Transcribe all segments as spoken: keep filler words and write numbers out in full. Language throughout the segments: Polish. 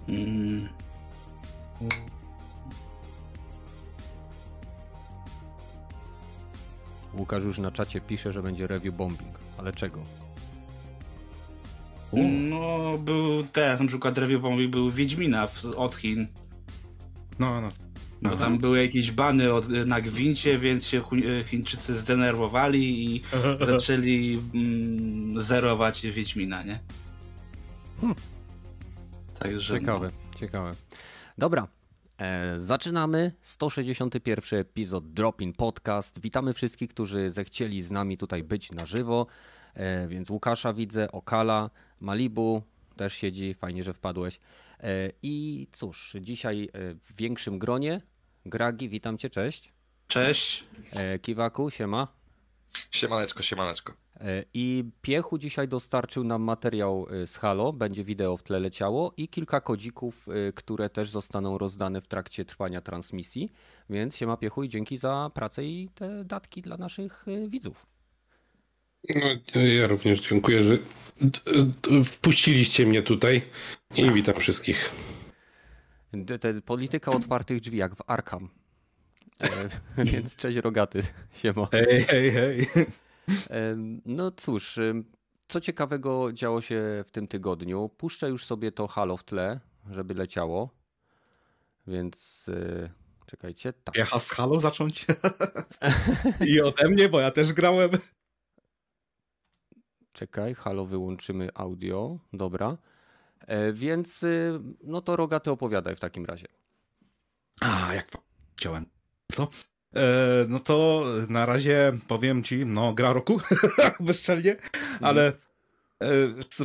Mm. Łukasz już na czacie pisze, że będzie review bombing. Ale czego? No, był teraz na przykład review bombing był Wiedźmina w, od Chin. No, no. Bo tam były jakieś bany od, na gwincie, więc się Chińczycy zdenerwowali i zaczęli mm, zerować Wiedźmina, nie? Hmm. Także, ciekawe, no. ciekawe. Dobra, e, zaczynamy. sto sześćdziesiąty pierwszy epizod Drop-In Podcast. Witamy wszystkich, którzy zechcieli z nami tutaj być na żywo. E, więc Łukasza widzę, Okala, Malibu też siedzi, fajnie, że wpadłeś. E, I cóż, dzisiaj w większym gronie Gragi, witam cię, cześć. Cześć. E, Kiwaku, siema. Siemaneczko, siemaneczko. E, I Piechu dzisiaj dostarczył nam materiał z Halo, będzie wideo w tle leciało i kilka kodzików, które też zostaną rozdane w trakcie trwania transmisji. Więc siema Piechu i dzięki za pracę i te datki dla naszych widzów. No, ja również dziękuję, że wpuściliście mnie tutaj i witam wszystkich. Te, polityka otwartych drzwi, jak w Arkham. E, więc cześć Rogaty, siema. Hej, hej, hej. E, no cóż, co ciekawego działo się w tym tygodniu. Puszczę już sobie to Halo w tle, żeby leciało. Więc e, czekajcie. Tak. Piecha z Halo zacząć? I ode mnie, bo ja też grałem. Czekaj, Halo, wyłączymy audio. Dobra. E, więc no to Rogaty, opowiadaj w takim razie. A, jak chciałem. Co? E, no to na razie powiem ci, no gra roku, bezczelnie, ale e, co,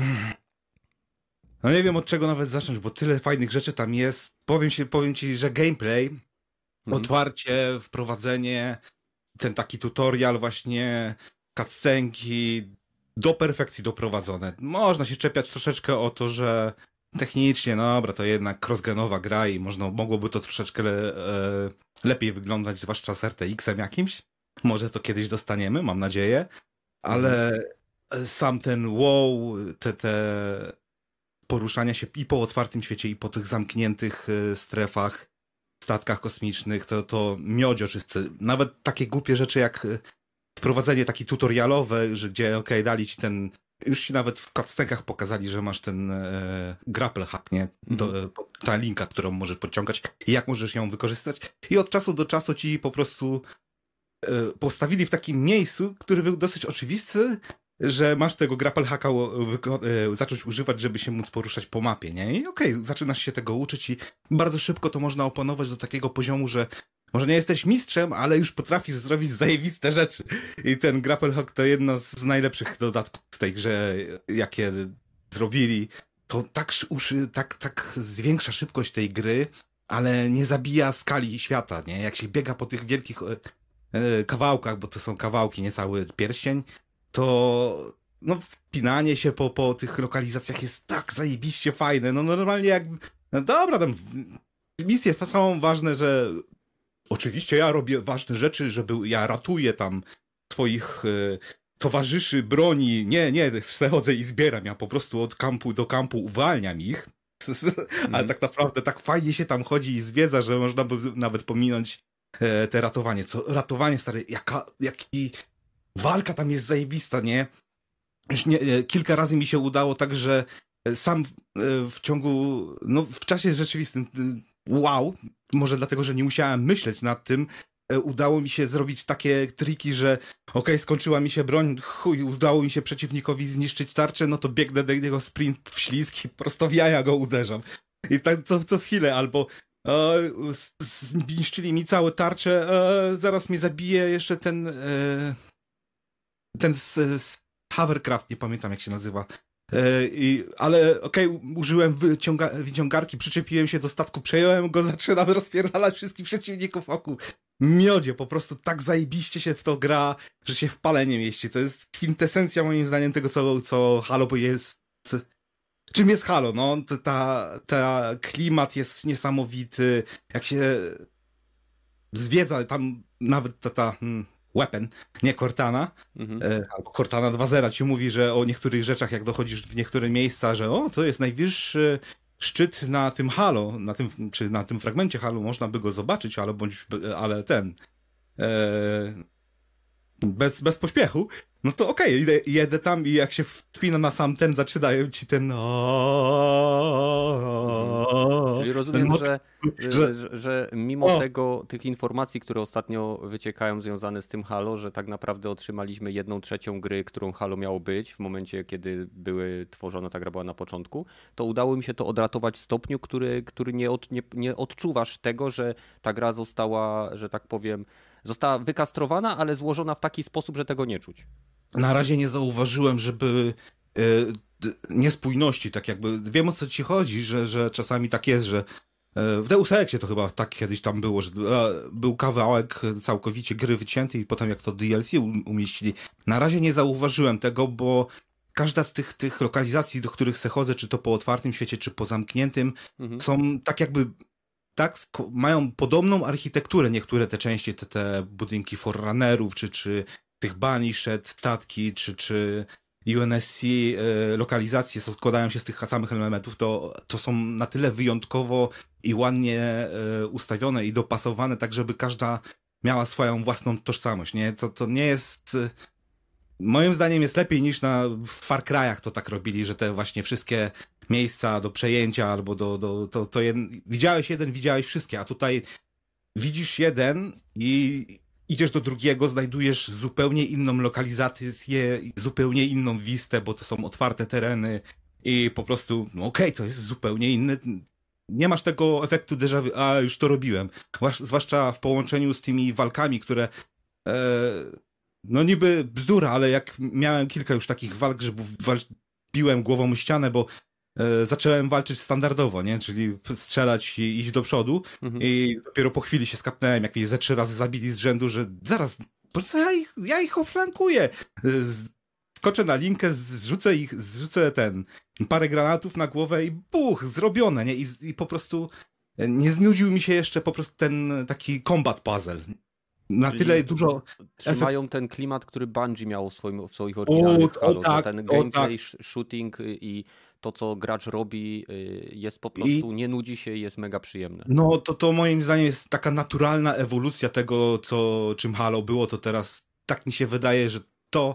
no nie wiem od czego nawet zacząć, bo tyle fajnych rzeczy tam jest. Powiem ci, powiem ci że gameplay, mhm. otwarcie, wprowadzenie, ten taki tutorial właśnie, cutscenki, do perfekcji doprowadzone. Można się czepiać troszeczkę o to, że technicznie, no dobra, to jednak crossgenowa gra i można, mogłoby to troszeczkę le, e, lepiej wyglądać, zwłaszcza z R T X-em jakimś. Może to kiedyś dostaniemy, mam nadzieję. Ale mhm. sam ten wow, te, te poruszania się i po otwartym świecie, i po tych zamkniętych strefach, statkach kosmicznych, to, to miodzio czysty. Nawet takie głupie rzeczy jak wprowadzenie takie tutorialowe, że gdzie okej, okay, dali ci ten, już ci nawet w cutscenkach pokazali, że masz ten e, grapple hack, nie? Do, mm. ta linka, którą możesz podciągać i jak możesz ją wykorzystać. I od czasu do czasu ci po prostu e, postawili w takim miejscu, który był dosyć oczywisty, że masz tego grapple hacka e, zacząć używać, żeby się móc poruszać po mapie, nie? I okej, okay, zaczynasz się tego uczyć i bardzo szybko to można oponować do takiego poziomu, że może nie jesteś mistrzem, ale już potrafisz zrobić zajebiste rzeczy. I ten grapple hook to jedna z najlepszych dodatków z tej grze, jakie zrobili. To tak, tak, tak zwiększa szybkość tej gry, ale nie zabija skali świata, nie? Jak się biega po tych wielkich kawałkach, bo to są kawałki, nie cały pierścień, to no wspinanie się po, po tych lokalizacjach jest tak zajebiście fajne. No normalnie jak... No dobra, tam misje są ważne, że oczywiście ja robię ważne rzeczy, żeby ja ratuję tam swoich e, towarzyszy broni. Nie, nie, przechodzę i zbieram. Ja po prostu od kampu do kampu uwalniam ich. Ale mm. tak naprawdę tak fajnie się tam chodzi i zwiedza, że można by nawet pominąć e, te ratowanie. Co ratowanie, stary, jaka, jaki walka tam jest zajebista, nie? Już nie, e, kilka razy mi się udało tak, że sam w, e, w ciągu, no w czasie rzeczywistym wow, może dlatego, że nie musiałem myśleć nad tym, udało mi się zrobić takie triki, że okej, okay, skończyła mi się broń, chuj, udało mi się przeciwnikowi zniszczyć tarczę, no to biegnę do niego sprint w ślizg i prosto w jaja go uderzam. I tak co, co chwilę, albo e, zniszczyli mi całe tarcze, e, zaraz mnie zabije jeszcze ten e, ten z, z hovercraft, nie pamiętam jak się nazywa. I, ale okej, okay, użyłem wyciąga, wyciągarki, przyczepiłem się do statku, przejąłem go, zaczynam rozpierdalać wszystkich przeciwników wokół. Miodzie, po prostu tak zajebiście się w to gra, że się w pale nie mieści. To jest kwintesencja moim zdaniem tego, co, co Halo jest. Czym jest Halo? No, ta, ta klimat jest niesamowity, jak się zwiedza, tam nawet ta, ta hmm, Weapon, nie Cortana, mhm. e, albo Cortana dwa zero ci mówi, że o niektórych rzeczach, jak dochodzisz w niektóre miejsca, że o, to jest najwyższy szczyt na tym Halo, na tym, czy na tym fragmencie Halo można by go zobaczyć, ale bądź, ale ten e, bez, bez pośpiechu, no to okej, okay, jedę, jedę tam i jak się wspina na sam ten, zaczynają ci ten Czyli rozumiem, ten... że, że, że, że mimo o. tego, tych informacji, które ostatnio wyciekają związane z tym Halo, że tak naprawdę otrzymaliśmy jedną trzecią gry, którą Halo miało być w momencie, kiedy były tworzone, ta gra była na początku, to udało mi się to odratować w stopniu, który, który nie, od, nie, nie odczuwasz tego, że ta gra została, że tak powiem, została wykastrowana, ale złożona w taki sposób, że tego nie czuć. Na razie nie zauważyłem, żeby e, niespójności, tak jakby, wiem o co ci chodzi, że, że czasami tak jest, że e, w Deus Exie to chyba tak kiedyś tam było, że e, był kawałek całkowicie gry wycięty i potem jak to D L C umieścili. Na razie nie zauważyłem tego, bo każda z tych, tych lokalizacji, do których se chodzę, czy to po otwartym świecie, czy po zamkniętym, mhm. są tak jakby tak, mają podobną architekturę niektóre te części, te, te budynki Forerunnerów, czy, czy tych Banished, statki, czy, czy U N S C, e, lokalizacje składają się z tych samych elementów, to, to są na tyle wyjątkowo i ładnie e, ustawione i dopasowane, tak żeby każda miała swoją własną tożsamość, nie? To, to nie jest... Moim zdaniem jest lepiej niż na Far Cry'ach to tak robili, że te właśnie wszystkie miejsca do przejęcia albo do... do to, to jed... Widziałeś jeden, widziałeś wszystkie, a tutaj widzisz jeden i idziesz do drugiego, znajdujesz zupełnie inną lokalizację, zupełnie inną wistę, bo to są otwarte tereny i po prostu, no okej, okay, to jest zupełnie inny. Nie masz tego efektu déjà vu, a już to robiłem. Zwłaszcza w połączeniu z tymi walkami, które e, no niby bzdura, ale jak miałem kilka już takich walk, że biłem głową o ścianę, bo e, zacząłem walczyć standardowo, nie? Czyli strzelać i iść do przodu mhm. i dopiero po chwili się skapnąłem, jak mnie ze trzy razy zabili z rzędu, że zaraz, po co ja ich, ja ich oflankuję. Skoczę na linkę, zrzucę ich, zrzucę ten, parę granatów na głowę i buch, zrobione, nie? I, i po prostu nie znudził mi się jeszcze po prostu ten taki combat puzzle. Na Czyli tyle dużo... Trzymają efekt... ten klimat, który Bungie miał w, swoim, w swoich oryginalnych o, Halo, o, tak, ten gameplay, tak. shooting i to, co gracz robi, jest po prostu, I... nie nudzi się i jest mega przyjemne. No to, to moim zdaniem jest taka naturalna ewolucja tego, co, czym Halo było, to teraz tak mi się wydaje, że to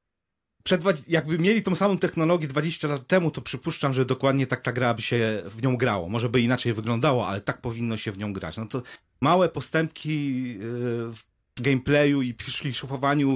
przed, jakby mieli tą samą technologię dwadzieścia lat temu, to przypuszczam, że dokładnie tak ta gra by się w nią grało. Może by inaczej wyglądało, ale tak powinno się w nią grać. No to małe postępki w gameplayu i przy szufowaniu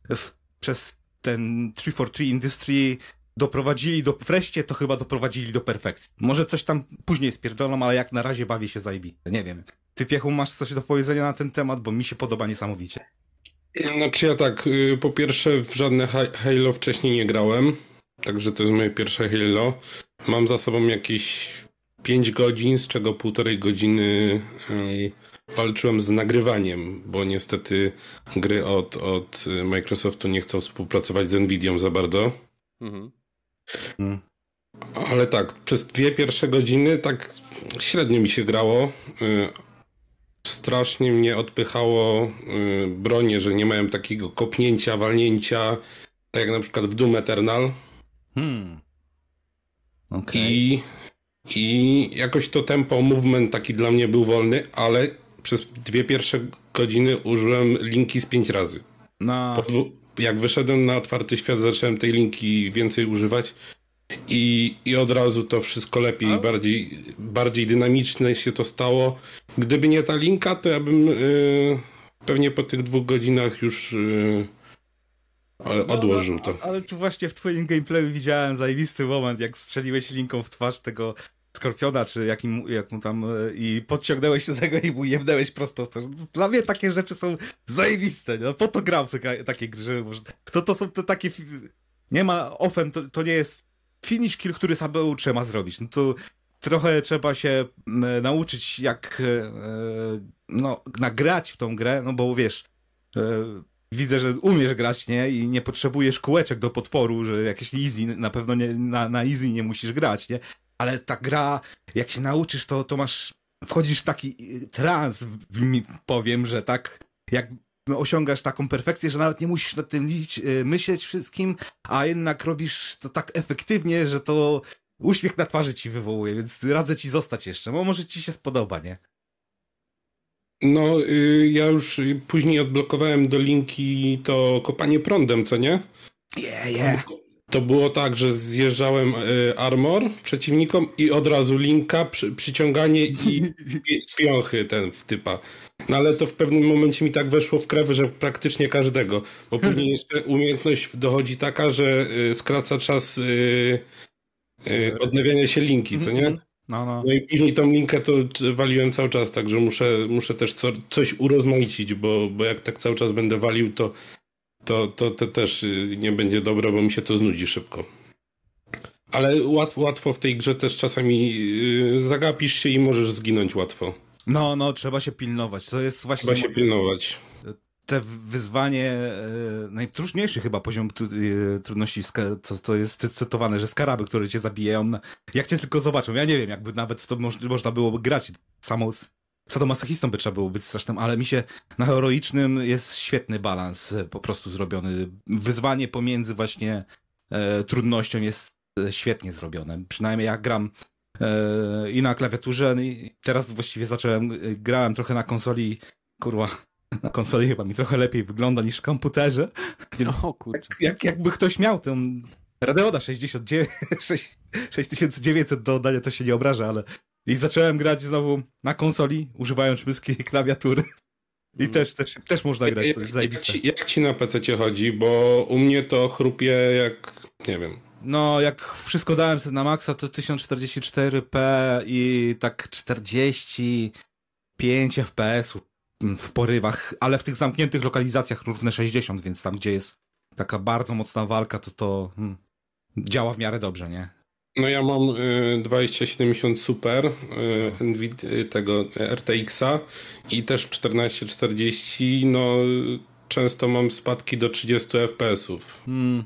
przez ten trzy cztery trzy Industry doprowadzili do, wreszcie to chyba doprowadzili do perfekcji. Może coś tam później spierdolą, ale jak na razie bawię się zajebiście. Nie wiem. Ty, Piechu, masz coś do powiedzenia na ten temat, bo mi się podoba niesamowicie. Znaczy ja tak, po pierwsze w żadne Halo wcześniej nie grałem, także to jest moje pierwsze Halo. Mam za sobą jakieś pięć godzin, z czego półtorej godziny walczyłem z nagrywaniem, bo niestety gry od, od Microsoftu nie chcą współpracować z Nvidią za bardzo. Mhm. Hmm. Ale tak, przez dwie pierwsze godziny tak średnio mi się grało. Strasznie mnie odpychało bronie, że nie miałem takiego kopnięcia, walnięcia, tak jak na przykład w Doom Eternal. Hmm. Okay. I, I jakoś to tempo, movement taki dla mnie był wolny, ale przez dwie pierwsze godziny użyłem linki z pięć razy. No. Po dwu, jak wyszedłem na otwarty świat, zacząłem tej linki więcej używać i, i od razu to wszystko lepiej, A? bardziej, bardziej dynamiczne się to stało. Gdyby nie ta linka, to ja bym yy, pewnie po tych dwóch godzinach już yy, odłożył no, to. No, ale tu właśnie w twoim gameplayu widziałem zajebisty moment, jak strzeliłeś linką w twarz tego Skorpiona, czy jakim, jak mu tam i podciągnąłeś do tego i mu jebnęłeś prosto w to. Dla mnie takie rzeczy są zajebiste. No, po to gram takie, takie gry. To, to są to takie... Nie ma ofen, to, to nie jest finish kill, który samemu trzeba zrobić. No to trochę trzeba się nauczyć, jak no, nagrać w tą grę, no bo wiesz, widzę, że umiesz grać, nie? I nie potrzebujesz kółeczek do podporu, że jakieś easy, na pewno nie, na, na easy nie musisz grać, nie? Ale ta gra, jak się nauczysz, to, to masz, wchodzisz w taki trans, powiem, że tak, jak osiągasz taką perfekcję, że nawet nie musisz nad tym liczyć, myśleć wszystkim, a jednak robisz to tak efektywnie, że to uśmiech na twarzy ci wywołuje, więc radzę ci zostać jeszcze, bo może ci się spodoba, nie? No, y, ja już później odblokowałem do linki to kopanie prądem, co nie? Yeah, yeah. To było tak, że zjeżdżałem y, armor przeciwnikom i od razu linka, przy, przyciąganie i piąchy ten w typa. No ale to w pewnym momencie mi tak weszło w krew, że praktycznie każdego. Bo później jeszcze umiejętność dochodzi taka, że y, skraca czas y, y, odnawiania się linki, co nie? No, no. No i później tą linkę to waliłem cały czas, także muszę, muszę też co, coś urozmaicić, bo, bo jak tak cały czas będę walił, to, to, to, to też nie będzie dobre, bo mi się to znudzi szybko. Ale łatwo, łatwo w tej grze też czasami yy, zagapisz się i możesz zginąć łatwo. No, no, trzeba się pilnować. To jest właśnie... Trzeba się pilnować. Te wyzwanie, e, najtrudniejszy chyba poziom tu, e, trudności, to, to jest cytowane, że skaraby, które cię zabijają, jak cię tylko zobaczą. Ja nie wiem, jakby nawet to moż, można byłoby grać. Samo sadomasochistą by trzeba było być strasznym, ale mi się na heroicznym jest świetny balans po prostu zrobiony. Wyzwanie pomiędzy właśnie e, trudnością jest świetnie zrobione. Przynajmniej jak gram e, i na klawiaturze, i teraz właściwie zacząłem, grałem trochę na konsoli, kurwa, na konsoli chyba mi trochę lepiej wygląda niż w komputerze, więc O, kurczę. jak, jak, jakby ktoś miał ten Radeona sześćdziesiąt dziewięć, sześć tysięcy dziewięćset do oddania, to się nie obraża, ale i zacząłem grać znowu na konsoli, używając myszki i klawiatury. I mm. też, też, też można grać, to jest zajebiste. Jak ci, jak ci na pececie chodzi? Bo u mnie to chrupie jak, nie wiem. No, jak wszystko dałem sobie na maksa, to tysiąc czterdzieści cztery p i tak czterdzieści pięć F P S-ów w porywach, ale w tych zamkniętych lokalizacjach równe sześćdziesiąt, więc tam, gdzie jest taka bardzo mocna walka, to to hmm, działa w miarę dobrze, nie? No ja mam y, dwadzieścia siedemdziesiąt Super y, Nvidia, tego R T X-a i też w czternaście czterdzieści, no często mam spadki do trzydzieści F P S-ów. Hmm.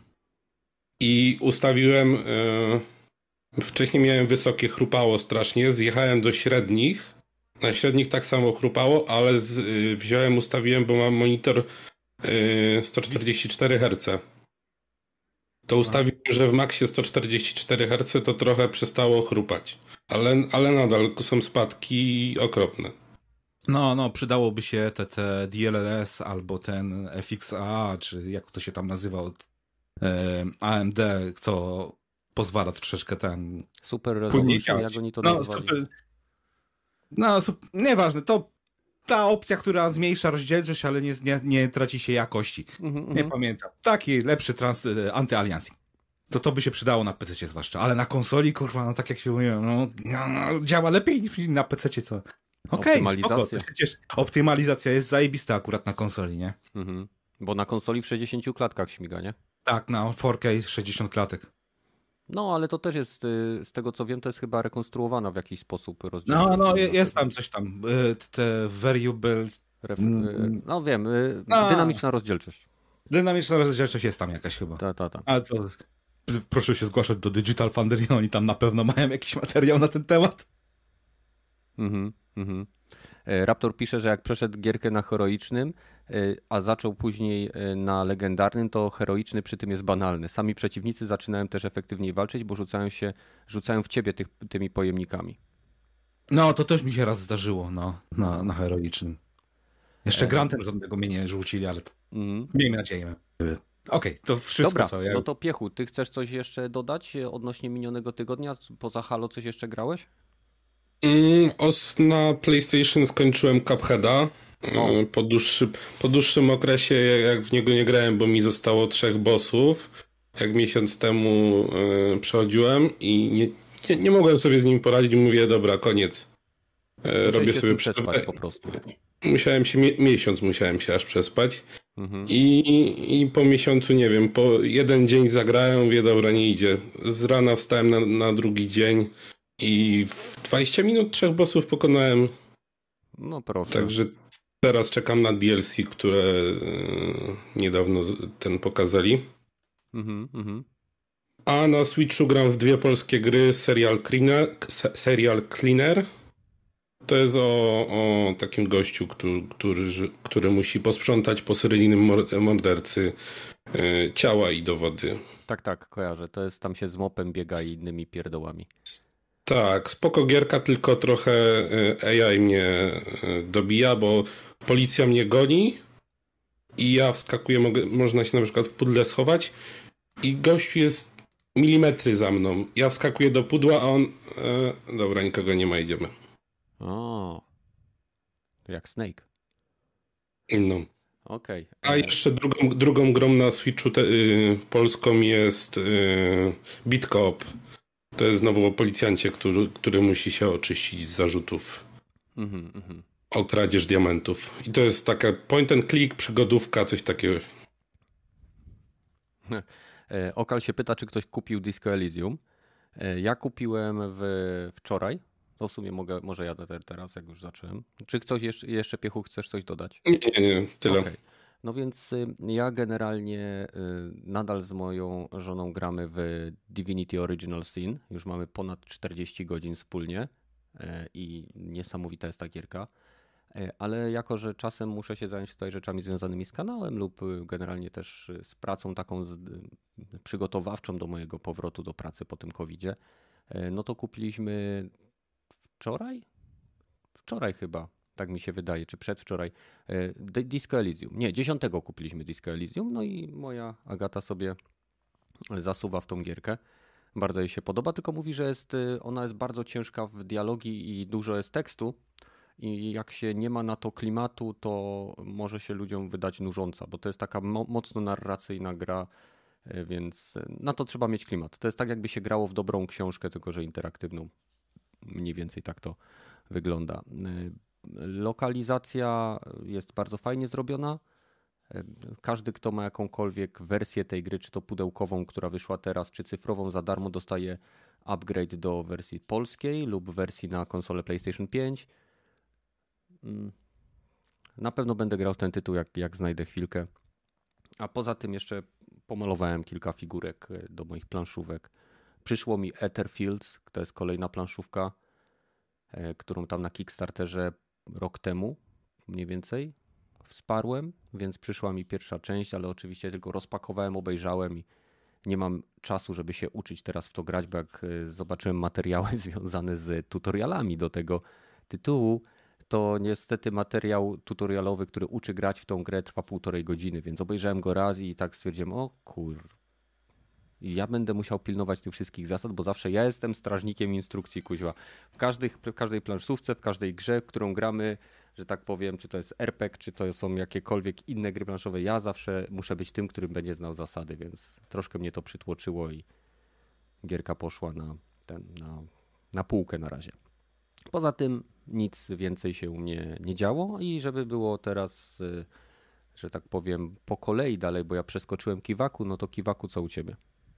I ustawiłem, y, wcześniej miałem wysokie, chrupało strasznie, zjechałem do średnich, na średnich tak samo chrupało, ale z, y, wziąłem, ustawiłem, bo mam monitor y, sto czterdzieści cztery herce. To ustawiłem, że w maksie sto czterdzieści cztery herce to trochę przestało chrupać. Ale, ale nadal są spadki okropne. No, no, przydałoby się te, te D L L S albo ten F X A, czy jak to się tam nazywa od e, A M D, co pozwala troszeczkę ten... Super resolution, jak oni to no, nazwali. Super, no, super, nieważne, to ta opcja, która zmniejsza rozdzielczość, ale nie, nie, nie traci się jakości. Mm-hmm. Nie pamiętam. Taki lepszy trans, anty-aliasing. To to by się przydało na pececie zwłaszcza. Ale na konsoli, kurwa, no tak jak się mówiło, no, no działa lepiej niż na pececie, co... Okej, optymalizacja. Okay, przecież optymalizacja jest zajebista akurat na konsoli, nie? Mm-hmm. Bo na konsoli w sześćdziesięciu klatkach śmiga, nie? Tak, na cztery K sześćdziesiąt klatek. No, ale to też jest, z tego co wiem, to jest chyba rekonstruowana w jakiś sposób rozdzielczość. No, no, jest tam coś tam, te variable... Ref... No wiem, dynamiczna rozdzielczość. Dynamiczna rozdzielczość jest tam jakaś chyba. Tak, tak, tak. Ale to proszę się zgłaszać do Digital Foundry, oni tam na pewno mają jakiś materiał na ten temat. Mhm, mhm. Raptor pisze, że jak przeszedł gierkę na heroicznym, a zaczął później na legendarnym, to heroiczny przy tym jest banalny. Sami przeciwnicy zaczynają też efektywniej walczyć, bo rzucają się, rzucają w ciebie tych, tymi pojemnikami. No, to też mi się raz zdarzyło, no, na, na heroicznym. Jeszcze e... grantem żadnego mnie nie rzucili, ale to... mm. miejmy nadzieję. Okej, okay, to wszystko. Dobra, co ja... no to Piechu, ty chcesz coś jeszcze dodać odnośnie minionego tygodnia? Poza Halo coś jeszcze grałeś? Mm, os na PlayStation skończyłem Cupheada. No. Po, dłuższy, po dłuższym okresie, jak w niego nie grałem, bo mi zostało trzech bossów, jak miesiąc temu y, przechodziłem i nie, nie, nie mogłem sobie z nim poradzić, mówię, dobra, koniec. Y, robię sobie przespać po prostu. Musiałem się, miesiąc musiałem się aż przespać. Mhm. I, I po miesiącu, nie wiem, po jeden dzień zagrałem, mówię, dobra, nie idzie. Z rana wstałem na, na drugi dzień i w dwadzieścia minut trzech bossów pokonałem. No proszę. Także teraz czekam na D L C, które yy, niedawno ten pokazali. Mhm, mhm. A na Switchu gram w dwie polskie gry, Serial Cleaner. Serial Cleaner. To jest o, o takim gościu, który, który, który musi posprzątać po seryjnym mordercy yy, ciała i dowody. Tak, tak, kojarzę. To jest, tam się z mopem biega i innymi pierdołami. Tak, spoko gierka, tylko trochę A I mnie dobija, bo policja mnie goni i ja wskakuję, mogę, można się na przykład w pudle schować i gościu jest milimetry za mną. Ja wskakuję do pudła, a on... E, dobra, nikogo nie ma, idziemy. O, jak Snake. No. Okej. A jeszcze drugą, drugą grą na Switchu te, y, polską jest y, Beat Coop. To jest znowu o policjancie, który, który musi się oczyścić z zarzutów Mhm, mhm. o kradzież diamentów. I to jest taka point and click, przygodówka, coś takiego. E, Okal się pyta, czy ktoś kupił Disco Elysium. E, Ja kupiłem w, wczoraj. To w sumie mogę, może jadę te- teraz, jak już zacząłem. Czy coś jeszcze, jeszcze Piechu, chcesz coś dodać? Nie, nie, nie, tyle. Okej. No więc y, ja generalnie y, nadal z moją żoną gramy w Divinity Original Sin. Już mamy ponad czterdzieści godzin wspólnie y, i niesamowita jest ta gierka. Y, Ale jako, że czasem muszę się zająć tutaj rzeczami związanymi z kanałem lub y, generalnie też y, z pracą taką z, y, przygotowawczą do mojego powrotu do pracy po tym kowidzie, y, no to kupiliśmy wczoraj? Wczoraj chyba. Tak mi się wydaje, czy przedwczoraj. e, D- Disco Elysium. Nie, dziesiątego kupiliśmy Disco Elysium, no i moja Agata sobie zasuwa w tą gierkę. Bardzo jej się podoba, tylko mówi, że jest, y, ona jest bardzo ciężka w dialogi i dużo jest tekstu. I jak się nie ma na to klimatu, to może się ludziom wydać nużąca, bo to jest taka mo- mocno narracyjna gra, y, więc y, na to trzeba mieć klimat. To jest tak, jakby się grało w dobrą książkę, tylko że interaktywną. Mniej więcej tak to wygląda. Y, Lokalizacja jest bardzo fajnie zrobiona. Każdy, kto ma jakąkolwiek wersję tej gry, czy to pudełkową, która wyszła teraz, czy cyfrową za darmo, dostaje upgrade do wersji polskiej lub wersji na konsolę PlayStation pięć. Mm. Na pewno będę grał w ten tytuł, jak, jak znajdę chwilkę. A poza tym jeszcze pomalowałem kilka figurek do moich planszówek. Przyszło mi Etherfields, to jest kolejna planszówka, e, którą tam na Kickstarterze rok temu mniej więcej wsparłem, więc przyszła mi pierwsza część, ale oczywiście tylko rozpakowałem, obejrzałem i nie mam czasu, żeby się uczyć teraz w to grać, bo jak e, zobaczyłem materiały związane z tutorialami do tego tytułu, to niestety materiał tutorialowy, który uczy grać w tą grę, trwa półtorej godziny, więc obejrzałem go raz i tak stwierdziłem, o kur... Ja będę musiał pilnować tych wszystkich zasad, bo zawsze ja jestem strażnikiem instrukcji, kuźwa. W, każdych, w każdej planszówce, w każdej grze, w którą gramy, że tak powiem, czy to jest er pe gie, czy to są jakiekolwiek inne gry planszowe, ja zawsze muszę być tym, którym będzie znał zasady, więc troszkę mnie to przytłoczyło i gierka poszła na, ten, na, na półkę na razie. Poza tym nic więcej się u mnie nie działo i żeby było teraz, że tak powiem, po kolei dalej, bo ja przeskoczyłem Kiwaku, no to Kiwaku, co u ciebie?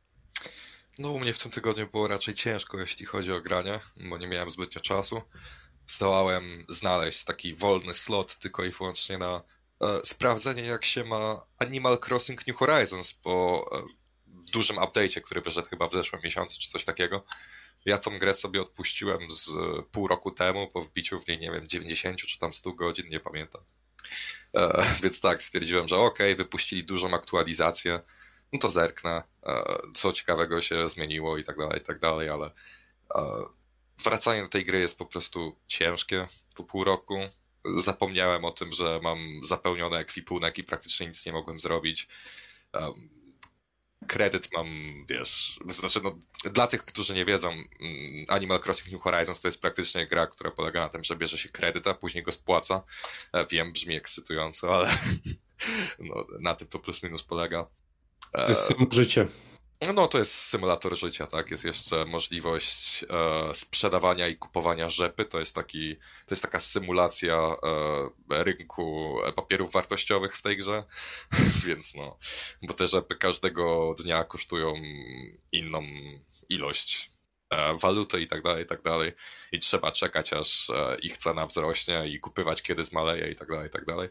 No u mnie w tym tygodniu było raczej ciężko, jeśli chodzi o granie, bo nie miałem zbytnio czasu. Zdołałem znaleźć taki wolny slot tylko i wyłącznie na e, sprawdzenie, jak się ma Animal Crossing New Horizons po e, dużym update'cie, który wyszedł chyba w zeszłym miesiącu, czy coś takiego. Ja tą grę sobie odpuściłem z pół roku temu, po wbiciu w niej, nie wiem, dziewięćdziesiąt czy tam sto godzin, nie pamiętam. E, więc tak, stwierdziłem, że okej, okay, wypuścili dużą aktualizację, no to zerknę, e, co ciekawego się zmieniło i tak dalej, i tak dalej, ale e, wracanie do tej gry jest po prostu ciężkie po pół roku. Zapomniałem o tym, że mam zapełniony ekwipunek i praktycznie nic nie mogłem zrobić. E, kredyt mam, wiesz, znaczy no, dla tych, którzy nie wiedzą, Animal Crossing New Horizons to jest praktycznie gra, która polega na tym, że bierze się kredyt, a później go spłaca. Wiem, brzmi ekscytująco, ale no, na tym to plus minus polega. To jest samo życie. No to jest symulator życia, tak? Jest jeszcze możliwość e, sprzedawania i kupowania rzepy. To jest taki, to jest taka symulacja e, rynku papierów wartościowych w tej grze. Więc no, bo te rzepy każdego dnia kosztują inną ilość e, waluty i tak dalej, i tak dalej. I trzeba czekać, aż e, ich cena wzrośnie i kupywać, kiedy zmaleje i tak dalej, i tak dalej.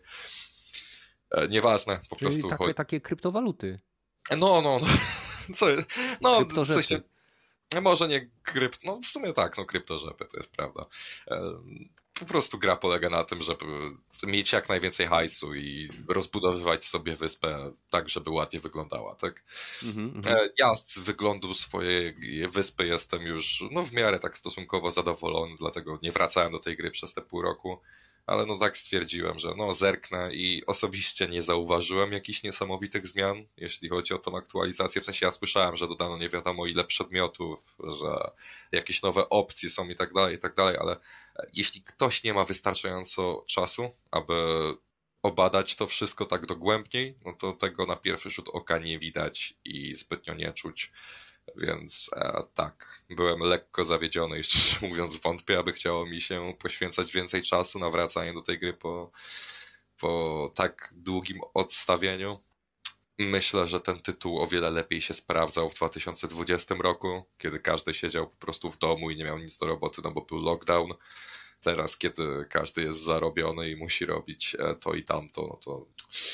E, nieważne, po Czyli prostu... takie, takie kryptowaluty. No, no, no. Co, no, w Kryptorzepy. sensie, może nie krypt, no w sumie tak, no kryptorzepy, to jest prawda. po prostu gra polega na tym, żeby mieć jak najwięcej hajsu i rozbudowywać sobie wyspę tak, żeby ładnie wyglądała, tak? Mm-hmm. Ja z wyglądu swojej wyspy jestem już no, w miarę tak stosunkowo zadowolony, dlatego nie wracałem do tej gry przez te pół roku, ale no tak stwierdziłem, że no zerknę i osobiście nie zauważyłem jakichś niesamowitych zmian, jeśli chodzi o tą aktualizację. W sensie ja słyszałem, że dodano nie wiadomo ile przedmiotów, że jakieś nowe opcje są i tak dalej, i tak dalej, ale jeśli ktoś nie ma wystarczająco czasu, aby obadać to wszystko tak dogłębniej, no to tego na pierwszy rzut oka nie widać i zbytnio nie czuć. Więc e, tak, byłem lekko zawiedziony i szczerze mówiąc wątpię, aby chciało mi się poświęcać więcej czasu na wracanie do tej gry po, po tak długim odstawieniu. Myślę, że ten tytuł o wiele lepiej się sprawdzał w dwa tysiące dwudziestym roku, kiedy każdy siedział po prostu w domu i nie miał nic do roboty, no bo był lockdown. Teraz, kiedy każdy jest zarobiony i musi robić to i tamto, no to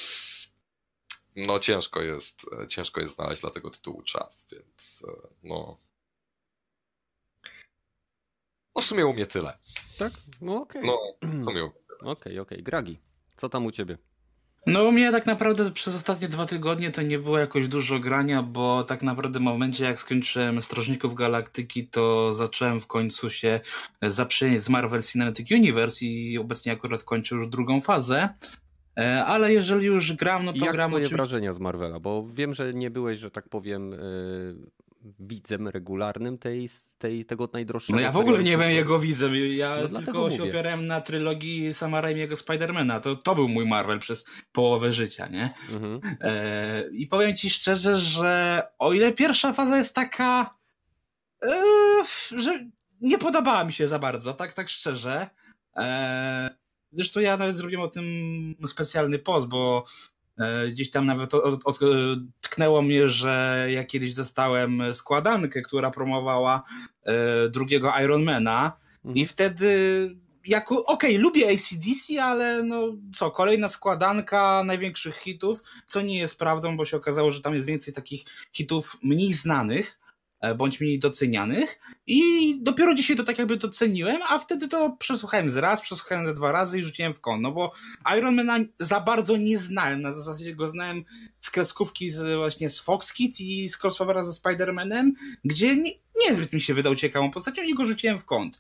no ciężko jest, ciężko jest znaleźć dla tego tytułu czas, więc no... No w sumie u mnie tyle. Tak? No okej. Okay. No, w sumie u mnie tyle. Okej, okej. Okay. Gragi, co tam u ciebie? No u mnie tak naprawdę przez ostatnie dwa tygodnie to nie było jakoś dużo grania, bo tak naprawdę w momencie jak skończyłem Strażników Galaktyki, to zacząłem w końcu się zaprzyjaźnić z Marvel Cinematic Universe i obecnie akurat kończę już drugą fazę. Ale jeżeli już gram, no to I jak gram twoje oczywiście... wrażenia z Marvela? Bo wiem, że nie byłeś, że tak powiem, yy, widzem regularnym tej, tej, tego najdroższego. No ja w ogóle nie byłem jego widzem. Ja no tylko się opierałem na trylogii Sama Raimiego Spidermana. To, to był mój Marvel przez połowę życia, nie? Mhm. E, I powiem ci szczerze, że o ile pierwsza faza jest taka, e, że nie podobała mi się za bardzo, tak, tak szczerze. E, Zresztą ja nawet zrobiłem o tym specjalny post, bo e, gdzieś tam nawet od, od, tknęło mnie, że ja kiedyś dostałem składankę, która promowała e, drugiego Ironmana mhm. i wtedy jako, okej, okay, lubię A C D C, ale no co, kolejna składanka największych hitów, co nie jest prawdą, bo się okazało, że tam jest więcej takich hitów mniej znanych, bądź mniej docenianych i dopiero dzisiaj to tak jakby doceniłem, a wtedy to przesłuchałem z raz, przesłuchałem ze dwa razy i rzuciłem w kąt, no bo Ironmana za bardzo nie znałem, na zasadzie go znałem z kreskówki z, właśnie z Fox Kids i z crossovera ze Spider-Manem, gdzie nie, niezbyt mi się wydał ciekawą postacią i go rzuciłem w kąt.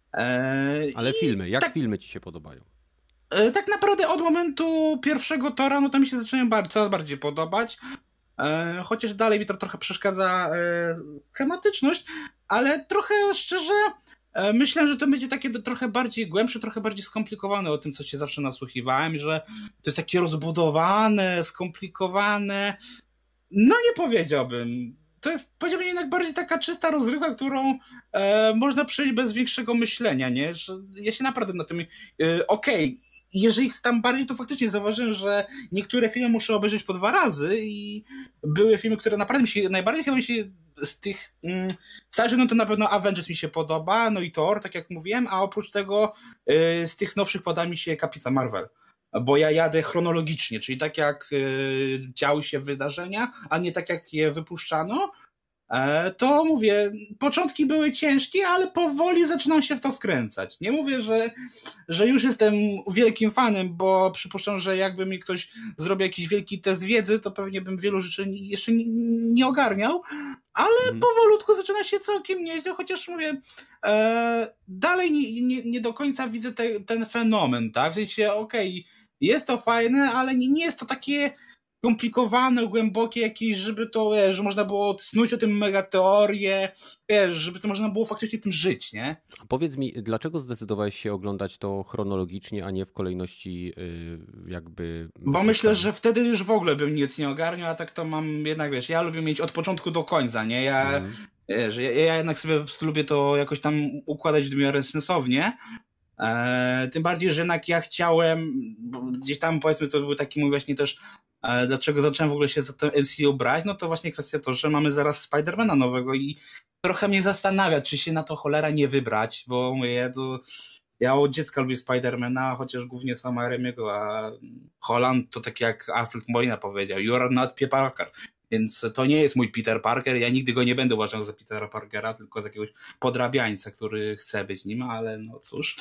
Eee, Ale filmy, jak tak, filmy ci się podobają? E, tak naprawdę od momentu pierwszego Tora, no to mi się zaczynają bardzo, coraz bardziej podobać. Chociaż dalej mi to trochę przeszkadza schematyczność, ale trochę szczerze myślę, że to będzie takie trochę bardziej głębsze, trochę bardziej skomplikowane o tym, co się zawsze nasłuchiwałem, że to jest takie rozbudowane, skomplikowane. No nie powiedziałbym. To jest, powiedziałbym, jednak bardziej taka czysta rozrywka, którą e, można przejść bez większego myślenia, nie? Że ja się naprawdę na tym... E, Okej, okay. Jeżeli tam bardziej, to faktycznie zauważyłem, że niektóre filmy muszę obejrzeć po dwa razy i były filmy, które naprawdę mi się, najbardziej chyba mi się z tych mm, starzy, no to na pewno Avengers mi się podoba, no i Thor, tak jak mówiłem, a oprócz tego y, z tych nowszych poda mi się Kapitan Marvel, bo ja jadę chronologicznie, czyli tak jak y, działy się wydarzenia, a nie tak jak je wypuszczano. To mówię, początki były ciężkie, ale powoli zaczynam się w to wkręcać. Nie mówię, że, że już jestem wielkim fanem, bo przypuszczam, że jakby mi ktoś zrobił jakiś wielki test wiedzy, to pewnie bym wielu rzeczy jeszcze nie, nie ogarniał, ale hmm. powolutku zaczyna się całkiem nieźle, chociaż mówię, e, dalej nie, nie, nie do końca widzę te, ten fenomen, tak? W sensie, okej, okay, jest to fajne, ale nie, nie jest to takie komplikowane, głębokie jakieś, żeby to, wiesz, że można było snuć o tym mega teorię, wiesz, żeby to można było faktycznie tym żyć, nie? Powiedz mi, dlaczego zdecydowałeś się oglądać to chronologicznie, a nie w kolejności yy, jakby... Bo myślę, że wtedy już w ogóle bym nic nie ogarniał, a tak to mam jednak, wiesz, ja lubię mieć od początku do końca, nie? Ja, mm. wiesz, ja, ja jednak sobie lubię to jakoś tam układać w miarę sensownie. E, tym bardziej, że jednak ja chciałem, gdzieś tam powiedzmy to był taki mój właśnie też e, dlaczego zacząłem w ogóle się za to M C U brać, no to właśnie kwestia to, że mamy zaraz Spidermana nowego i trochę mnie zastanawia, czy się na to cholera nie wybrać, bo mówię, to ja od dziecka lubię Spidermana, chociaż głównie sama Raimiego, a Holland to tak jak Alfred Molina powiedział, you are not Peter Parker. Więc to nie jest mój Peter Parker, ja nigdy go nie będę uważał za Petera Parkera, tylko za jakiegoś podrabiańca, który chce być nim, ale no cóż.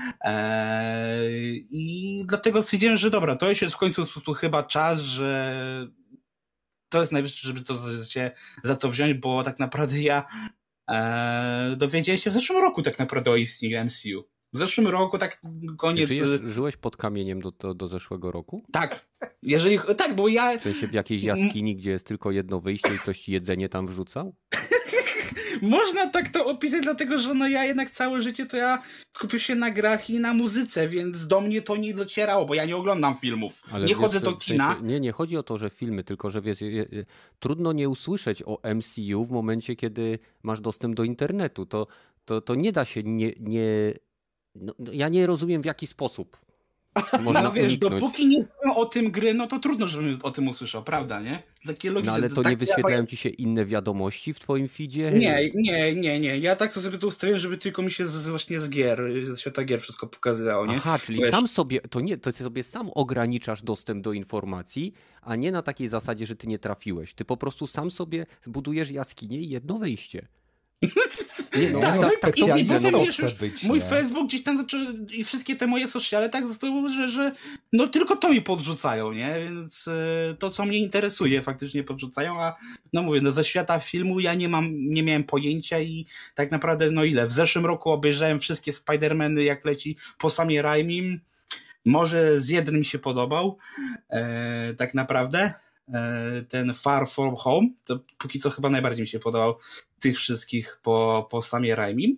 Eee, I dlatego stwierdziłem, że dobra, to jest w końcu tu chyba czas, że to jest najwyższy, żeby to się za to wziąć, bo tak naprawdę ja eee, dowiedziałem się w zeszłym roku tak naprawdę o istnieniu M C U. W zeszłym roku tak koniec... Ty żyjesz, żyłeś pod kamieniem do, do, do zeszłego roku? Tak. Jeżeli, tak, bo ja... W sensie w jakiejś jaskini, gdzie jest tylko jedno wyjście i ktoś ci jedzenie tam wrzucał? Można tak to opisać, dlatego że no ja jednak całe życie to ja kupię się na grach i na muzyce, więc do mnie to nie docierało, bo ja nie oglądam filmów. Ale nie wiesz, chodzę do kina. W sensie, nie, nie chodzi o to, że filmy, tylko że wiesz, trudno nie usłyszeć o M C U w momencie, kiedy masz dostęp do internetu. To, to, to nie da się nie... nie no, ja nie rozumiem, w jaki sposób można no wiesz, uniknąć. Dopóki nie wiem o tym gry, no to trudno, żebym o tym usłyszał, prawda, nie? Takie logiczne. No ale to tak, nie wyświetlają ci się inne wiadomości w twoim feedzie? Nie, nie, nie, nie. Ja tak to sobie to ustawiłem, żeby tylko mi się z, właśnie z gier, ze świata gier wszystko pokazywało, nie? Aha, czyli wiesz, sam sobie, to nie, to sobie sam ograniczasz dostęp do informacji, a nie na takiej zasadzie, że ty nie trafiłeś. Ty po prostu sam sobie budujesz jaskinię i jedno wyjście. Nie, no, tak, tak, tak, tak, i, tak, i tak, potem, tak, wiesz, już być, mój nie? Facebook gdzieś tam zaczął, i wszystkie te moje sociale tak zostało, że, że no tylko to mi podrzucają, nie? Więc y, to, co mnie interesuje, faktycznie podrzucają, a no mówię, no ze świata filmu ja nie mam, nie miałem pojęcia i tak naprawdę, no ile? W zeszłym roku obejrzałem wszystkie Spider-Many, jak leci po Samie Raimim. Może z jednym mi się podobał, e, tak naprawdę. Ten Far From Home, to póki co chyba najbardziej mi się podobał tych wszystkich po, po Samie Raimim.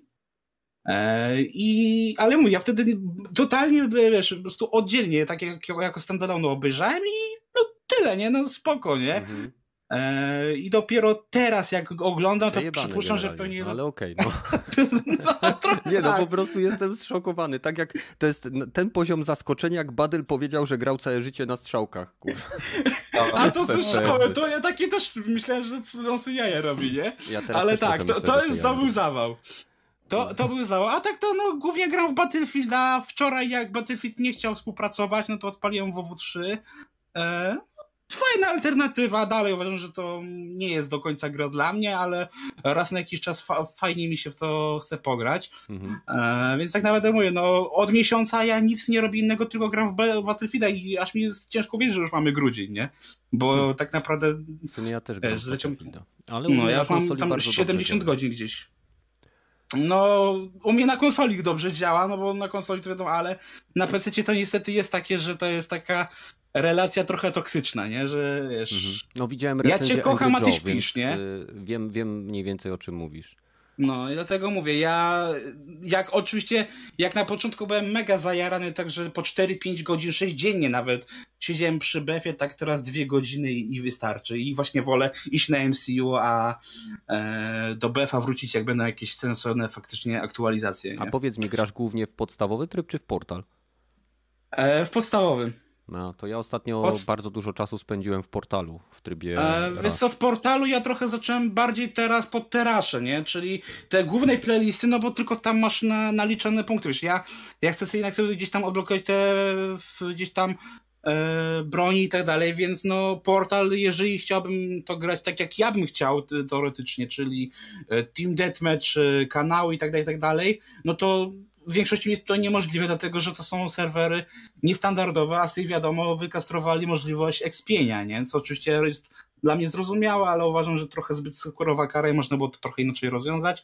I, ale mówię, ja wtedy totalnie, wiesz, po prostu oddzielnie, tak jak, jako standalone obejrzałem i no tyle, nie, no spoko, nie. Mhm. I dopiero teraz jak oglądam, to przypuszczam, że to nie... No, ale okej, okay, no. no nie, no po prostu jestem zszokowany. Tak jak to jest ten poziom zaskoczenia, jak Badyl powiedział, że grał całe życie na strzałkach, kurwa. A to słyszałem, to ja takie też myślałem, że on sobie jaja robi, nie? Ja teraz ale tak, to, myślę, to jest, to był zawał. To, to był zawał. A tak to no głównie gram w Battlefielda. Wczoraj jak Battlefield nie chciał współpracować, no to odpaliłem W W trzy. E, Fajna alternatywa, dalej uważam, że to nie jest do końca gra dla mnie, ale raz na jakiś czas fa- fajnie mi się w to chce pograć. Mhm. E, więc tak naprawdę mówię, no od miesiąca ja nic nie robię innego, tylko gram w Battlefielda i aż mi jest ciężko wierzyć, że już mamy grudzień, nie? Bo hmm. tak naprawdę... W sumie ja też gram w Battlefielda. Ale no ja mam tam siedemdziesiąt godzin gdzieś. No, u mnie na konsoli dobrze działa, no bo na konsoli to wiadomo, ale na P C to niestety jest takie, że to jest taka relacja trochę toksyczna, nie, że wiesz... Mhm. No widziałem recenzję ja cię kocham, Angry a ty Joe, śpisz, nie? Wiem, wiem mniej więcej o czym mówisz. No i dlatego mówię, ja jak oczywiście, jak na początku byłem mega zajarany, także po cztery pięć godzin, sześć dziennie nawet siedziałem przy befie, tak teraz dwie godziny i wystarczy. I właśnie wolę iść na M C U, a e, do befa wrócić, jak będą jakieś sensowne faktycznie aktualizacje. Nie? A powiedz mi, grasz głównie w podstawowy tryb czy w portal? E, w podstawowym. No, to ja ostatnio Pod... bardzo dużo czasu spędziłem w portalu, w trybie... E, wiesz co, w portalu ja trochę zacząłem bardziej teraz pod terasze, nie? Czyli te głównej playlisty, no bo tylko tam masz na, naliczone punkty. Wiesz, ja, ja chcę sobie, chcę gdzieś tam odblokować te gdzieś tam e, broni i tak dalej, więc no portal, jeżeli chciałbym to grać tak jak ja bym chciał teoretycznie, czyli Team Deathmatch, kanały i tak dalej, i tak dalej, no to w większości jest to niemożliwe, dlatego że to są serwery niestandardowe, a z tych wiadomo wykastrowali możliwość expienia, nie? Co oczywiście jest dla mnie zrozumiałe, ale uważam, że trochę zbyt surowa kara i można było to trochę inaczej rozwiązać.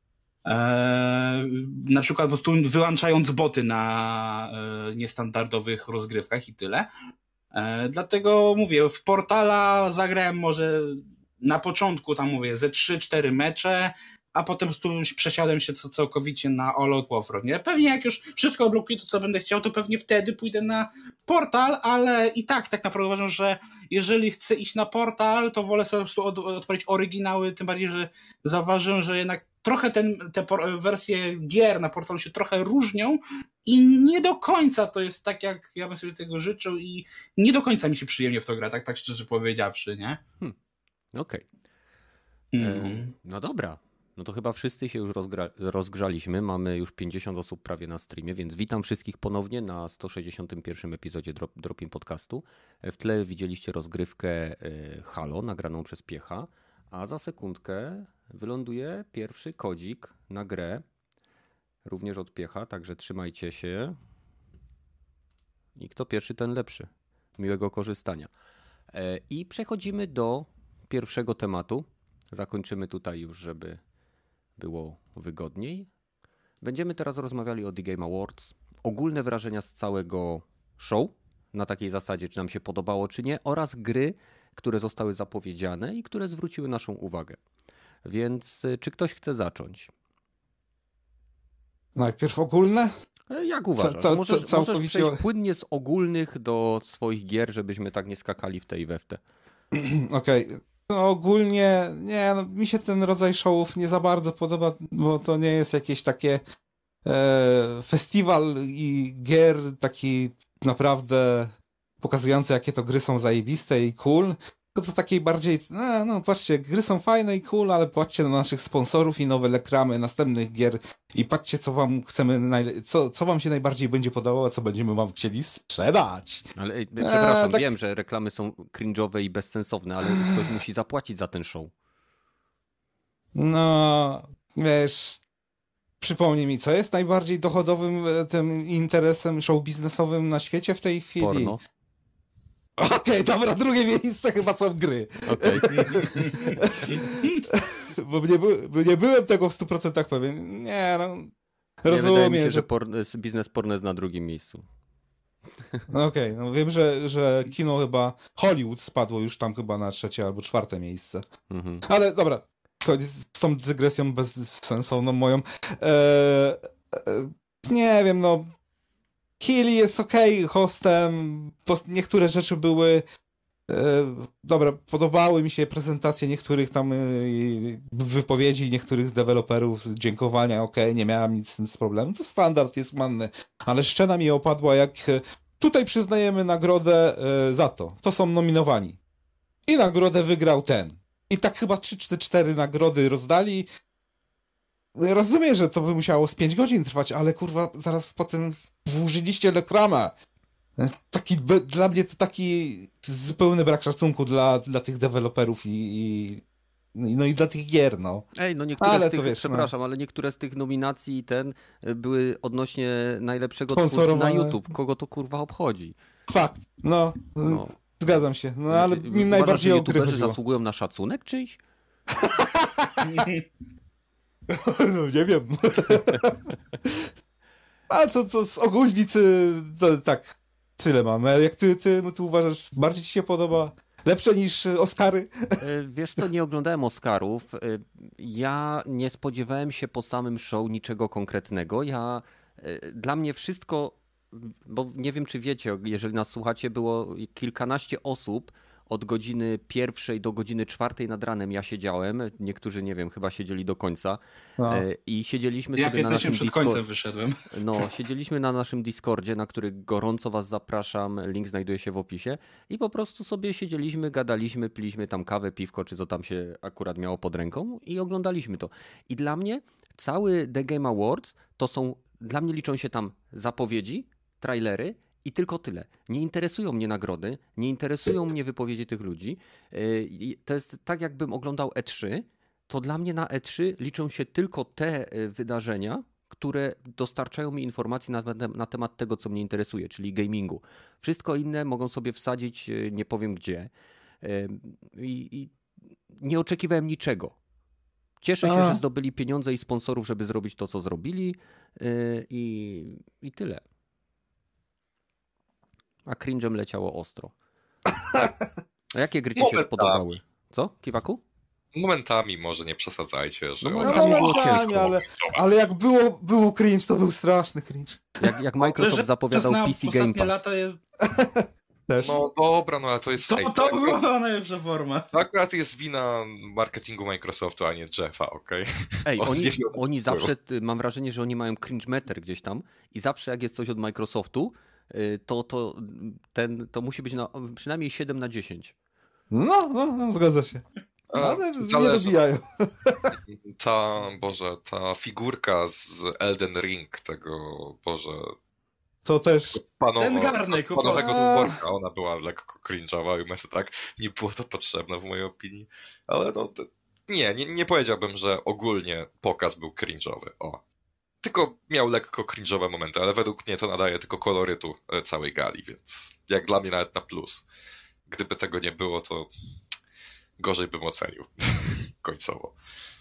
Eee, na przykład po prostu wyłączając boty na e, niestandardowych rozgrywkach i tyle. Eee, dlatego mówię, w portala zagrałem może na początku, tam mówię, ze trzy cztery mecze, a potem po prostu przesiadłem się całkowicie na All Out Warfare, nie? Pewnie jak już wszystko odblokuję, to co będę chciał, to pewnie wtedy pójdę na portal, ale i tak, tak naprawdę uważam, że jeżeli chcę iść na portal, to wolę sobie po prostu od, odpalić oryginały, tym bardziej, że zauważyłem, że jednak trochę ten, te por- wersje gier na portalu się trochę różnią i nie do końca to jest tak, jak ja bym sobie tego życzył i nie do końca mi się przyjemnie w to gra, tak, tak szczerze powiedziawszy, nie? Hmm. Okej. Okay. Mm. No dobra. No to chyba wszyscy się już rozgra- rozgrzaliśmy. Mamy już pięćdziesiąt osób prawie na streamie, więc witam wszystkich ponownie na sto sześćdziesiątym pierwszym epizodzie Drop, Dropin Podcastu. W tle widzieliście rozgrywkę Halo nagraną przez Piecha, a za sekundkę wyląduje pierwszy kodzik na grę, również od Piecha, także trzymajcie się. I kto pierwszy, ten lepszy. Miłego korzystania. I przechodzimy do pierwszego tematu. Zakończymy tutaj już, żeby było wygodniej. Będziemy teraz rozmawiali o The Game Awards. Ogólne wrażenia z całego show, na takiej zasadzie, czy nam się podobało, czy nie, oraz gry, które zostały zapowiedziane i które zwróciły naszą uwagę. Więc czy ktoś chce zacząć? Najpierw ogólne? Jak uważasz? Co, co, możesz, co, możesz przejść płynnie z ogólnych do swoich gier, żebyśmy tak nie skakali w te i we w te. Okej. Okay. No ogólnie, nie, no, mi się ten rodzaj showów nie za bardzo podoba, bo to nie jest jakieś takie e, festiwal i gier taki naprawdę pokazujący, jakie to gry są zajebiste i cool. Tylko to takiej bardziej, no, no patrzcie, gry są fajne i cool, ale patrzcie na naszych sponsorów i nowe reklamy następnych gier i patrzcie, co wam chcemy, najle- co, co wam się najbardziej będzie podobało, co będziemy wam chcieli sprzedać. Ale ej, przepraszam, eee, tak... wiem, że reklamy są cringe'owe i bezsensowne, ale ktoś musi zapłacić za ten show. No, wiesz, przypomnij mi, co jest najbardziej dochodowym tym interesem show biznesowym na świecie w tej chwili? Porno. Okej, okay, dobra, drugie miejsce chyba są gry. Okej. Okay. bo, nie by, bo nie byłem tego w stu procentach pewien. Nie, no. Rozumiem, nie, wydaje mi się, że, że porno, biznes porno jest na drugim miejscu. No okej, okay, no wiem, że, że kino chyba Hollywood spadło już tam chyba na trzecie albo czwarte miejsce. Mhm. Ale dobra, z tą dygresją bezsensowną moją. Eee, nie wiem, no. Keighley jest okej okay, hostem, niektóre rzeczy były e, dobra, podobały mi się prezentacje niektórych tam e, wypowiedzi niektórych deweloperów, dziękowania, okej, okay, nie miałem nic z tym z problemem, to standard jest manny, ale szczena mi opadła, jak tutaj przyznajemy nagrodę e, za to, to są nominowani i nagrodę wygrał ten i tak chyba trzy czy cztery nagrody rozdali. Rozumiem, że to by musiało z pięć godzin trwać, ale kurwa, zaraz potem włożyliście reklamę. Taki, dla mnie to taki zupełny brak szacunku dla, dla tych deweloperów i, i no i dla tych gier, no. Ej, no niektóre ale z tych, wiesz, przepraszam, no. ale niektóre z tych nominacji ten były odnośnie najlepszego twórcy na YouTube. Kogo to kurwa obchodzi? Fakt, no, no. Zgadzam się, no ale mi Uważasz, najbardziej o gry chodziło. Zasługują na szacunek czyjś? No nie wiem. A to, to z ogólnicy to, tak, tyle mamy. Jak ty, ty, ty uważasz, bardziej ci się podoba? Lepsze niż Oscary? Wiesz co, nie oglądałem Oscarów. Ja nie spodziewałem się po samym show niczego konkretnego. Ja, dla mnie wszystko, bo nie wiem czy wiecie, jeżeli nas słuchacie, było kilkanaście osób od godziny pierwszej do godziny czwartej nad ranem ja siedziałem. Niektórzy, nie wiem, chyba siedzieli do końca. No. I siedzieliśmy ja sobie na naszym przed Discord... końcem wyszedłem. No, siedzieliśmy na naszym Discordzie, na który gorąco was zapraszam. Link znajduje się w opisie. I po prostu sobie siedzieliśmy, gadaliśmy, piliśmy tam kawę, piwko, czy co tam się akurat miało pod ręką i oglądaliśmy to. I dla mnie cały The Game Awards to są, dla mnie liczą się tam zapowiedzi, trailery, i tylko tyle. Nie interesują mnie nagrody, nie interesują mnie wypowiedzi tych ludzi. To jest tak, jakbym oglądał E trzy, to dla mnie na E trzy liczą się tylko te wydarzenia, które dostarczają mi informacji na, na temat tego, co mnie interesuje, czyli gamingu. Wszystko inne mogą sobie wsadzić, nie powiem gdzie. I, i nie oczekiwałem niczego. Cieszę się, A. że zdobyli pieniądze i sponsorów, żeby zrobić to, co zrobili i, i tyle. A cringe'em leciało ostro. A jakie gry ci się podobały? Co? Kiwaku? Momentami może nie przesadzajcie, że... No, momentami było ciężko. Ale, ale jak było, było cringe, to był straszny cringe. Jak, jak Microsoft zapowiadał P C Game Pass. Lata jest... Też. No dobra, no ale to jest... To, ej, to była najlepsza forma. To akurat jest wina marketingu Microsoftu, a nie Jeffa, okej? Okay? Ej, oni, oni zawsze, mam wrażenie, że oni mają cringe meter gdzieś tam i zawsze jak jest coś od Microsoftu, to, to, ten, to musi być na, przynajmniej siedem na dziesięć. No, no, no, zgadza się. Ale nie Zależy. dobijają. Ta, Boże, ta figurka z Elden Ring, tego, Boże... To też... Ten garnek, panowego a. stworka, ona była lekko cringe'owa i myślę tak, nie było to potrzebne w mojej opinii, ale no, to, nie, nie, nie powiedziałbym, że ogólnie pokaz był cringe'owy, o. Tylko miał lekko cringe'owe momenty, ale według mnie to nadaje tylko kolorytu całej gali, więc jak dla mnie nawet na plus. Gdyby tego nie było, to gorzej bym ocenił końcowo.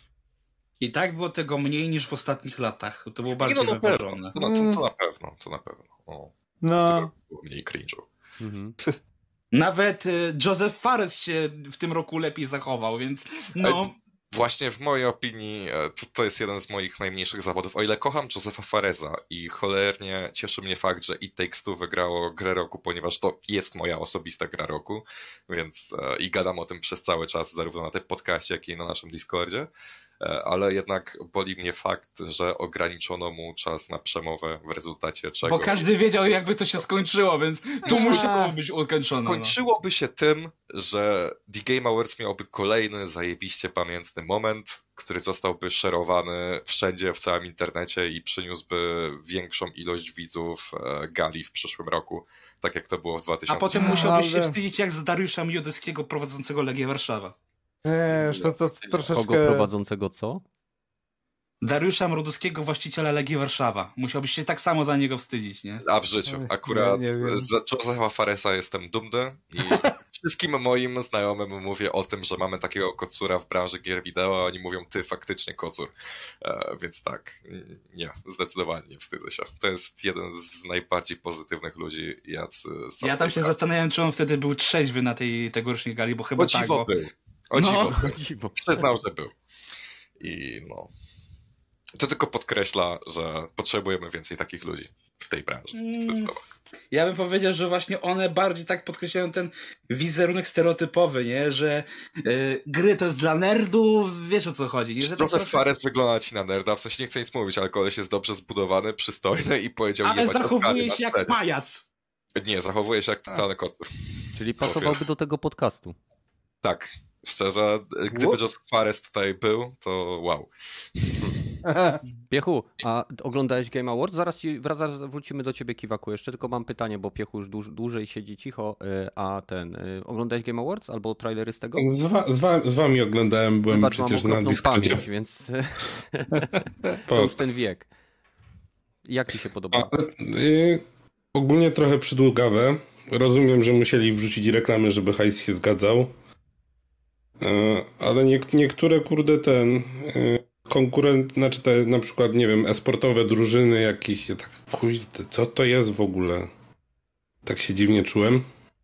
I tak było tego mniej niż w ostatnich latach. To było bardziej no, no, wyważone. To, to, to na pewno, to na pewno. O, No. było mniej cringe'u. Mhm. Nawet y, Joseph Fares się w tym roku lepiej zachował, więc no... Właśnie w mojej opinii to, to jest jeden z moich najmniejszych zawodów. O ile kocham Josepha Faresa i cholernie cieszy mnie fakt, że It Takes Two wygrało grę roku, ponieważ to jest moja osobista gra roku, więc e, i gadam o tym przez cały czas, zarówno na tym podcaście, jak i na naszym Discordzie, e, ale jednak boli mnie fakt, że ograniczono mu czas na przemowę, w rezultacie czego... Bo każdy wiedział, jakby to się skończyło, więc tu A. musiało być ukończone. Skończyłoby się tym, że The Game Awards miałby kolejny zajebiście pamiętny moment, który zostałby szerowany wszędzie w całym internecie i przyniósłby większą ilość widzów e, gali w przyszłym roku, tak jak to było w A dwa tysiące. potem musiałbyś się Ale- wstydzić jak z Dariusza Miodyskiego prowadzącego Legię Warszawa. Wiesz, to, to troszeczkę... Kogo prowadzącego co? Dariusza Mroduskiego, właściciela Legii Warszawa. Musiałbyś się tak samo za niego wstydzić, nie? A w życiu. Akurat Nie, nie wiem. z Josepha Faresa jestem dumny i wszystkim moim znajomym mówię o tym, że mamy takiego kocura w branży gier wideo, a oni mówią, ty faktycznie kocur. E, więc tak, nie, zdecydowanie nie wstydzę się. To jest jeden z najbardziej pozytywnych ludzi, jacy są. Ja tam się zastanawiam, czy on wtedy był trzeźwy na tej tegorocznej gali, bo chyba O tak, dziwo bo... był. O No. dziwo był. Dziwo. Przyznał, że był. I no... To tylko podkreśla, że potrzebujemy więcej takich ludzi w tej branży. Mm. Zdecydowanie. Ja bym powiedział, że właśnie one bardziej tak podkreślają ten wizerunek stereotypowy, nie? Że y, gry to jest dla nerdów, wiesz o co chodzi. Nie? Że tak Joseph trochę... Fares wygląda ci na nerda, w sensie nie chcę nic mówić, ale koleś jest dobrze zbudowany, przystojny i powiedział Ale jebać Oscary zachowuje na się jak scenie. pajac. Nie, zachowuje się jak totalny kocur. Czyli pasowałby do tego podcastu. Tak, szczerze, gdyby What? Joseph Fares tutaj był, to wow. Piechu, a oglądałeś Game Awards? Zaraz ci zaraz wrócimy do ciebie, Kiwaku. Jeszcze tylko mam pytanie, bo Piechu już dłuż, dłużej siedzi cicho, y, a ten... Y, oglądałeś Game Awards albo trailery z tego? Z, wa- z, wa- z wami oglądałem, byłem Wybacz, mam przecież na okropną Discordzie. pamięć, więc to Po- już ten wiek. Jak ci się podoba? A, y, ogólnie trochę przydługawe. Rozumiem, że musieli wrzucić reklamy, żeby hajs się zgadzał. Y, ale nie, niektóre, kurde, ten... Y, konkurent, znaczy te na przykład, nie wiem, esportowe drużyny jakieś, ja tak, kurde, co to jest w ogóle? Tak się dziwnie czułem.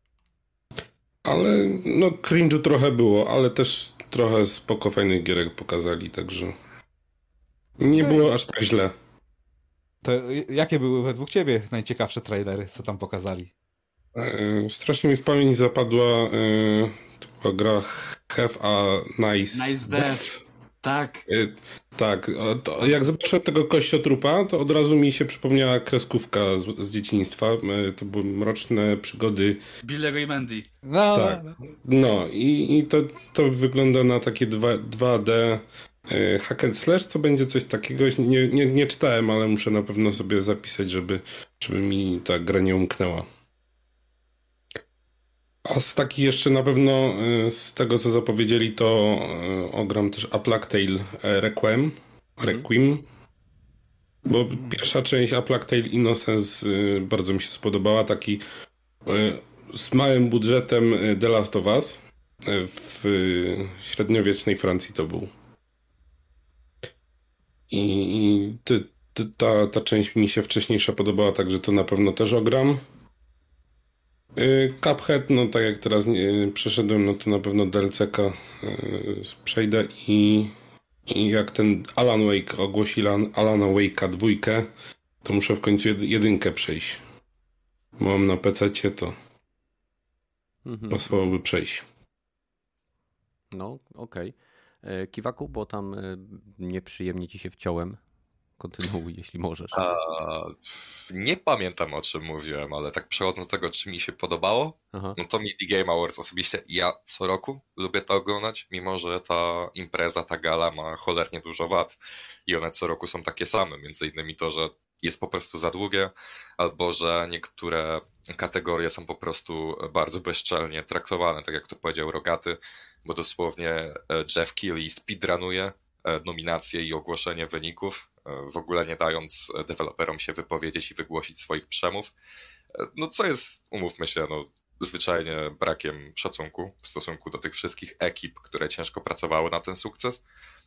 Ale, no, cringe'u trochę było, ale też trochę spoko fajnych gierek pokazali, także nie było aż tak źle. To jakie były według ciebie najciekawsze trailery, co tam pokazali? E, strasznie mi w pamięć zapadła e, to była gra Have a Nice, Nice Death. Tak. E, tak, o, to jak zobaczyłem tego kościotrupa, to od razu mi się przypomniała kreskówka z, z dzieciństwa. E, to były mroczne przygody. Billego i Mandy. No, Tak. no, no. No i, i to, to wygląda na takie dwa D e, hack and slash, to będzie coś takiego. Nie, nie, nie czytałem, ale muszę na pewno sobie zapisać, żeby, żeby mi ta gra nie umknęła. A z takich jeszcze na pewno e, z tego, co zapowiedzieli, to e, ogram też A Plague Tale e, Requiem. Requiem. Bo pierwsza część A Plague Tale Innocence e, bardzo mi się spodobała. Taki e, z małym budżetem e, The Last of Us. E, w e, średniowiecznej Francji to był. I, i ty, ty, ta, ta część mi się wcześniejsza podobała, także to na pewno też ogram. Cuphead, no tak jak teraz nie, przeszedłem, no to na pewno D L C ka y, przejdę i, i jak ten Alan Wake ogłosi Alan, Alana Wake'a dwójkę, to muszę w końcu jed, jedynkę przejść. Bo mam na pececie, to Mhm. pasowałoby przejść. No, okej. Okay. Kiwaku, bo tam e, nieprzyjemnie ci się wciąłem. kontynuuj, jeśli możesz. A, nie pamiętam, o czym mówiłem, ale tak przechodząc do tego, czy mi się podobało, Aha. no to mi The Game Awards osobiście, ja co roku lubię to oglądać, mimo że ta impreza, ta gala ma cholernie dużo wad i one co roku są takie same, między innymi to, że jest po prostu za długie, albo że niektóre kategorie są po prostu bardzo bezczelnie traktowane, tak jak to powiedział Rogaty, bo dosłownie Jeff Keighley speedrunuje nominacje i ogłoszenie wyników, w ogóle nie dając deweloperom się wypowiedzieć i wygłosić swoich przemów. No co jest, umówmy się, no zwyczajnie brakiem szacunku w stosunku do tych wszystkich ekip, które ciężko pracowały na ten sukces.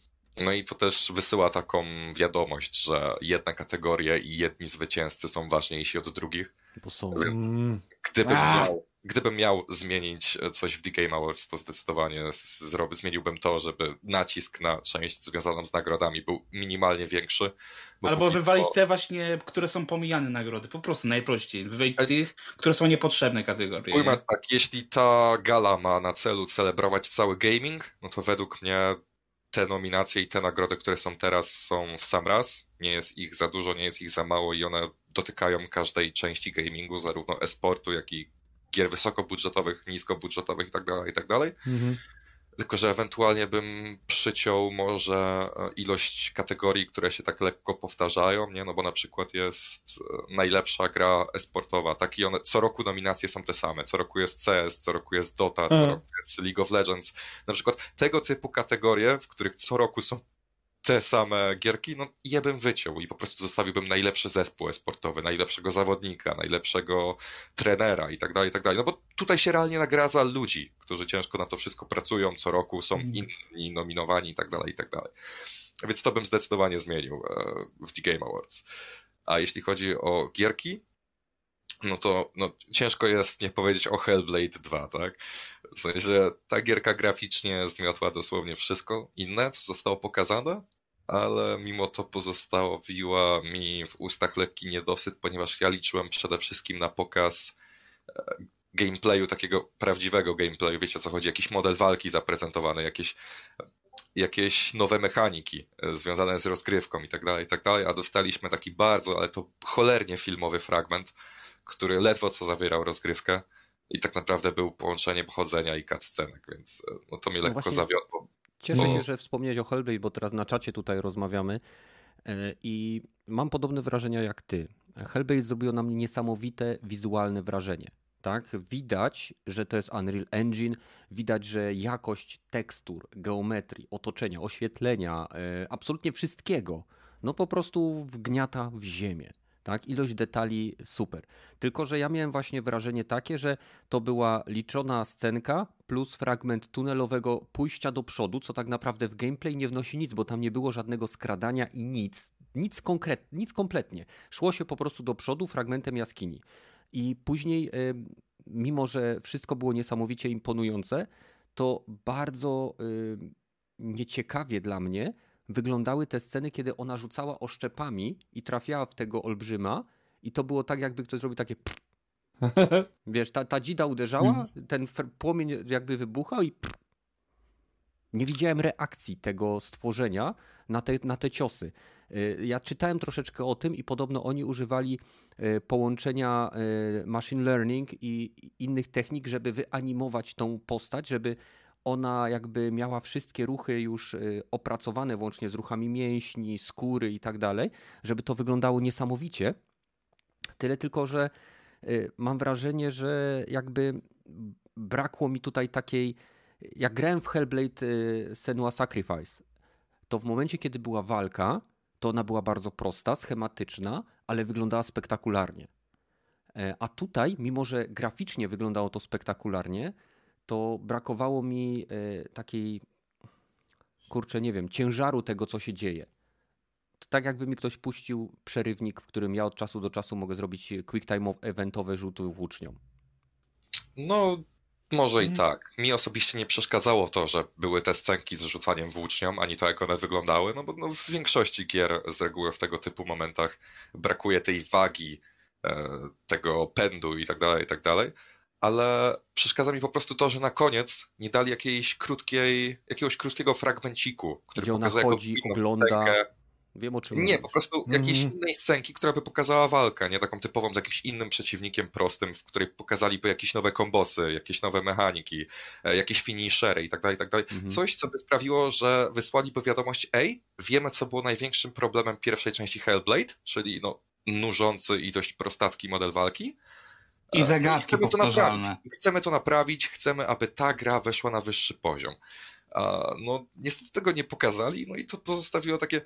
No i to też wysyła taką wiadomość, że jedne kategorie i jedni zwycięzcy są ważniejsi od drugich. Bo są. Więc gdybym miał, gdybym miał zmienić coś w The Game Awards, to zdecydowanie zrobi, zmieniłbym to, żeby nacisk na część związaną z nagrodami był minimalnie większy. Albo wywalić co... te właśnie, które są pomijane nagrody. Po prostu najprościej. Wywalić e... tych, które są niepotrzebne kategorie. Ujmę tak, jeśli ta gala ma na celu celebrować cały gaming, no to według mnie te nominacje i te nagrody, które są teraz, są w sam raz. Nie jest ich za dużo, nie jest ich za mało i one dotykają każdej części gamingu, zarówno e-sportu, jak i gier wysokobudżetowych, niskobudżetowych itd., itd. Mhm. Tylko że ewentualnie bym przyciął może ilość kategorii, które się tak lekko powtarzają, nie? No bo na przykład jest najlepsza gra e-sportowa, tak i one, co roku nominacje są te same, co roku jest C S, co roku jest Dota, co mhm. roku jest League of Legends, na przykład tego typu kategorie, w których co roku są te same gierki, no je bym wyciął i po prostu zostawiłbym najlepszy zespół e-sportowy, najlepszego zawodnika, najlepszego trenera i tak dalej, i tak dalej. No bo tutaj się realnie nagradza ludzi, którzy ciężko na to wszystko pracują, co roku są inni nominowani i tak dalej, i tak dalej. Więc to bym zdecydowanie zmienił w The Game Awards. A jeśli chodzi o gierki, no to no, ciężko jest nie powiedzieć o Hellblade dwa, tak? W sensie, że ta gierka graficznie zmiotła dosłownie wszystko inne, co zostało pokazane, ale mimo to pozostawiła mi w ustach lekki niedosyt, ponieważ ja liczyłem przede wszystkim na pokaz gameplayu, takiego prawdziwego gameplayu, wiecie o co chodzi, jakiś model walki zaprezentowany, jakieś, jakieś nowe mechaniki związane z rozgrywką i tak dalej, i tak dalej, a dostaliśmy taki bardzo, ale to cholernie filmowy fragment, który ledwo co zawierał rozgrywkę i tak naprawdę był połączenie pochodzenia i cutscenek, więc no to mnie no lekko zawiodło. Cieszę bo... się, że wspomniałeś o Hellblade, bo teraz na czacie tutaj rozmawiamy i mam podobne wrażenia jak ty. Hellblade zrobiło na mnie niesamowite wizualne wrażenie. Tak? Widać, że to jest Unreal Engine, widać, że jakość tekstur, geometrii, otoczenia, oświetlenia, absolutnie wszystkiego, no po prostu wgniata w ziemię. Tak, ilość detali super. Tylko że ja miałem właśnie wrażenie takie, że to była liczona scenka plus fragment tunelowego pójścia do przodu, co tak naprawdę w gameplay nie wnosi nic, bo tam nie było żadnego skradania i nic. Nic, konkret, nic kompletnie. Szło się po prostu do przodu fragmentem jaskini. I później, mimo że wszystko było niesamowicie imponujące, to bardzo nieciekawie dla mnie wyglądały te sceny, kiedy ona rzucała oszczepami i trafiała w tego olbrzyma i to było tak, jakby ktoś zrobił takie wiesz, ta, ta dzida uderzała, ten płomień jakby wybuchał i nie widziałem reakcji tego stworzenia na te, na te ciosy. Ja czytałem troszeczkę o tym i podobno oni używali połączenia machine learning i innych technik, żeby wyanimować tą postać, żeby ona jakby miała wszystkie ruchy już opracowane, włącznie z ruchami mięśni, skóry i tak dalej, żeby to wyglądało niesamowicie. Tyle tylko, że mam wrażenie, że jakby brakło mi tutaj takiej, jak grałem w Hellblade Senua's Sacrifice, to w momencie, kiedy była walka, to ona była bardzo prosta, schematyczna, ale wyglądała spektakularnie. A tutaj, mimo że graficznie wyglądało to spektakularnie, to brakowało mi takiej, kurczę, nie wiem, ciężaru tego, co się dzieje. To tak jakby mi ktoś puścił przerywnik, w którym ja od czasu do czasu mogę zrobić quick time eventowe rzuty włócznią. No, może i tak. Mi osobiście nie przeszkadzało to, że były te scenki z rzucaniem włócznią, ani to, jak one wyglądały, no bo no, w większości gier z reguły w tego typu momentach brakuje tej wagi, tego pędu i tak dalej, i tak dalej. Ale przeszkadza mi po prostu to, że na koniec nie dali jakiejś krótkiej, jakiegoś krótkiego fragmenciku, który gdzie pokazuje, ona chodzi, jaką ogląda. scenkę. Wiem o czym Nie, mówisz. po prostu jakiejś Mhm. innej scenki, która by pokazała walkę, nie taką typową z jakimś innym przeciwnikiem prostym, w której pokazaliby jakieś nowe kombosy, jakieś nowe mechaniki, e, jakieś finishery i tak dalej, i tak dalej. Mhm. Coś, co by sprawiło, że wysłaliby wiadomość, ej, wiemy, co było największym problemem pierwszej części Hellblade, czyli no nużący i dość prostacki model walki. I E, zagadki chcemy to powtarzalne. naprawić. Chcemy to naprawić, chcemy, aby ta gra weszła na wyższy poziom. A, no niestety tego nie pokazali, no i to pozostawiło takie...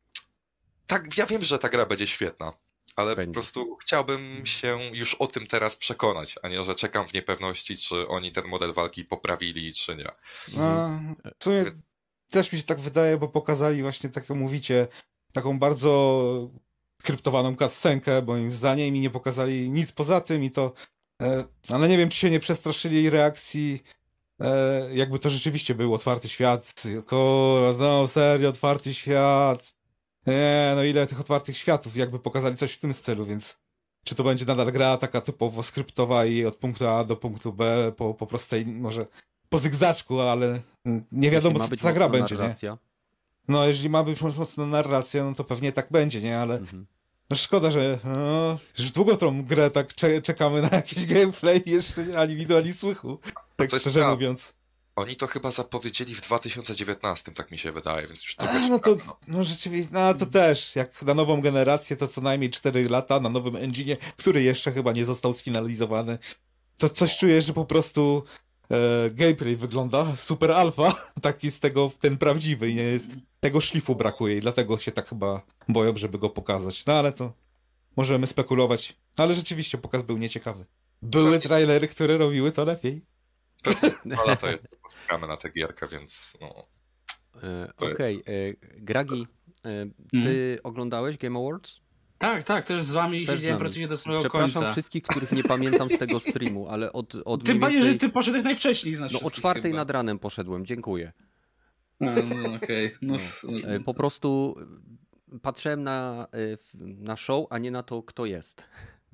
Tak, ja wiem, że ta gra będzie świetna, ale Będzie. po prostu chciałbym się już o tym teraz przekonać, a nie, że czekam w niepewności, czy oni ten model walki poprawili, czy nie. A, w sumie też mi się tak wydaje, bo pokazali właśnie, tak jak mówicie, taką bardzo skryptowaną cutscenkę, moim zdaniem, i nie pokazali nic poza tym i to... E, ale nie wiem, czy się nie przestraszyli reakcji, e, jakby to rzeczywiście był otwarty świat. Kurwa, znowu serio, otwarty świat. Nie, no ile tych otwartych światów, jakby pokazali coś w tym stylu, więc czy to będzie nadal gra taka typowo skryptowa i od punktu A do punktu B po, po prostej, może po zygzaczku, ale nie wiadomo, ma co być ta gra mocna będzie, narracja. nie? No, jeżeli ma być mocna narracja, no to pewnie tak będzie, nie? Ale Mhm. no szkoda, że no, już długo tą grę tak cze- czekamy na jakiś gameplay i jeszcze ani widu, ani słychu, tak To jest szczerze prawda. mówiąc. Oni to chyba zapowiedzieli w dwa tysiące dziewiętnastym, tak mi się wydaje, więc już A, trochę no to, czekam. no rzeczywiście, no ale to też, jak na nową generację, to co najmniej cztery lata na nowym engine'ie, który jeszcze chyba nie został sfinalizowany. To coś czuję, że po prostu e, gameplay wygląda super alfa, taki z tego, ten prawdziwy i nie jest, tego szlifu brakuje i dlatego się tak chyba boją, żeby go pokazać. No ale to możemy spekulować. Ale rzeczywiście pokaz był nieciekawy. Były Pewnie. trailery, które robiły to lepiej. Dwa lata jeszcze czekamy na tę gierkę, więc no. E, To- Okej, e, Gragi, e, ty oglądałeś Game Awards? Tak, tak, też z wami Też z siedziałem nami. praktycznie do samego Przepraszam końca. wszystkich, których nie pamiętam z tego streamu, ale od, od Tym mniej bardziej, że więcej... ty poszedłeś najwcześniej z nas No o wszystkich czwartej chyba. nad ranem poszedłem, dziękuję. A, no okej. No, E, Po prostu patrzyłem na, e, f- na show, a nie na to, kto jest.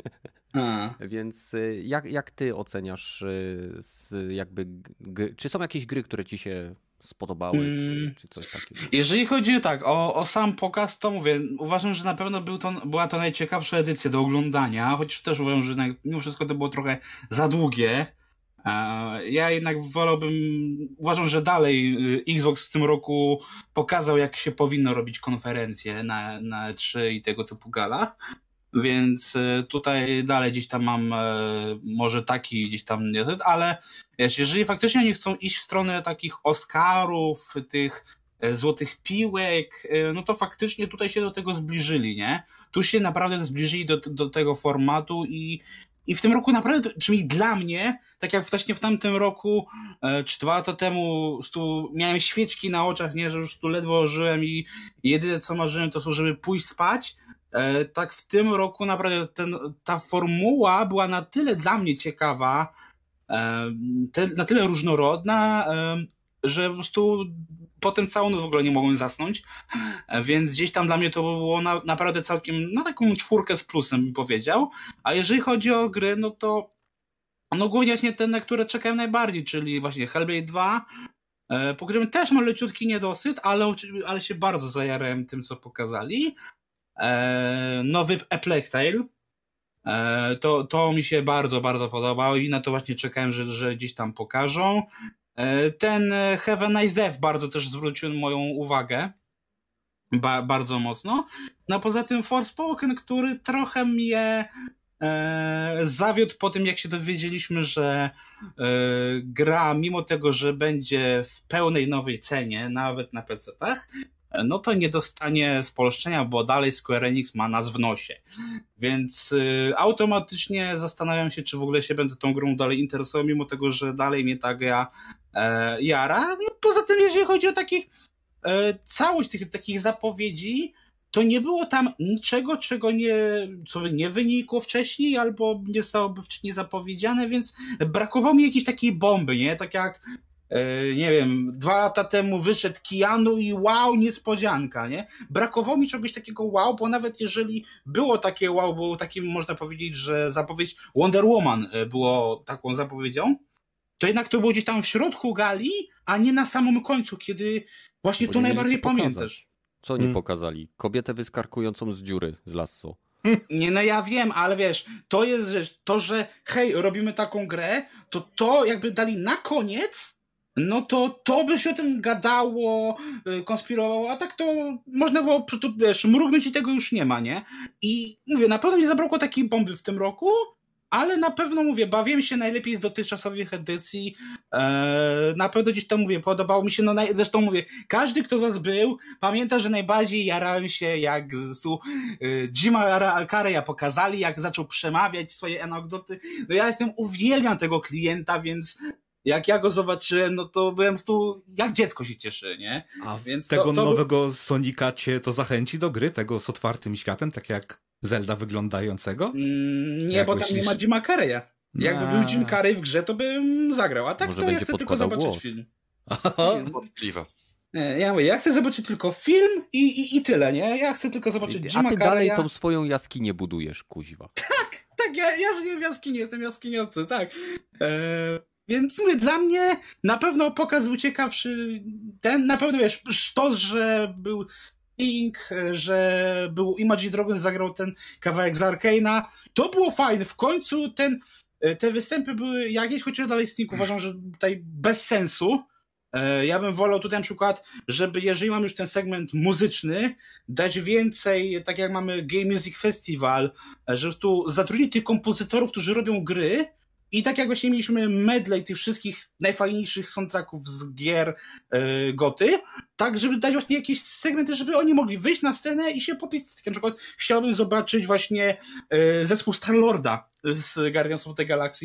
a. Więc e, jak, jak ty oceniasz e, z jakby, g- czy są jakieś gry, które ci się spodobały, Mm. czy, czy coś takiego? Jeżeli chodzi tak o, o sam pokaz, to mówię, uważam, że na pewno był to, była to najciekawsza edycja do oglądania, chociaż też uważam, że naj- mimo wszystko to było trochę za długie. E, Ja jednak wolałbym, uważam, że dalej y, Xbox w tym roku pokazał, jak się powinno robić konferencje na, na E trzy i tego typu galach. Więc y, tutaj dalej gdzieś tam mam e, może taki gdzieś tam nie, ale wiesz, jeżeli faktycznie oni chcą iść w stronę takich Oscarów, tych e, złotych piłek, e, no to faktycznie tutaj się do tego zbliżyli, nie? Tu się naprawdę zbliżyli do, do tego formatu i, i w tym roku naprawdę, przynajmniej dla mnie, tak jak właśnie w tamtym roku, e, czy dwa lata temu, tu miałem świeczki na oczach, nie, że już tu ledwo żyłem i jedyne co marzyłem to, żeby pójść spać. E, tak w tym roku naprawdę ten, ta formuła była na tyle dla mnie ciekawa, e, te, na tyle różnorodna, e, że po prostu potem całą noc w ogóle nie mogłem zasnąć, e, więc gdzieś tam dla mnie to było na, naprawdę całkiem, no taką czwórkę z plusem bym powiedział, a jeżeli chodzi o gry, no to no głównie właśnie te, na które czekałem najbardziej, czyli właśnie Hellblade dwa, e, po którym też mam leciutki niedosyt, ale, oczy- ale się bardzo zajarałem tym, co pokazali. E, nowy A Plague Tale. E, to, to mi się bardzo, bardzo podobało i na to właśnie czekałem, że, że gdzieś tam pokażą. E, ten Have a Nice Death bardzo też zwrócił moją uwagę. Ba, bardzo mocno. No a poza tym Forspoken, który trochę mnie e, zawiódł po tym, jak się dowiedzieliśmy, że e, gra, mimo tego, że będzie w pełnej nowej cenie, nawet na pecetach, no to nie dostanie spolszczenia, bo dalej Square Enix ma nas w nosie. Więc y, automatycznie zastanawiam się, czy w ogóle się będę tą grą dalej interesował, mimo tego, że dalej mnie ta gra e, jara. No, poza tym, jeżeli chodzi o takich e, całość tych takich zapowiedzi, to nie było tam niczego, czego nie, co by nie wynikło wcześniej, albo nie zostałoby wcześniej zapowiedziane, więc brakowało mi jakiejś takiej bomby, nie? Tak jak nie wiem, dwa lata temu wyszedł Keanu i wow, niespodzianka, nie? Brakowało mi czegoś takiego wow, bo nawet jeżeli było takie wow, było takim, można powiedzieć, że zapowiedź Wonder Woman było taką zapowiedzią, to jednak to było gdzieś tam w środku gali, a nie na samym końcu, kiedy właśnie to Bo nie mieli najbardziej co pokazać. pamiętasz. Co nie Hmm. pokazali? Kobietę wyskarkującą z dziury z lasso. Nie, no ja wiem, ale wiesz, to jest rzecz, to, że hej, robimy taką grę, to to jakby dali na koniec, no to to by się o tym gadało, y, konspirowało, a tak to można było, tu, wiesz, mrugnąć i tego już nie ma, nie? I mówię, na pewno nie zabrakło takiej bomby w tym roku, ale na pewno, mówię, bawiłem się najlepiej z dotychczasowych edycji. Eee, na pewno gdzieś tam, mówię, podobało mi się, no naj... zresztą mówię, każdy, kto z was był, pamięta, że najbardziej jarałem się, jak z tu y, Jima Carreya pokazali, jak zaczął przemawiać swoje anegdoty. No ja jestem, uwielbiam tego klienta, więc jak ja go zobaczyłem, no to byłem tu, jak dziecko się cieszy, nie? A Więc tego to, to... nowego Sonika cię to zachęci do gry, tego z otwartym światem, tak jak Zelda wyglądającego? Mm, nie, Jak bo tam myślisz? nie ma Jima Carreya. Jakby A. był Jim Carrey w grze, to bym zagrał, a tak Może to ja będzie chcę tylko podkładał zobaczyć głos. film. Wątpliwe. Nie, ja mówię, ja chcę zobaczyć tylko film i, i, i tyle, nie? Ja chcę tylko zobaczyć A Jima ty dalej Carreya. tą swoją jaskinię budujesz, kuźwa. Tak, ja, ja żyję w jaskini, jestem jaskiniowcem, tak. E, więc mówię, dla mnie na pewno pokaz był ciekawszy. Ten, na pewno wiesz, to, że był Sting, że był Imagine Dragons, zagrał ten kawałek z Arcane'a, to było fajne. W końcu ten, te występy były jakieś, chociaż dalej Sting uważam, że tutaj bez sensu. Ja bym wolał tutaj na przykład, żeby jeżeli mamy już ten segment muzyczny, dać więcej, tak jak mamy Game Music Festival, że tu zatrudnić tych kompozytorów, którzy robią gry i tak jak właśnie mieliśmy medley tych wszystkich najfajniejszych soundtracków z gier yy, Goty, tak żeby dać właśnie jakieś segmenty, żeby oni mogli wyjść na scenę i się popisać. Tak na przykład chciałbym zobaczyć właśnie yy, zespół Star-Lorda z Guardians of the Galaxy,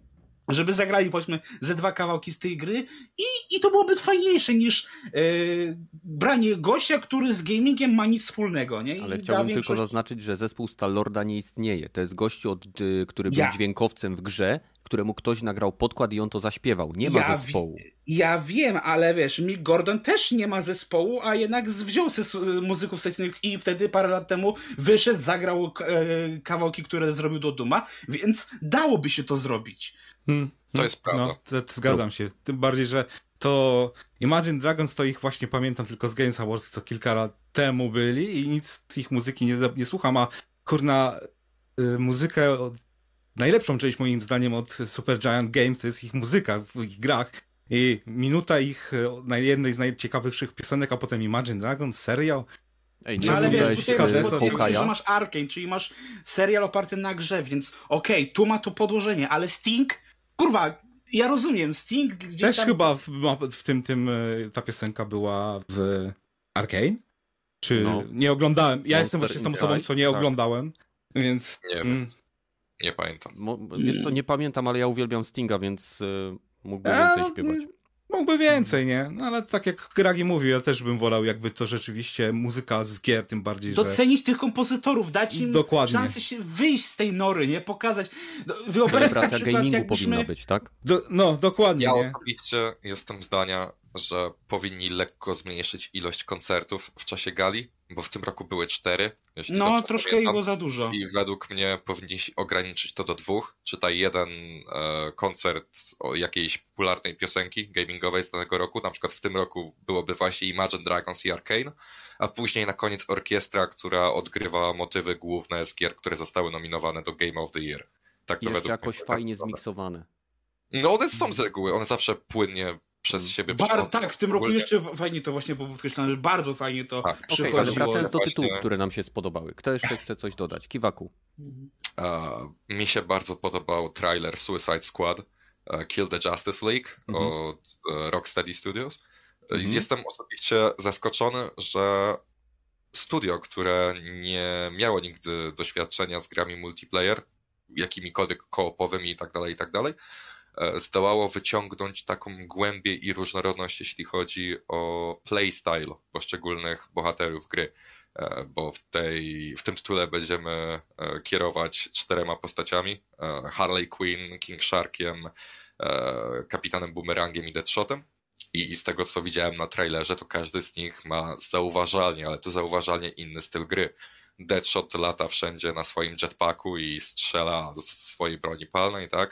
żeby zagrali, powiedzmy, ze dwa kawałki z tej gry i, i to byłoby fajniejsze niż yy, branie gościa, który z gamingiem ma nic wspólnego, nie? I Ale da chciałbym większość... tylko zaznaczyć, że zespół Star-Lorda nie istnieje. To jest gościu, od, y, który był Ja. dźwiękowcem w grze, któremu ktoś nagrał podkład i on to zaśpiewał. Nie ma Ja zespołu. Wi- ja wiem, ale wiesz, Mick Gordon też nie ma zespołu, a jednak wziął se s- muzyków scene'nych i wtedy parę lat temu wyszedł, zagrał k- e, kawałki, które zrobił do Duma, więc dałoby się to zrobić. Hmm. To jest prawda. No, to, to zgadzam się. Tym bardziej, że to Imagine Dragons to ich właśnie pamiętam tylko z Games Awards, co kilka lat temu byli i nic z ich muzyki nie, nie słucham, a kurna y, muzykę, od, najlepszą część moim zdaniem od Supergiant Games to jest ich muzyka w ich grach i minuta ich y, jednej z najciekawszych piosenek, a potem Imagine Dragons, serial. Ej, No nie ale wiesz, oglądałeś tutaj Skazę, e, masz, to- bo Hawkeye'a? że masz Arkane, czyli masz serial oparty na grze, więc okej, okay, tu ma to podłożenie, ale Sting, kurwa, ja rozumiem, Sting gdzieś Też tam... chyba w, w tym, tym y, ta piosenka była w Arcane? Czy No. nie oglądałem? Ja Monster jestem właśnie z tą Inside, osobą, co nie tak. oglądałem, więc... Nie wiem. Mm. Nie pamiętam. Mo- Wiesz co, nie pamiętam, ale ja uwielbiam Stinga, więc y, mógłbym A, więcej no, śpiewać. Mógłby więcej, nie? No ale tak jak Gragi mówił, ja też bym wolał jakby to rzeczywiście muzyka z gier, tym bardziej, że... Docenić tych kompozytorów, dać im Dokładnie. szansę się wyjść z tej nory, nie? Pokazać. No, wyobraź sobie na Celebracja przykład, gamingu jakbyśmy... powinna być, tak? Do, no, dokładnie, Ja nie? osobiście jestem zdania, że powinni lekko zmniejszyć ilość koncertów w czasie gali, bo w tym roku były cztery. jeśli No, dobrze troszkę pamiętam. było za dużo. I według mnie powinni się ograniczyć to do dwóch. Czytaj jeden e, koncert o jakiejś popularnej piosenki gamingowej z danego roku. Na przykład w tym roku byłoby właśnie Imagine Dragons i Arcane, a później na koniec orkiestra, która odgrywa motywy główne z gier, które zostały nominowane do Game of the Year. Tak to Jeszcze według jakoś mnie fajnie wygląda. zmiksowane. No one są z reguły, one zawsze płynnie przez siebie Bar- przechodzą. tak, w tym roku Ogólnie- jeszcze fajnie to właśnie było podkreślone, że bardzo fajnie to Tak. Okej, przychodziło. ale wracając do Właśnie- tytułów, które nam się spodobały. Kto jeszcze chce coś dodać? Kiwaku. E, mi się bardzo podobał trailer Suicide Squad e, Kill the Justice League Mhm. od e, Rocksteady Studios. E, Mhm. Jestem osobiście zaskoczony, że studio, które nie miało nigdy doświadczenia z grami multiplayer, jakimikolwiek koopowymi i tak dalej, i tak dalej, e, zdołało wyciągnąć taką głębię i różnorodność, jeśli chodzi o playstyle poszczególnych bohaterów gry. E, bo w, tej, w tym tytule będziemy e, kierować czterema postaciami. E, Harley Quinn, King Sharkiem, e, Kapitanem Boomerangiem i Deadshotem. I z tego, co widziałem na trailerze, to każdy z nich ma zauważalnie, ale to zauważalnie inny styl gry. Deadshot lata wszędzie na swoim jetpacku i strzela z swojej broni palnej, tak?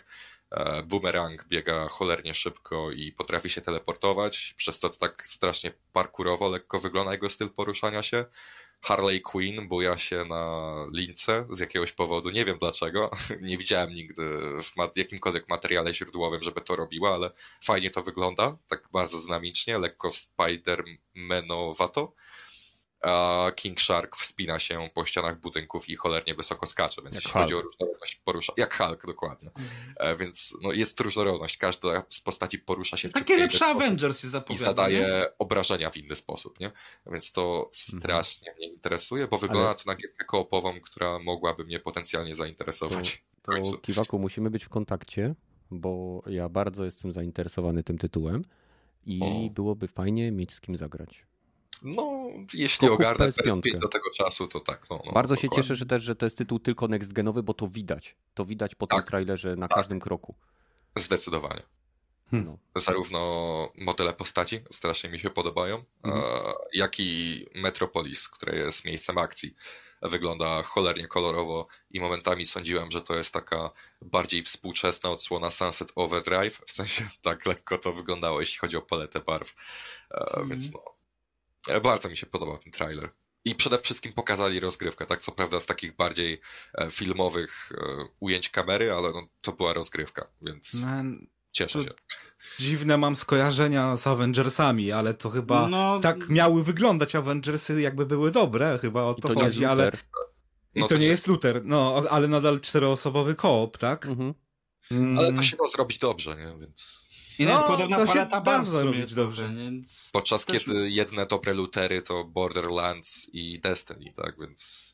Boomerang biega cholernie szybko i potrafi się teleportować, przez co to tak strasznie parkurowo lekko wygląda jego styl poruszania się. Harley Quinn buja się na lince z jakiegoś powodu, nie wiem dlaczego, nie widziałem nigdy w ma- jakimkolwiek materiale źródłowym, żeby to robiła, ale fajnie to wygląda, tak bardzo dynamicznie, lekko Spider-Manowato. A King Shark wspina się po ścianach budynków i cholernie wysoko skacze, więc Jak jeśli Hulk. chodzi o różnorodność porusza, jak Hulk dokładnie, e, więc no, jest różnorodność, każda z postaci porusza się w Takie ciutkę lepsze inny sposób Avengers się i zapowiada. zadaje nie? obrażenia w inny sposób, nie? Więc to strasznie mnie interesuje, bo wygląda Ale- to na gierkę koopową, która mogłaby mnie potencjalnie zainteresować. w To końcu. Kiwaku, musimy być w kontakcie, bo ja bardzo jestem zainteresowany tym tytułem i O. byłoby fajnie mieć z kim zagrać. No, jeśli To kup ogarnę P S pięć. P S pięć do tego czasu, to tak. No, no, Bardzo się dokładnie. cieszę, że też, że to jest tytuł tylko next-genowy, bo to widać. To widać po tym Tak. trailerze na Tak. każdym kroku. Zdecydowanie. No. Zarówno modele postaci strasznie mi się podobają, Mhm. e, jak i Metropolis, które jest miejscem akcji. Wygląda cholernie kolorowo i momentami sądziłem, że to jest taka bardziej współczesna odsłona Sunset Overdrive, w sensie tak lekko to wyglądało, jeśli chodzi o paletę barw. E, Mhm. Więc no, e, bardzo mi się podobał ten trailer. I przede wszystkim pokazali rozgrywkę, tak co prawda z takich bardziej e, filmowych e, ujęć kamery, ale no, to była rozgrywka, więc Man, cieszę to- się. dziwne mam skojarzenia z Avengersami, ale to chyba No, tak miały wyglądać Avengersy, jakby były dobre, chyba o I to, to nie jest chodzi, ale Luther. i No to, nie jest Luther, no, ale nadal czteroosobowy koop, tak? Mhm. Mm. Ale to się da zrobić dobrze, nie? Więc I No, nawet podobna to się paleta da barw w sumie zrobić jest dobrze. dobrze, więc... podczas Też- kiedy jedne dobre lutery to Borderlands i Destiny, tak? Więc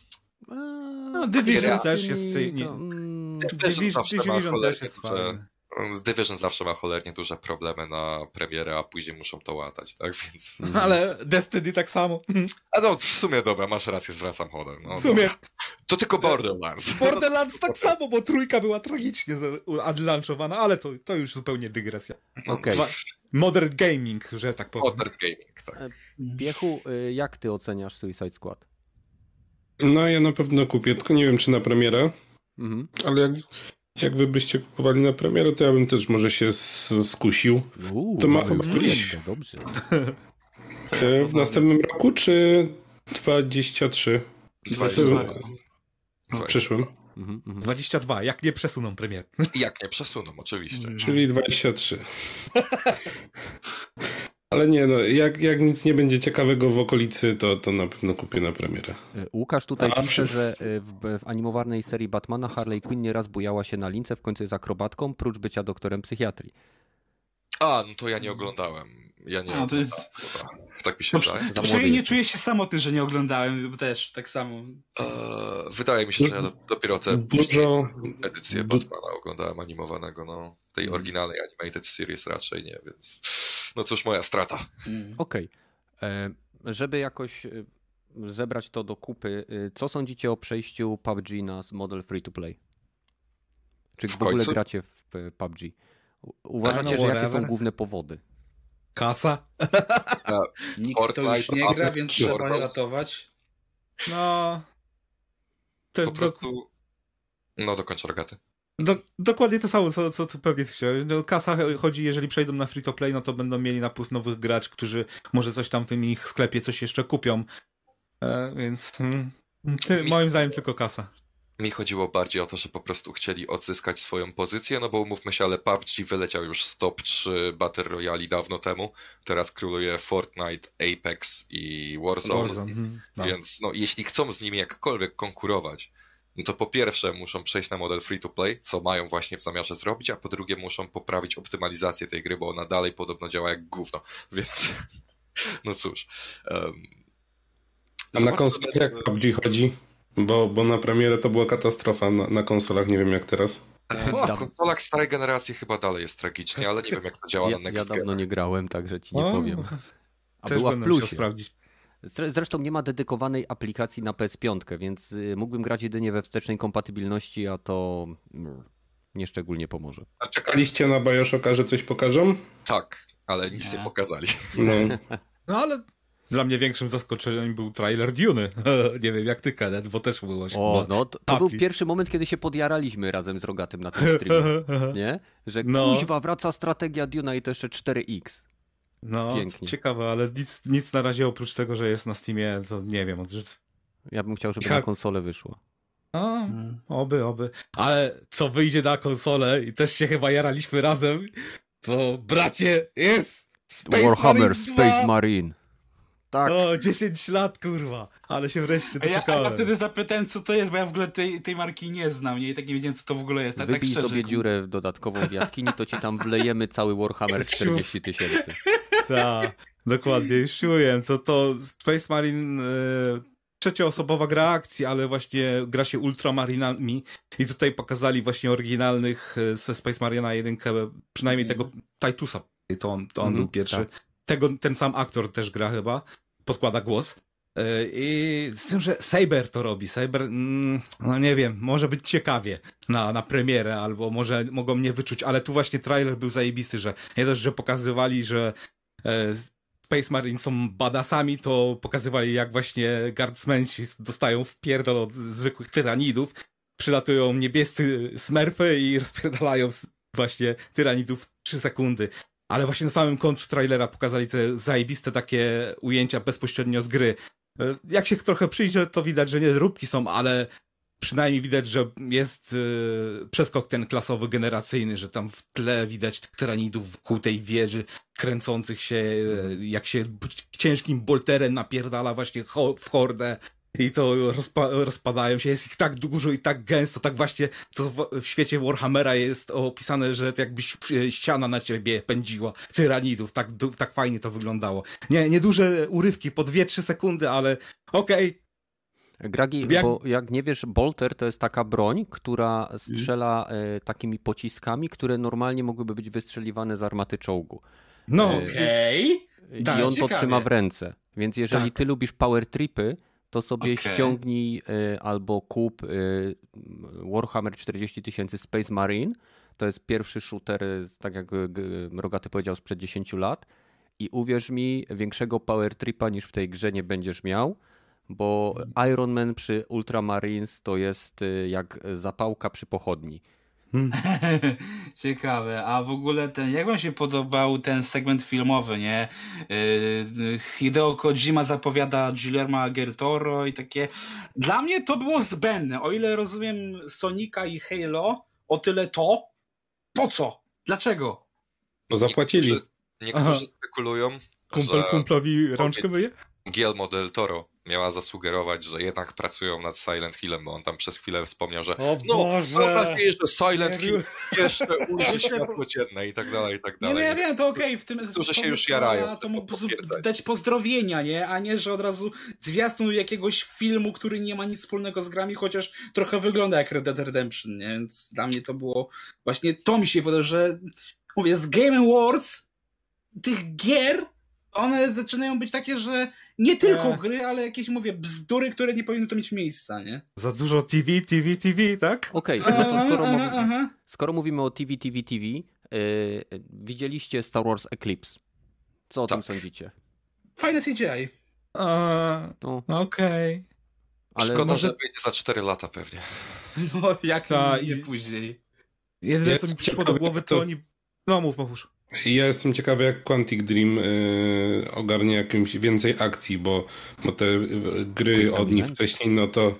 No, Division Destiny też jest... To, Nie, mm, Division Division, zawsze ma Division cholernie też jest duże- fajny. Division zawsze ma cholernie duże problemy na premierę, a później muszą to łatać, tak? Więc... Mhm. Ale Destiny tak samo. A no, w sumie dobra, masz rację, zwracam honor. No, W sumie To tylko Borderlands. Borderlands tak samo, bo trójka była tragicznie adlaunchowana, ale to, to już zupełnie dygresja. Okej. Dwa- Modern gaming, że tak powiem. Modern Gaming, tak. Piechu, y, jak ty oceniasz Suicide Squad? No ja na pewno kupię, tylko nie wiem czy na premierę, Mhm. ale jak, jak wy byście kupowali na premierę, to ja bym też może się s- skusił. Uuu, To ma mamy chyba już być. kolejkę, dobrze. E, w następnym roku czy dwadzieścia trzy? dwadzieścia W dwa. w przyszłym. Mhm, mhm. dwadzieścia dwa, jak nie przesuną premier. Jak nie przesuną, oczywiście. Czyli dwadzieścia trzy. Ale nie, no, jak, jak nic nie będzie ciekawego w okolicy, to, to na pewno kupię na premierę. Y, Łukasz tutaj A, pisze, przy- że y, w, w animowanej serii Batmana Harley Quinn nieraz bujała się na lince, w końcu jest akrobatką, prócz bycia doktorem psychiatrii. A, no to ja nie oglądałem. Ja nie A, to jest- oglądałem. Tak mi się No, wydaje. Za przynajmniej młody nie jesteś. czuję się samotny, że nie oglądałem, bo też tak samo. Eee, wydaje mi się, że ja do, dopiero te Dużo, edycję du- Batmana oglądałem animowanego, no tej Mhm. oryginalnej animated series raczej nie, więc no cóż, moja strata. Okej. E, Żeby jakoś y, zebrać to do kupy, y, co sądzicie o przejściu P U B G na model free to play? Czy w, W ogóle końcu? gracie w P U B G? U- Uważacie, no że jakie są whatever. główne powody? Kasa? Nikt to już Fortnite, nie gra, Apex, więc trzeba Warzone. ratować. No... To Po jest do, prostu... No dokończ rogaty. do, dokładnie to samo, co, co tu pewnie chciałeś. No, kasa chodzi, jeżeli przejdą na free to play, no to będą mieli napływ nowych graczy, którzy może coś tam w tym ich sklepie coś jeszcze kupią. E, więc mm, ty, moim zdaniem tylko kasa. Mi chodziło bardziej o to, że po prostu chcieli odzyskać swoją pozycję, no bo umówmy się, ale P U B G wyleciał już z top trzy Battle Royale dawno temu. Teraz króluje Fortnite, Apex i Warzone. Warzone, mhm. No. Więc no, jeśli chcą z nimi jakkolwiek konkurować, no to po pierwsze muszą przejść na model free to play, co mają właśnie w zamiarze zrobić, a po drugie muszą poprawić optymalizację tej gry, bo ona dalej podobno działa jak gówno, więc no cóż. Um, a na konsolach jak P U B G chodzi? Bo, bo na premierę to była katastrofa, na, na konsolach nie wiem jak teraz. O, w konsolach starej generacji chyba dalej jest tragicznie, ale nie wiem jak to działa Ja, na ja Next dawno Gen. nie grałem, także ci nie O, powiem. A Też była w będę musiał plusie. sprawdzić. Zre- Zresztą nie ma dedykowanej aplikacji na P S pięć, więc y, mógłbym grać jedynie we wstecznej kompatybilności, a to mm, nie szczególnie pomoże. A czekaliście na Bioshocka, że coś pokażą? Tak, ale nic nie Nie. pokazali. No. No ale Dla mnie większym zaskoczeniem był trailer Duny. Nie wiem jak ty, Kenneth, bo też byłeś. O, no to, to był pierwszy moment, kiedy się podjaraliśmy razem z Rogatym na tym streamie, nie? Że no. kuźwa, wraca strategia Duna i to jeszcze cztery X. No, pięknie. Ciekawe, ale nic, nic na razie oprócz tego, że jest na Steamie, to nie wiem. Że... Ja bym chciał, żeby ja... na konsolę wyszło. A, hmm. Oby, oby. Ale co wyjdzie na konsolę i też się chyba jaraliśmy razem, to bracie, jest Space Warhammer Marine Space Marine. Tak. O, dziesięć lat, kurwa. Ale się wreszcie doczekałem. A ja, ja wtedy zapytałem, co to jest, bo ja w ogóle tej, tej marki nie znam, nie? I tak nie wiedziałem, co to w ogóle jest. Tak, Wybij tak sobie szczerze, dziurę dodatkową w jaskini, to ci tam wlejemy cały Warhammer czterdzieści tysięcy. Tak, dokładnie, już czułem. To, to Space Marine... Yy... trzecioosobowa gra akcji, ale właśnie gra się ultramarinami i tutaj pokazali właśnie oryginalnych ze Space Marina jeden, przynajmniej tego Titusa, to on, to on mm, był pierwszy. Tak. Tego, ten sam aktor też gra chyba, podkłada głos. I z tym, że Saber to robi. Saber, no nie wiem, może być ciekawie na, na premierę, albo może mogą mnie wyczuć, ale tu właśnie trailer był zajebisty, że nie dość, że pokazywali, że Space Marine są badasami, to pokazywali jak właśnie Guardsmensi dostają w pierdol od zwykłych tyranidów. Przylatują niebiescy smurfy i rozpierdalają właśnie tyranidów w trzy sekundy. Ale właśnie na samym końcu trailera pokazali te zajebiste takie ujęcia bezpośrednio z gry. Jak się trochę przyjrzy, to widać, że nie róbki są, ale przynajmniej widać, że jest yy, przeskok ten klasowy, generacyjny, że tam w tle widać tych tyranidów wokół tej wieży kręcących się, yy, jak się ciężkim bolterem napierdala właśnie ho- w hordę i to rozpa- rozpadają się. Jest ich tak dużo i tak gęsto, tak właśnie to w, w świecie Warhammera jest opisane, że jakbyś ściana na ciebie pędziła tyranidów. Tak, tak fajnie to wyglądało. Nie, nieduże urywki, po dwie trzy sekundy, ale okej. Okay. Gragi, jak... bo jak nie wiesz, bolter to jest taka broń, która strzela e, takimi pociskami, które normalnie mogłyby być wystrzeliwane z armaty czołgu. No e, okej. Okay. I tak, on ciekawie. to trzyma w ręce. Więc jeżeli tak. ty lubisz power tripy, to sobie okay. ściągnij y, albo kup y, Warhammer czterdzieści tysięcy Space Marine. To jest pierwszy shooter, tak jak Rogaty powiedział, sprzed dziesięciu lat. I uwierz mi, większego power tripa niż w tej grze nie będziesz miał, bo Iron Man przy Ultramarines to jest y, jak zapałka przy pochodni. Hmm. Ciekawe, a w ogóle ten, jak wam się podobał ten segment filmowy, nie? Yy, Hideo Kojima zapowiada Guillermo del Toro i takie. Dla mnie to było zbędne. O ile rozumiem Sonika i Halo, o tyle to. Po co? Dlaczego? Bo zapłacili. Niektórzy, niektórzy spekulują, Kumpel że kumplowi rączkę myje? Guillermo del Toro miała zasugerować, że jednak pracują nad Silent Hillem, bo on tam przez chwilę wspomniał, że o no, Boże, mam nadzieję, że Silent Hill jeszcze ujrzy światło dzienne i tak dalej, i tak dalej. Nie, nie, wiem, to okej. Okay. W tym Którzy się już jarają. To mógł dać pozdrowienia, nie? A nie, że od razu zwiastun jakiegoś filmu, który nie ma nic wspólnego z grami, chociaż trochę wygląda jak Red Dead Redemption, nie? Więc dla mnie to było właśnie, to mi się podoba, że mówię, z Game Awards tych gier one zaczynają być takie, że nie tylko e... gry, ale jakieś, mówię, bzdury, które nie powinny to mieć miejsca, nie? Za dużo T V, T V, T V, tak? Okej, okay, no to skoro, aha, mówi... aha. skoro mówimy o T V, T V, T V, yy, widzieliście Star Wars Eclipse. Co o tak. tym sądzicie? Fajne C G I. No. Okej. Okay. Ale szkoda, może... że wyjdzie za cztery lata pewnie. No, jak Ta, nie później. Jedyne, co mi przyszło do głowy, to oni... No, mów, mów. Ja jestem ciekawy, jak Quantic Dream yy, ogarnie jakimś więcej akcji, bo, bo te gry od nich wcześniej, no to...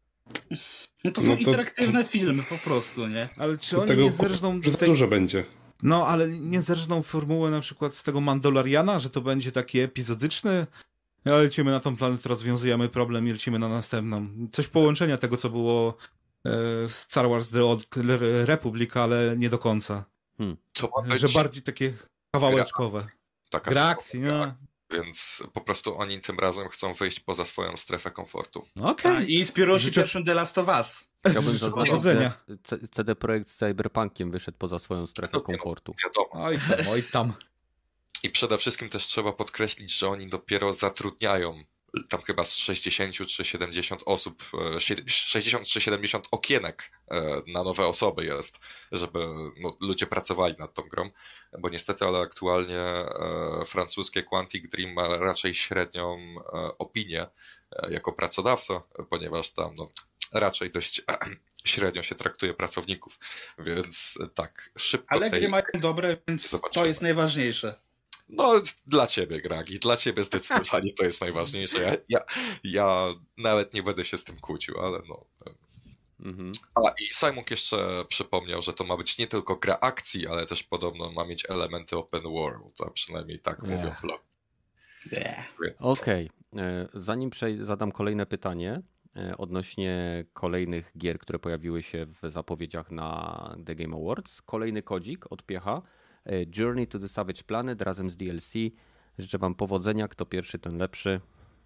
No to są no to... interaktywne filmy po prostu, nie? Ale czy oni nie zerżną... Że za dużo będzie. No, ale nie zerżną formułę na przykład z tego Mandaloriana, że to będzie taki epizodyczny? Ja lecimy na tą planetę, rozwiązujemy problem i lecimy na następną. Coś połączenia tego, co było w Star Wars The Old Republic, ale nie do końca. Hmm. To ma być że bardziej takie kawałeczkowe. Taka gra akcji, no. Więc po prostu oni tym razem chcą wyjść poza swoją strefę komfortu. Okej. Okay. I inspirują się pierwszym The Last of Us. Chciałbym zaznaczyć, że C D Projekt z Cyberpunkiem wyszedł poza swoją strefę komfortu. Wiadomo. Oj tam, oj tam. I przede wszystkim też trzeba podkreślić, że oni dopiero zatrudniają tam chyba z sześćdziesiąt czy siedemdziesiąt osób, sześćdziesiąt czy siedemdziesiąt okienek na nowe osoby jest, żeby no, ludzie pracowali nad tą grą, bo niestety, ale aktualnie francuskie Quantic Dream ma raczej średnią opinię jako pracodawca, ponieważ tam no, raczej dość średnio się traktuje pracowników, więc tak, szybko... Ale tej... gry mają dobre, więc Zobaczymy. To jest najważniejsze. No, dla ciebie, Gragi, dla ciebie zdecydowanie to jest najważniejsze. Ja, ja, ja nawet nie będę się z tym kłócił, ale no... Mhm. A i Simon jeszcze przypomniał, że to ma być nie tylko gra akcji, ale też podobno ma mieć elementy open world, a przynajmniej tak yeah. mówią blog. Yeah. Okej, okay. Zanim zadam kolejne pytanie odnośnie kolejnych gier, które pojawiły się w zapowiedziach na The Game Awards, kolejny kodzik od Piecha, Journey to the Savage Planet razem z D L C. Życzę wam powodzenia, kto pierwszy, ten lepszy.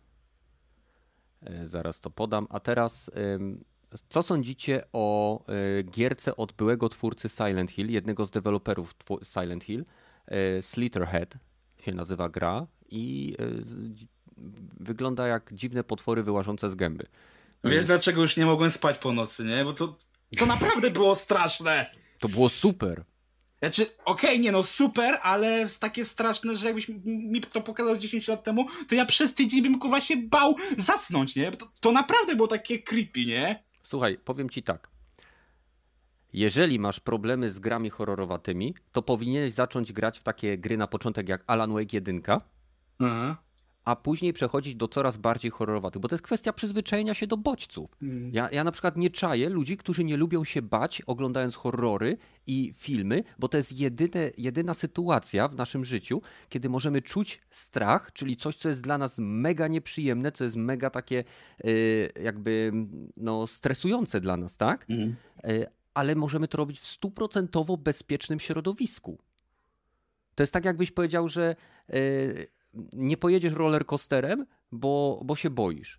Zaraz to podam. A teraz... Co sądzicie o gierce od byłego twórcy Silent Hill, jednego z deweloperów Silent Hill, Slitherhead się nazywa gra i wygląda jak dziwne potwory wyłażące z gęby. Wiesz Więc... dlaczego już nie mogłem spać po nocy, nie? Bo to, to naprawdę było straszne. To było super. Znaczy, okej, okay, nie no, super, ale takie straszne, że jakbyś mi to pokazał dziesięć lat temu, to ja przez tydzień bym kurwa się bał zasnąć, nie? To, to naprawdę było takie creepy, nie? Słuchaj, powiem ci tak. Jeżeli masz problemy z grami horrorowatymi, to powinieneś zacząć grać w takie gry na początek jak Alan Wake jeden, Aha. a później przechodzić do coraz bardziej horrorowatych, bo to jest kwestia przyzwyczajenia się do bodźców. Mm. Ja, ja na przykład nie czaję ludzi, którzy nie lubią się bać oglądając horrory i filmy, bo to jest jedyne, jedyna sytuacja w naszym życiu, kiedy możemy czuć strach, czyli coś, co jest dla nas mega nieprzyjemne, co jest mega takie yy, jakby no, stresujące dla nas, tak? Mm. Yy, ale możemy to robić w stuprocentowo bezpiecznym środowisku. To jest tak, jakbyś powiedział, że yy, nie pojedziesz rollercoasterem, bo, bo się boisz.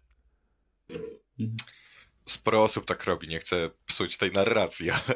Sporo osób tak robi, nie chcę psuć tej narracji, ale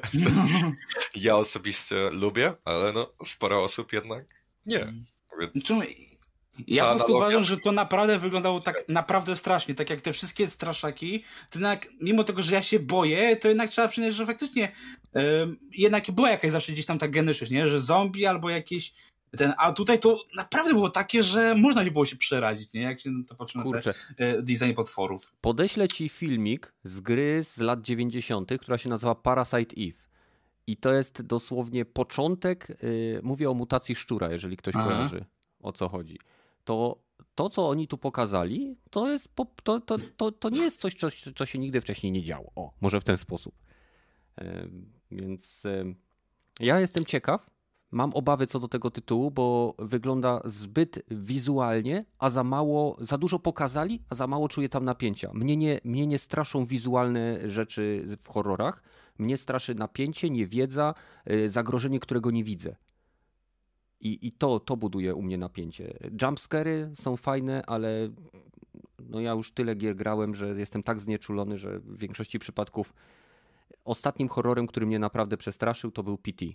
ja osobiście lubię, ale no sporo osób jednak nie. Więc... Ja po prostu uważam, że to naprawdę wyglądało tak naprawdę strasznie, tak jak te wszystkie straszaki, to jednak, mimo tego, że ja się boję, to jednak trzeba przyznać, że faktycznie yy, jednak była jakaś zawsze gdzieś tam ta genyczność, nie? Że zombie albo jakieś ten, a tutaj to naprawdę było takie, że można nie było się przerazić, nie? Jak się to patrzy na te e, design potworów. Podeślę ci filmik z gry z lat dziewięćdziesiątych, która się nazywa Parasite Eve. I to jest dosłownie początek, yy, mówię o mutacji szczura, jeżeli ktoś Aha. kojarzy, o co chodzi. To, to, co oni tu pokazali, to, jest po, to, to, to, to nie jest coś, co, co się nigdy wcześniej nie działo. O, może w ten sposób. Yy, więc yy, ja jestem ciekaw. Mam obawy co do tego tytułu, bo wygląda zbyt wizualnie, a za mało, za dużo pokazali, a za mało czuję tam napięcia. Mnie nie, mnie nie straszą wizualne rzeczy w horrorach. Mnie straszy napięcie, niewiedza, zagrożenie, którego nie widzę. I, i to, to buduje u mnie napięcie. Jumpscary są fajne, ale no ja już tyle gier grałem, że jestem tak znieczulony, że w większości przypadków ostatnim horrorem, który mnie naprawdę przestraszył, to był P T.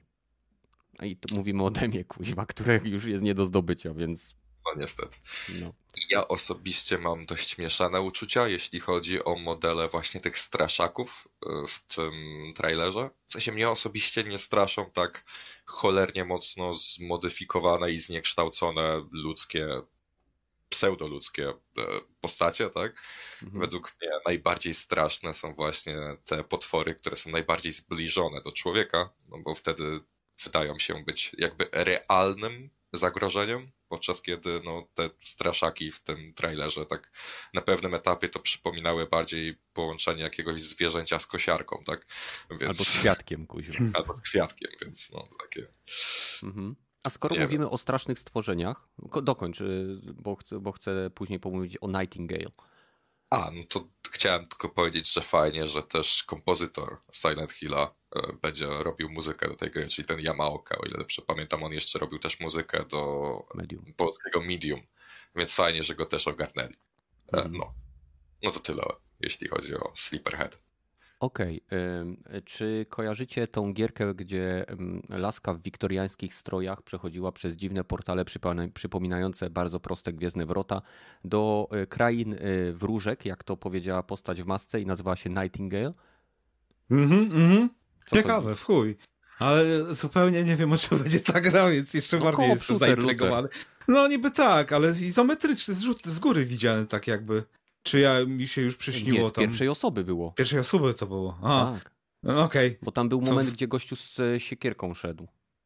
I tu mówimy o demie, kuźwa, które już jest nie do zdobycia, więc... No niestety. No. Ja osobiście mam dość mieszane uczucia, jeśli chodzi o modele właśnie tych straszaków w tym trailerze. W sensie mnie osobiście nie straszą tak cholernie mocno zmodyfikowane i zniekształcone ludzkie, pseudoludzkie postacie, tak? Mhm. Według mnie najbardziej straszne są właśnie te potwory, które są najbardziej zbliżone do człowieka, no bo wtedy wydają się być jakby realnym zagrożeniem, podczas kiedy no, te straszaki w tym trailerze tak na pewnym etapie to przypominały bardziej połączenie jakiegoś zwierzęcia z kosiarką, tak? Więc... Albo z kwiatkiem, kuźwa. Albo z kwiatkiem, więc no takie... Mhm. A skoro Nie mówimy wiem. o strasznych stworzeniach, dokończ, bo chcę, bo chcę później pomówić o Nightingale. A, no to chciałem tylko powiedzieć, że fajnie, że też kompozytor Silent Hilla będzie robił muzykę do tej gry, czyli ten Yamaoka, o ile dobrze pamiętam, on jeszcze robił też muzykę do Medium. polskiego Medium, więc fajnie, że go też ogarnęli. Mm. No. no to tyle, jeśli chodzi o Slitherhead. Okej, okay. Czy kojarzycie tą gierkę, gdzie laska w wiktoriańskich strojach przechodziła przez dziwne portale przypominające bardzo proste Gwiezdne Wrota do krain wróżek, jak to powiedziała postać w masce i nazywała się Nightingale? Mhm, mhm. Ciekawe, w chuj. Ale zupełnie nie wiem, o czym będzie ta gra, więc jeszcze no, bardziej jestem zaintrygowany. No niby tak, ale izometryczny, z, z góry widziany tak jakby. Czy ja mi się już przyśniło Nie, z tam... pierwszej osoby było. Pierwszej osoby to było. A, tak. No, okej. Okay. Bo tam był moment, Co? gdzie gościu z siekierką szedł.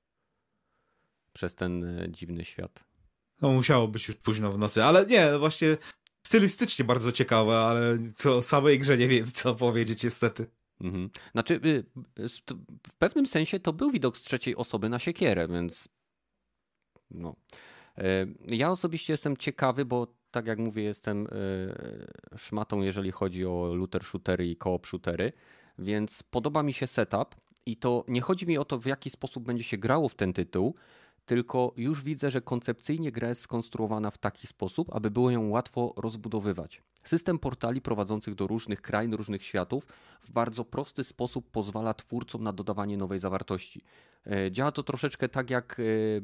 Przez ten dziwny świat. No musiało być już późno w nocy, ale nie, właśnie stylistycznie bardzo ciekawe, ale co o samej grze nie wiem, co powiedzieć niestety. Mhm. Znaczy, w pewnym sensie to był widok z trzeciej osoby na siekierę, więc no. Ja osobiście jestem ciekawy, bo tak jak mówię, jestem szmatą, jeżeli chodzi o looter shootery i co-op shootery, więc podoba mi się setup i to nie chodzi mi o to, w jaki sposób będzie się grało w ten tytuł, tylko już widzę, że koncepcyjnie gra jest skonstruowana w taki sposób, aby było ją łatwo rozbudowywać. System portali prowadzących do różnych krain, różnych światów w bardzo prosty sposób pozwala twórcom na dodawanie nowej zawartości. Działa to troszeczkę tak jak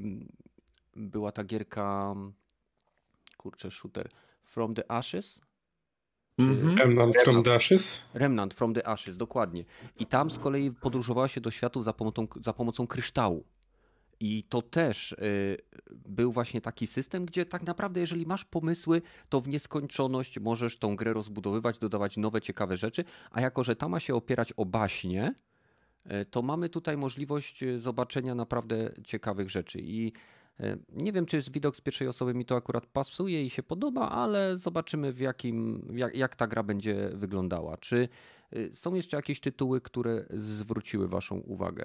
była ta gierka, kurczę, shooter, From the Ashes? Czy... Mm-hmm. Remnant from the Ashes? Remnant from the Ashes, dokładnie. I tam z kolei podróżowała się do światów za pomocą, za pomocą kryształu. I to też y, był właśnie taki system, gdzie tak naprawdę jeżeli masz pomysły, to w nieskończoność możesz tą grę rozbudowywać, dodawać nowe, ciekawe rzeczy, a jako, że ta ma się opierać o baśnie, y, to mamy tutaj możliwość zobaczenia naprawdę ciekawych rzeczy. I y, nie wiem, czy jest widok z pierwszej osoby mi to akurat pasuje i się podoba, ale zobaczymy w jakim, jak, jak ta gra będzie wyglądała. Czy y, są jeszcze jakieś tytuły, które zwróciły waszą uwagę?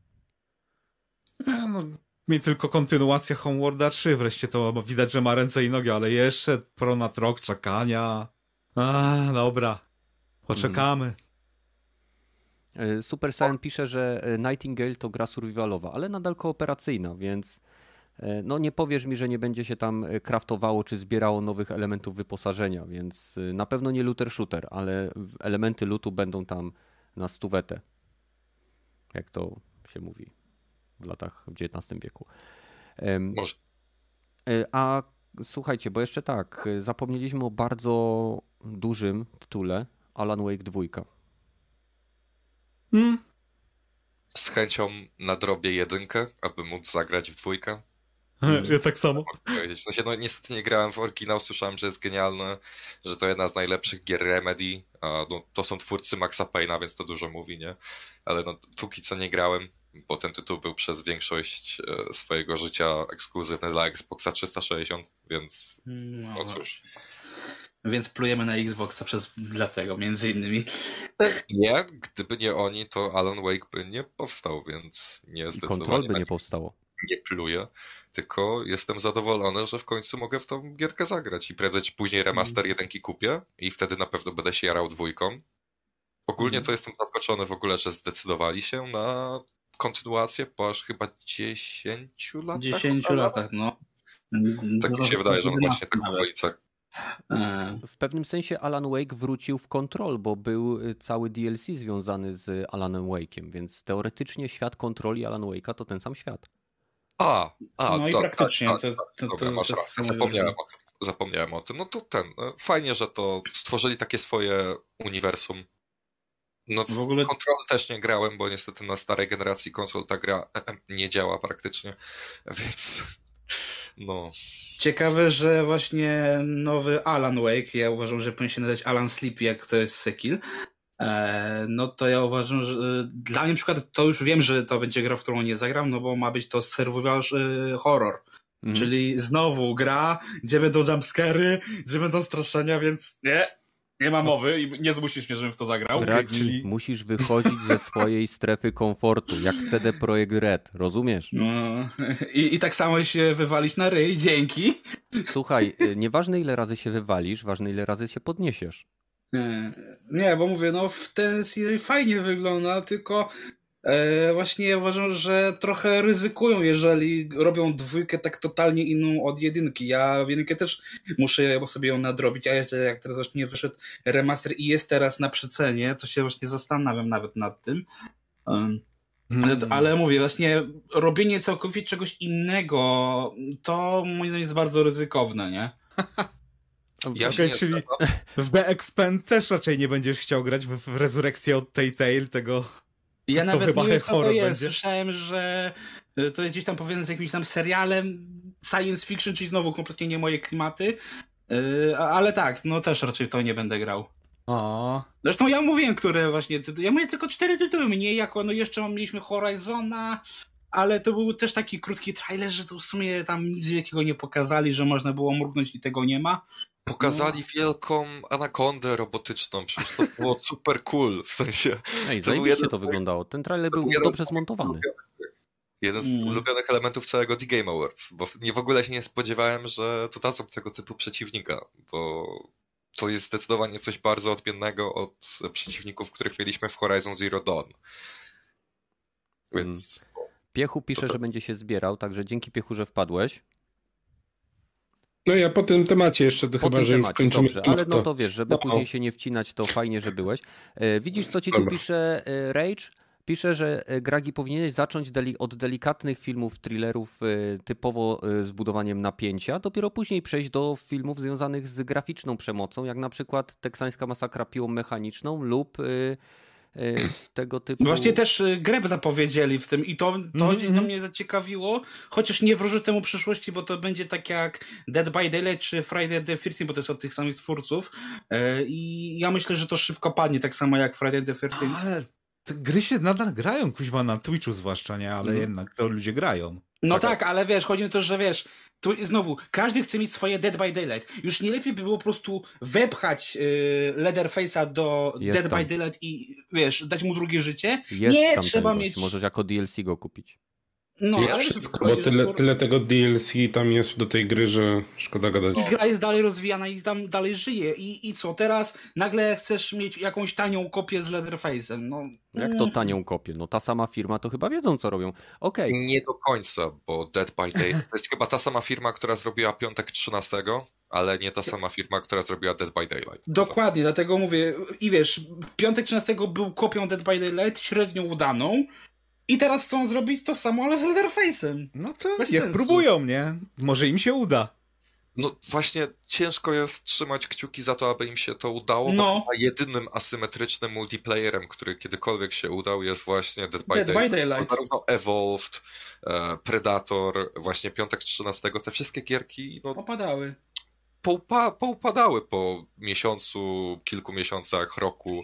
No, mi tylko kontynuacja Homeworlda trzy, wreszcie to widać, że ma ręce i nogi, ale jeszcze ponad rok czekania. A, dobra, poczekamy. Super Saiyan pisze, że Nightingale to gra survivalowa, ale nadal kooperacyjna, więc no nie powiesz mi, że nie będzie się tam craftowało czy zbierało nowych elementów wyposażenia, więc na pewno nie looter shooter, ale elementy lootu będą tam na stówetę, jak to się mówi w latach w dziewiętnastym wieku. Może. A słuchajcie, bo jeszcze tak, zapomnieliśmy o bardzo dużym tytule, Alan Wake dwa. Hmm. Z chęcią nadrobię jedynkę, aby móc zagrać w dwójkę. Ja tak samo. W sensie, no, niestety nie grałem w oryginał, słyszałem, że jest genialny, że to jedna z najlepszych gier Remedy. A, no, to są twórcy Maxa Payne'a, więc to dużo mówi, nie? Ale no, póki co nie grałem, bo ten tytuł był przez większość e, swojego życia ekskluzywny dla Xboxa trzysta sześćdziesiąt, więc no, no cóż. Więc plujemy na Xboxa przez dlatego, między innymi. Nie, gdyby nie oni, to Alan Wake by nie powstał, więc nie zdecydowanie. I Control by nie powstało. Nie pluję, tylko jestem zadowolony, że w końcu mogę w tą gierkę zagrać i prędzej czy później remaster mm. jedynki kupię i wtedy na pewno będę się jarał dwójką. Ogólnie mm. to jestem zaskoczony w ogóle, że zdecydowali się na kontynuację po aż chyba dziesięciu latach. dziesięciu latach, no. Tak mi się wydaje, że on właśnie tak w okolicach. W pewnym sensie Alan Wake wrócił w Control, bo był cały D L C związany z Alanem Wake'iem, więc teoretycznie świat Control i Alan Wake'a to ten sam świat. A, a, no to, i praktycznie. Tak, to, tak, to, dobra, to, masz to rację, zapomniałem o tym. Zapomniałem o tym. No to ten, fajnie, że to stworzyli takie swoje uniwersum. No w ogóle Control też nie grałem, bo niestety na starej generacji konsol ta gra nie działa praktycznie, więc no. Ciekawe, że właśnie nowy Alan Wake, ja uważam, że powinien się nazywać Alan Sleepy, jak to jest Sekil. No to ja uważam, że dla mnie na przykład to już wiem, że to będzie gra, w którą nie zagram, no bo ma być to survival horror. Mhm. Czyli znowu gra, gdzie będą jumpscary, gdzie będą straszenia, więc nie, nie ma mowy i nie zmusisz mnie, żebym w to zagrał. Radzi, czyli... musisz wychodzić ze swojej strefy komfortu, jak C D Projekt Red, rozumiesz? No, i, i tak samo się wywalić na ryj, dzięki. Słuchaj, nieważne ile razy się wywalisz, ważne ile razy się podniesiesz. Nie, nie, bo mówię, no w ten serii fajnie wygląda, tylko e, właśnie uważam, że trochę ryzykują, jeżeli robią dwójkę tak totalnie inną od jedynki. Ja w jedynkę też muszę sobie ją nadrobić, a jeszcze jak teraz właśnie wyszedł remaster i jest teraz na przecenie, to się właśnie zastanawiam nawet nad tym. Um, ale, ale mówię, właśnie robienie całkowicie czegoś innego, to moim zdaniem jest bardzo ryzykowne, nie? Ja Okay, się czyli zgadzam. w The Expand też raczej nie będziesz chciał grać w, w Rezurekcję od Telltale, tego... Ja to nawet chyba nie wiem, co to horror jest. będzie. Słyszałem, że to jest gdzieś tam powiązane z jakimś tam serialem science fiction, czyli znowu kompletnie nie moje klimaty. Yy, ale tak, no też raczej w to nie będę grał. O. Zresztą ja mówiłem, które właśnie... Ja mówię tylko cztery tytuły, mniej jako, no jeszcze mam, mieliśmy Horizona, ale to był też taki krótki trailer, że to w sumie tam nic wielkiego nie pokazali, że można było mrugnąć i tego nie ma. Pokazali wielką anakondę robotyczną, przecież to było super cool, w sensie... Ej, To był zajebiście jeden to z- wyglądało. Ten trailer to był był jeden dobrze z- zmontowany. Jeden z Mm. ulubionych elementów całego The Game Awards, bo nie w ogóle się nie spodziewałem, że to dadzą tego typu przeciwnika, bo to jest zdecydowanie coś bardzo odmiennego od przeciwników, których mieliśmy w Horizon Zero Dawn. Więc Piechu pisze, To to- że będzie się zbierał, także dzięki Piechu, że wpadłeś. No ja po tym temacie jeszcze, to Po chyba, tym że już temacie, kończymy dobrze, temat, ale no to wiesz, żeby No. później się nie wcinać, to fajnie, że byłeś. E, Widzisz, co ci tu Dobra. pisze e, Rage? Pisze, że e, Gragi powinieneś zacząć deli- od delikatnych filmów, thrillerów e, typowo e, z budowaniem napięcia, dopiero później przejść do filmów związanych z graficzną przemocą, jak na przykład Teksańska masakra piłą mechaniczną lub e, e, tego typu... Właśnie też y, grę zapowiedzieli w tym i to, to Mhm, gdzieś tam mhm. mnie zaciekawiło, chociaż nie wróży temu przyszłości, bo to będzie tak jak Dead by Daylight czy Friday the thirteenth, bo to jest od tych samych twórców e, i ja myślę, że to szybko padnie, tak samo jak Friday the thirteenth. Ale te gry się nadal grają, kuźwa, na Twitchu zwłaszcza, nie? Ale Mhm. jednak to ludzie grają. No Tak, tak, ale wiesz, chodzi o to, że wiesz, tu znowu, każdy chce mieć swoje Dead by Daylight. Już nie lepiej by było po prostu wepchać y, Leatherface'a do Jest Dead tam. by Daylight i wiesz, dać mu drugie życie? Jest nie, tam trzeba ten gość, mieć... możesz jako D L C go kupić. No, Jest ale wszystko, chodzi, bo że tyle, skoro- tyle tego D L C tam jest do tej gry, że szkoda gadać. I gra jest dalej rozwijana i tam dalej żyje. I, I co, teraz nagle chcesz mieć jakąś tanią kopię z Leatherface'em? No, Jak to tanią kopię? No ta sama firma to chyba wiedzą, co robią. Okej, nie do końca, bo Dead by Day to jest chyba ta sama firma, która zrobiła Piątek trzynastego, ale nie ta sama firma, która zrobiła Dead by Daylight. Dokładnie, dlatego mówię. I wiesz, Piątek trzynastego był kopią Dead by Daylight, średnio udaną. I teraz chcą zrobić to samo, ale z Leatherface'em. No to Bez niech sensu. próbują, nie? Może im się uda. No właśnie ciężko jest trzymać kciuki za to, aby im się to udało, No. bo chyba jedynym asymetrycznym multiplayerem, który kiedykolwiek się udał, jest właśnie Dead by Dead by Daylight. Daylight. Zarówno Evolved, e, Predator, właśnie Piątek trzynastego, te wszystkie gierki no, Opadały. poupa, poupadały po miesiącu, kilku miesiącach, roku.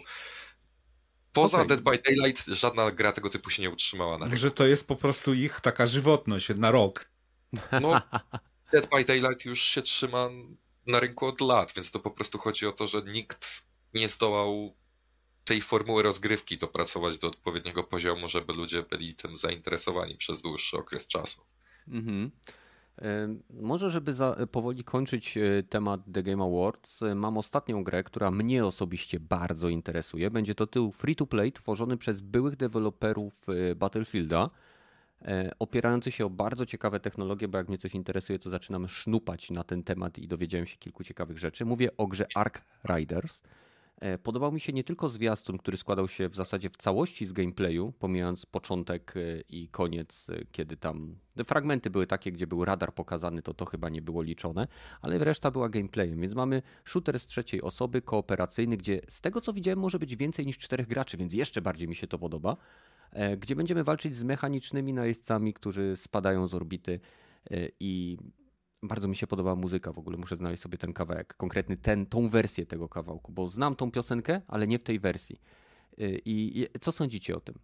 Poza Okej. Dead by Daylight żadna gra tego typu się nie utrzymała na rynku. Że to jest po prostu ich taka żywotność na rok. No, Dead by Daylight już się trzyma na rynku od lat, więc to po prostu chodzi o to, że nikt nie zdołał tej formuły rozgrywki dopracować do odpowiedniego poziomu, żeby ludzie byli tym zainteresowani przez dłuższy okres czasu. Mhm. E, Może, żeby za, powoli kończyć e, temat The Game Awards, e, mam ostatnią grę, która mnie osobiście bardzo interesuje. Będzie to tytuł free-to-play tworzony przez byłych deweloperów e, Battlefielda, e, opierający się o bardzo ciekawe technologie, bo jak mnie coś interesuje, to zaczynam sznupać na ten temat i dowiedziałem się kilku ciekawych rzeczy. Mówię o grze Ark Riders. E, Podobał mi się nie tylko zwiastun, który składał się w zasadzie w całości z gameplayu, pomijając początek e, i koniec, e, kiedy tam te fragmenty były takie, gdzie był radar pokazany, to to chyba nie było liczone, ale reszta była gameplayem, więc mamy shooter z trzeciej osoby, kooperacyjny, gdzie z tego co widziałem może być więcej niż czterech graczy, więc jeszcze bardziej mi się to podoba, e, gdzie będziemy walczyć z mechanicznymi najeźdźcami, którzy spadają z orbity e, i bardzo mi się podoba muzyka, w ogóle muszę znaleźć sobie ten kawałek, konkretny ten, tą wersję tego kawałku, bo znam tą piosenkę, ale nie w tej wersji. I, i co sądzicie o tym?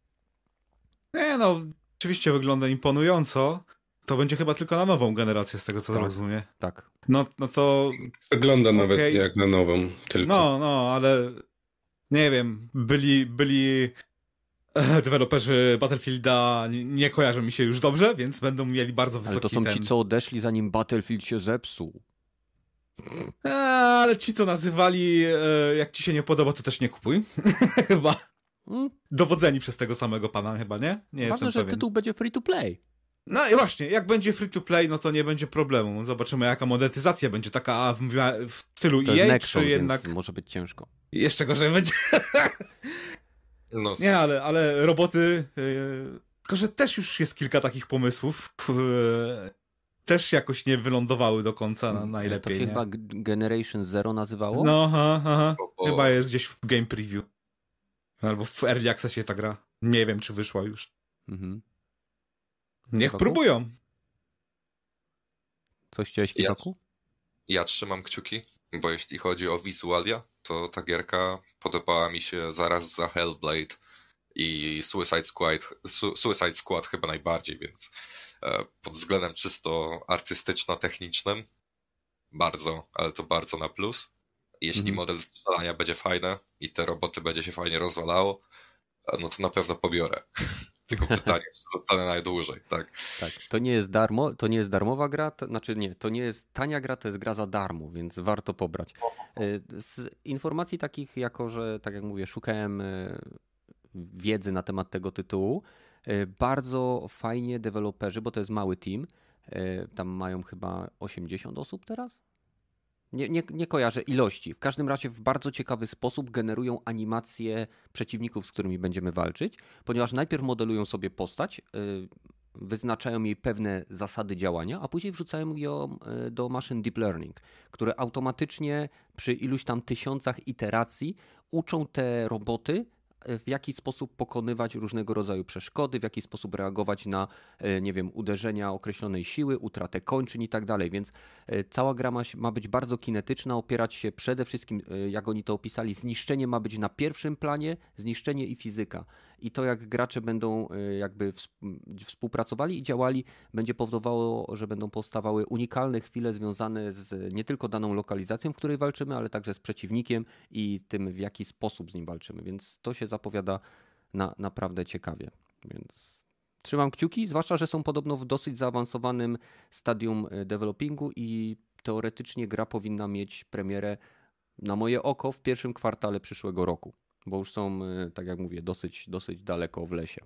Nie no, oczywiście wygląda imponująco. To będzie chyba tylko na nową generację, z tego co Tak. rozumiem. Tak. No, no to... Wygląda nawet Okej. jak na nową, tylko. No, no, ale... Nie wiem, byli... byli... e, Deweloperzy Battlefielda nie- nie kojarzą mi się już dobrze, więc będą mieli bardzo wysoki Ale to są ten... ci, co odeszli zanim Battlefield się zepsuł. E, ale ci, co nazywali, e, jak ci się nie podoba, to też nie kupuj. Chyba. Hmm? Dowodzeni przez tego samego pana chyba, nie? Nie Ważne, jestem że pewien. tytuł będzie free to play. No i właśnie, jak będzie free to play, no to nie będzie problemu. Zobaczymy, jaka monetyzacja będzie taka w, w stylu To E A, jest Nexon, czy jednak więc może być ciężko. jeszcze gorzej będzie. No, Nie, ale, ale roboty... Yy... Tylko, że też już jest kilka takich pomysłów. Yy... Też jakoś nie wylądowały do końca na najlepiej, To się nie? chyba Generation Zero nazywało? No, aha, aha. O, o. Chyba jest gdzieś w Game Preview. Albo w Early Accessie ta gra. Nie wiem, czy wyszła już. Mhm. Niech Kiwaku? próbują. Coś chciałeś, Ja- Kiwaku? Ja trzymam kciuki, bo jeśli chodzi o wizualia, to ta gierka podobała mi się zaraz za Hellblade i Suicide Squad, Su- Suicide Squad chyba najbardziej, więc e, pod względem czysto artystyczno-technicznym bardzo, ale to bardzo na plus. Jeśli Mhm. model strzelania będzie fajny i te roboty będzie się fajnie rozwalało, e, no to na pewno pobiorę. Tylko pytanie, czy zostanę najdłużej, tak? Tak, to nie jest darmo, to nie jest darmowa gra, to znaczy nie, to nie jest tania gra, to jest gra za darmo, więc warto pobrać. Y, Z informacji takich, jako że, tak jak mówię, szukałem y, wiedzy na temat tego tytułu, y, bardzo fajnie deweloperzy, bo to jest mały team, y, tam mają chyba osiemdziesiąt osób teraz? Nie, nie, nie kojarzę ilości. W każdym razie w bardzo ciekawy sposób generują animacje przeciwników, z którymi będziemy walczyć, ponieważ najpierw modelują sobie postać, y, wyznaczają jej pewne zasady działania, a później wrzucają ją y, do maszyn deep learning, które automatycznie przy iluś tam tysiącach iteracji uczą te roboty, y, w jaki sposób pokonywać różnego rodzaju przeszkody, w jaki sposób reagować na, y, nie wiem, uderzenia określonej siły, utratę kończyn i tak dalej. Więc y, cała gra ma, się- ma być bardzo kinetyczna, opierać się przede wszystkim, y, jak oni to opisali, zniszczenie ma być na pierwszym planie, zniszczenie i fizyka. I to, jak gracze będą y, jakby ws- m, współpracowali i działali, będzie powodowało, że będą powstawały unikalne chwile związane z nie tylko daną lokalizacją, w której walczymy, ale także z przeciwnikiem i tym, w jaki sposób z nim walczymy. Więc to się zapowiada na, naprawdę ciekawie. Więc trzymam kciuki, zwłaszcza, że są podobno w dosyć zaawansowanym stadium y, developingu i teoretycznie gra powinna mieć premierę na moje oko w pierwszym kwartale przyszłego roku, bo już są, y, tak jak mówię, dosyć, dosyć daleko w lesie.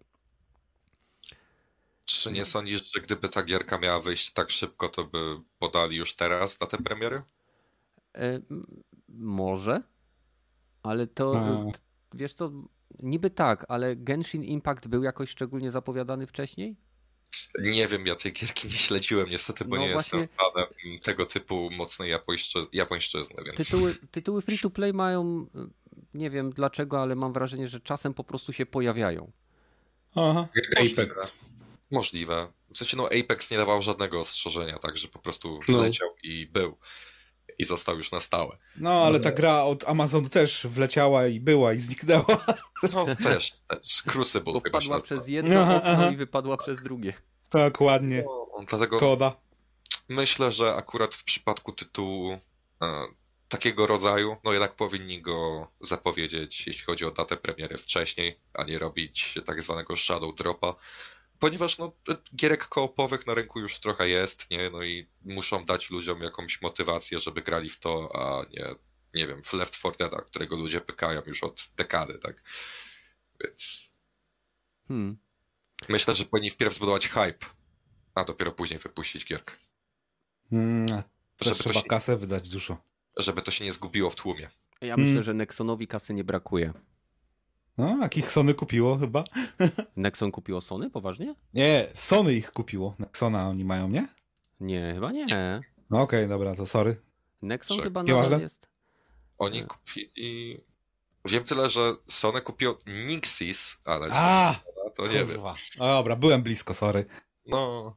Czy nie sądzisz, że gdyby ta gierka miała wyjść tak szybko, to by podali już teraz datę premiery? E, m, może, ale to, A. t- wiesz co, niby tak, ale Genshin Impact był jakoś szczególnie zapowiadany wcześniej? Nie wiem, ja tej gierki nie śledziłem niestety, bo No nie właśnie- jestem fanem tego typu mocnej japońszczy- japońszczyzny, więc Tytuły, tytuły free to play mają, y, nie wiem dlaczego, ale mam wrażenie, że czasem po prostu się pojawiają. Aha. możliwe. Apex. Możliwe. W sensie, no Apex nie dawał żadnego ostrzeżenia, także po prostu No. wleciał i był. I został już na stałe. No, ale ta gra od Amazonu też wleciała i była i zniknęła. No też, też. Crucible Bo chyba się wpadła nazywa. przez jedno Aha, okno aha. i wypadła przez drugie. Tak, ładnie. No, dlatego Koda. myślę, że akurat w przypadku tytułu e, takiego rodzaju, no jednak powinni go zapowiedzieć, jeśli chodzi o datę premiery wcześniej, a nie robić tak zwanego shadow dropa, ponieważ no, gierek koopowych na rynku już trochę jest, nie? No i muszą dać ludziom jakąś motywację, żeby grali w to, a nie, nie wiem, w Left four Dead, którego ludzie pykają już od dekady, tak? Więc Hmm. myślę, że powinni wpierw zbudować hype, a dopiero później wypuścić gierkę. Mm, też Żeby to, trzeba się, kasę wydać dużo. żeby to się nie zgubiło w tłumie. Ja Hmm. myślę, że Nexonowi kasy nie brakuje. No, jakich Sony kupiło chyba? Nexon kupiło Sony? Poważnie? Nie, Sony ich kupiło. Nexona oni mają, nie? Nie, chyba nie. No okej, dobra, to sorry. Nexon Że- chyba Nieważne. nadal jest. Oni kupili... Wiem tyle, że Sony kupiło Nixis, ale A, czy to nie wiem. kurwa. No dobra, byłem blisko, sorry. No,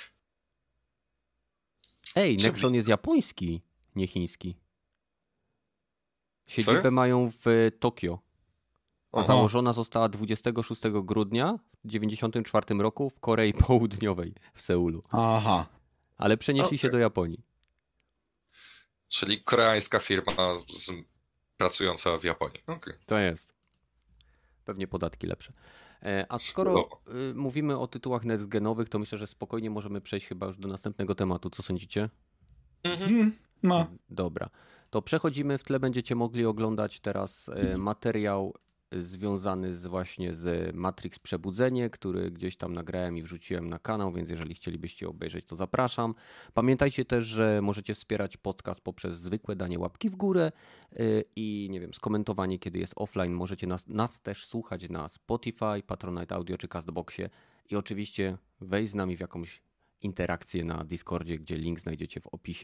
Ej, Czy- Nexon jest japoński, nie chiński. Siedzibę Sorry? mają w Tokio. A Aha. założona została dwudziestego szóstego grudnia w dziewięćdziesiątym czwartym roku w Korei Południowej, w Seulu. Aha. Ale przenieśli Okej. się do Japonii. czyli koreańska firma z... pracująca w Japonii. Okej. To jest. Pewnie podatki lepsze. E, A skoro Chujowo. y, mówimy o tytułach next-genowych, to myślę, że spokojnie możemy przejść chyba już do następnego tematu. Co sądzicie? Mm, no. Dobra. To przechodzimy, w tle będziecie mogli oglądać teraz e, materiał związany z właśnie z Matrix Przebudzenie, który gdzieś tam nagrałem i wrzuciłem na kanał, więc jeżeli chcielibyście obejrzeć, to zapraszam. Pamiętajcie też, że możecie wspierać podcast poprzez zwykłe danie łapki w górę i nie wiem, skomentowanie, kiedy jest offline. Możecie nas, nas też słuchać na Spotify, Patronite Audio czy Castboxie i oczywiście wejść z nami w jakąś interakcję na Discordzie, gdzie link znajdziecie w opisie.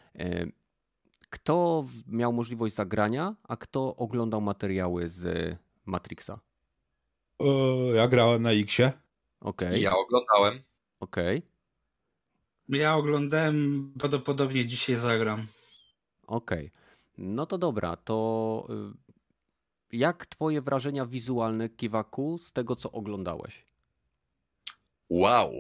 Kto miał możliwość zagrania, a kto oglądał materiały z Matrixa? Ja grałem na Xie. Okej. Ja oglądałem. Okej. Ja oglądałem, prawdopodobnie dzisiaj zagram. Okej. No to dobra, to jak twoje wrażenia wizualne, Kiwaku, z tego, co oglądałeś? Wow!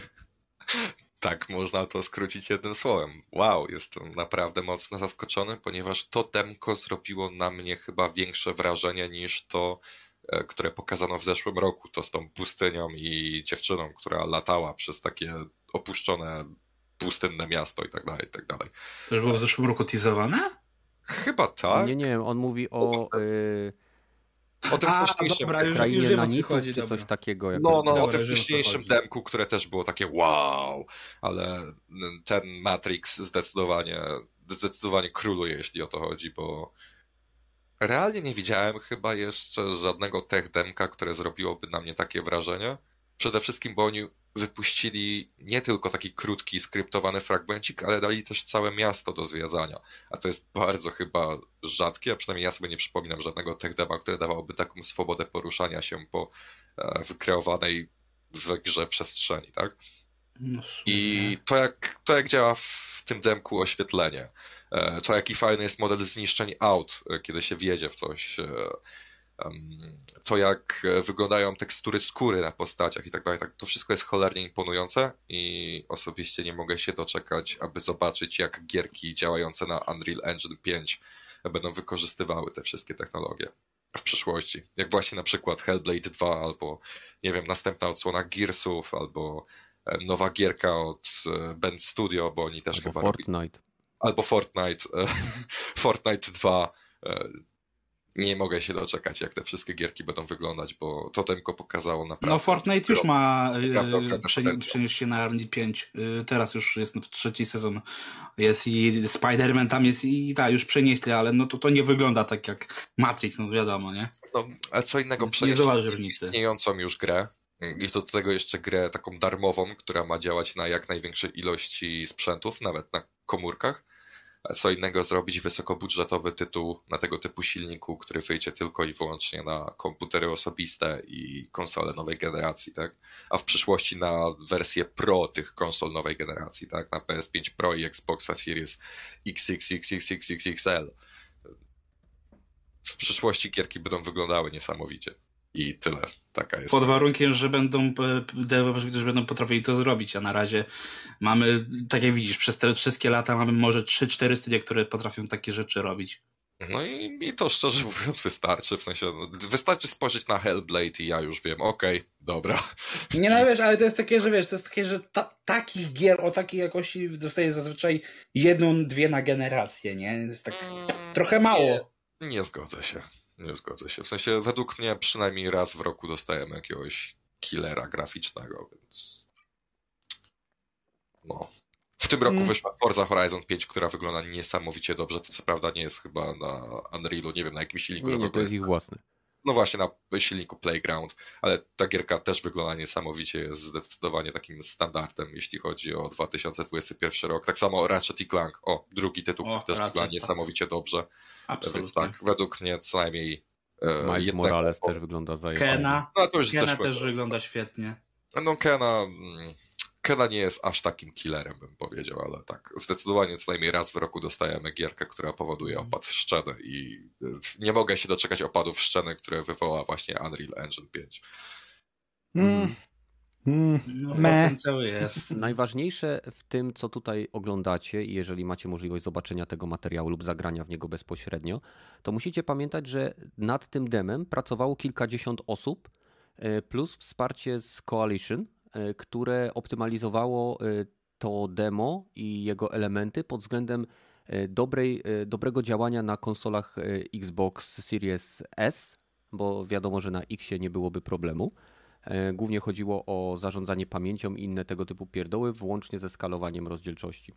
Tak można to skrócić jednym słowem. Wow, jestem naprawdę mocno zaskoczony, ponieważ to demko zrobiło na mnie chyba większe wrażenie niż to, które pokazano w zeszłym roku. To z tą pustynią i dziewczyną, która latała przez takie opuszczone, pustynne miasto i tak dalej, i tak dalej. To już było w zeszłym roku teasowane? Chyba tak. Nie, nie, on mówi o... Yy... O tym A, wcześniejszym dobra, już, krainie już wiem, o co nanitów, chodzi, czy dobra. coś takiego. Jakoś No, no, Dobra, o tym wiem, o co wcześniejszym chodzi. demku, które też było takie wow, ale ten Matrix zdecydowanie, zdecydowanie króluje, jeśli o to chodzi, bo realnie nie widziałem chyba jeszcze żadnego tech demka, które zrobiłoby na mnie takie wrażenie. Przede wszystkim, bo oni wypuścili nie tylko taki krótki, skryptowany fragmencik, ale dali też całe miasto do zwiedzania. A to jest bardzo chyba rzadkie, a przynajmniej ja sobie nie przypominam żadnego tech dema, które dawałoby taką swobodę poruszania się po e, wykreowanej w grze przestrzeni, tak? No, w sumie. I to jak, to jak działa w tym demku oświetlenie, e, to jaki fajny jest model zniszczeń aut, e, kiedy się wjedzie w coś, e, to jak wyglądają tekstury skóry na postaciach i tak dalej, to wszystko jest cholernie imponujące i osobiście nie mogę się doczekać, aby zobaczyć, jak gierki działające na Unreal Engine pięć będą wykorzystywały te wszystkie technologie w przyszłości. Jak właśnie na przykład Hellblade dwa, albo nie wiem, następna odsłona Gearsów, albo nowa gierka od Bend Studio, bo oni też Albo chyba Fortnite. robi... Albo Fortnite. Fortnite dwa. Nie mogę się doczekać, jak te wszystkie gierki będą wyglądać, bo to tylko pokazało naprawdę... No Fortnite już ma naprawdę przeniósł przeniósł się na Unreal pięć. Y, Teraz już jest no, trzeci sezon. Jest i Spider-Man tam jest i tak, już przenieśli, ale no to, to nie wygląda tak jak Matrix, no wiadomo, nie? No, a co innego Więc nie przenieść zauważy różnicy. istniejącą już grę i do tego jeszcze grę taką darmową, która ma działać na jak największej ilości sprzętów, nawet na komórkach. A co innego zrobić wysokobudżetowy tytuł na tego typu silniku, który wyjdzie tylko i wyłącznie na komputery osobiste i konsole nowej generacji, tak? A w przyszłości na wersję Pro tych konsol nowej generacji, tak? Na P S pięć Pro i Xboxa Series X X X X X X X L. W przyszłości gierki będą wyglądały niesamowicie. I tyle. Taka jest. Pod warunkiem, że będą deweloperzy, którzy będą potrafili to zrobić, a na razie mamy, tak jak widzisz, przez te wszystkie lata mamy może trzy cztery studia, które potrafią takie rzeczy robić. No i, i to szczerze mówiąc wystarczy, w sensie no, wystarczy spojrzeć na Hellblade i ja już wiem, okej, okay, dobra. Nie no wiesz, ale to jest takie, że wiesz, to jest takie, że ta, takich gier o takiej jakości dostaje zazwyczaj jedną, dwie na generację, nie? Jest tak Mm, trochę mało. Nie, nie zgodzę się. Nie zgodzę się. W sensie według mnie przynajmniej raz w roku dostajemy jakiegoś killera graficznego, więc no. W tym roku Mm. wyszła Forza Horizon pięć, która wygląda niesamowicie dobrze. To co prawda nie jest chyba na Unrealu, nie wiem na jakim silniku. Nie, nie, do to kogo jest ich własny. No właśnie, na silniku Playground, ale ta gierka też wygląda niesamowicie, jest zdecydowanie takim standardem, jeśli chodzi o dwa tysiące dwudziesty pierwszy rok. Tak samo Ratchet i Clank, o, drugi tytuł, O, który też Ratchet, wygląda tak. niesamowicie dobrze. Absolutnie. Więc tak, według mnie co najmniej e, Miles jednego- Morales też wygląda zajebanie. Kena. No to już Kena zeszłego. też wygląda świetnie. No Kena, mm, Kena nie jest aż takim killerem, bym powiedział, ale tak, zdecydowanie co najmniej raz w roku dostajemy gierkę, która powoduje opad szczeny i y, nie mogę się doczekać opadów szczeny, które wywoła właśnie Unreal Engine pięć. Mm. Mm. No, Meh. potencjał jest. Najważniejsze w tym, co tutaj oglądacie, i jeżeli macie możliwość zobaczenia tego materiału lub zagrania w niego bezpośrednio, to musicie pamiętać, że nad tym demem pracowało kilkadziesiąt osób, e, plus wsparcie z Coalition, e, które optymalizowało e, to demo i jego elementy pod względem e, dobrej, e, dobrego działania na konsolach e, Xbox Series S bo wiadomo, że na Xie nie byłoby problemu. Głównie chodziło o zarządzanie pamięcią i inne tego typu pierdoły, włącznie ze skalowaniem rozdzielczości.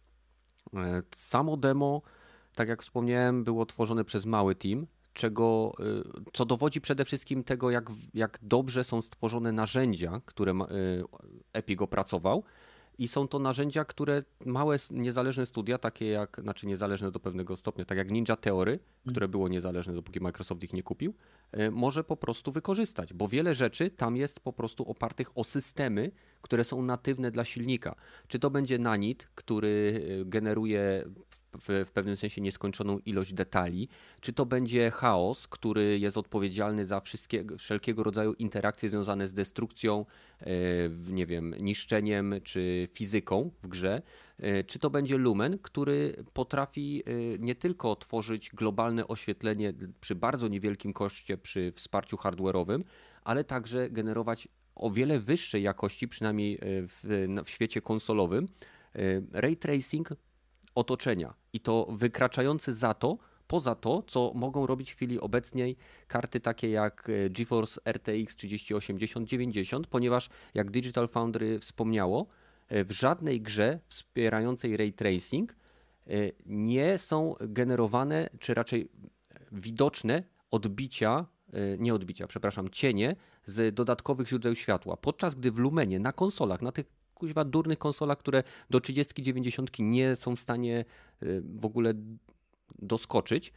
Samo demo, tak jak wspomniałem, było tworzone przez mały team, czego, co dowodzi przede wszystkim tego, jak, jak dobrze są stworzone narzędzia, które Epic opracował. I są to narzędzia, które małe, niezależne studia, takie jak, znaczy niezależne do pewnego stopnia, tak jak Ninja Theory, które było niezależne, dopóki Microsoft ich nie kupił, może po prostu wykorzystać, bo wiele rzeczy tam jest po prostu opartych o systemy, które są natywne dla silnika. Czy to będzie Nanit, który generuje w, w pewnym sensie nieskończoną ilość detali, czy to będzie Chaos, który jest odpowiedzialny za wszystkie, wszelkiego rodzaju interakcje związane z destrukcją, nie wiem, niszczeniem czy fizyką w grze, czy to będzie Lumen, który potrafi nie tylko tworzyć globalne oświetlenie przy bardzo niewielkim koszcie, przy wsparciu hardware'owym, ale także generować o wiele wyższej jakości, przynajmniej w, w świecie konsolowym, ray tracing otoczenia i to wykraczający za to, poza to, co mogą robić w chwili obecnej karty takie jak GeForce R T X trzydzieści osiemdziesiąt dziewięćdziesiąt, ponieważ jak Digital Foundry wspomniało, w żadnej grze wspierającej ray tracing nie są generowane, czy raczej widoczne odbicia, nie odbicia, przepraszam, cienie z dodatkowych źródeł światła, podczas gdy w Lumenie na konsolach, na tych kuźwa durnych konsolach, które do trzydzieści dziewięćdziesiąt nie są w stanie w ogóle doskoczyć.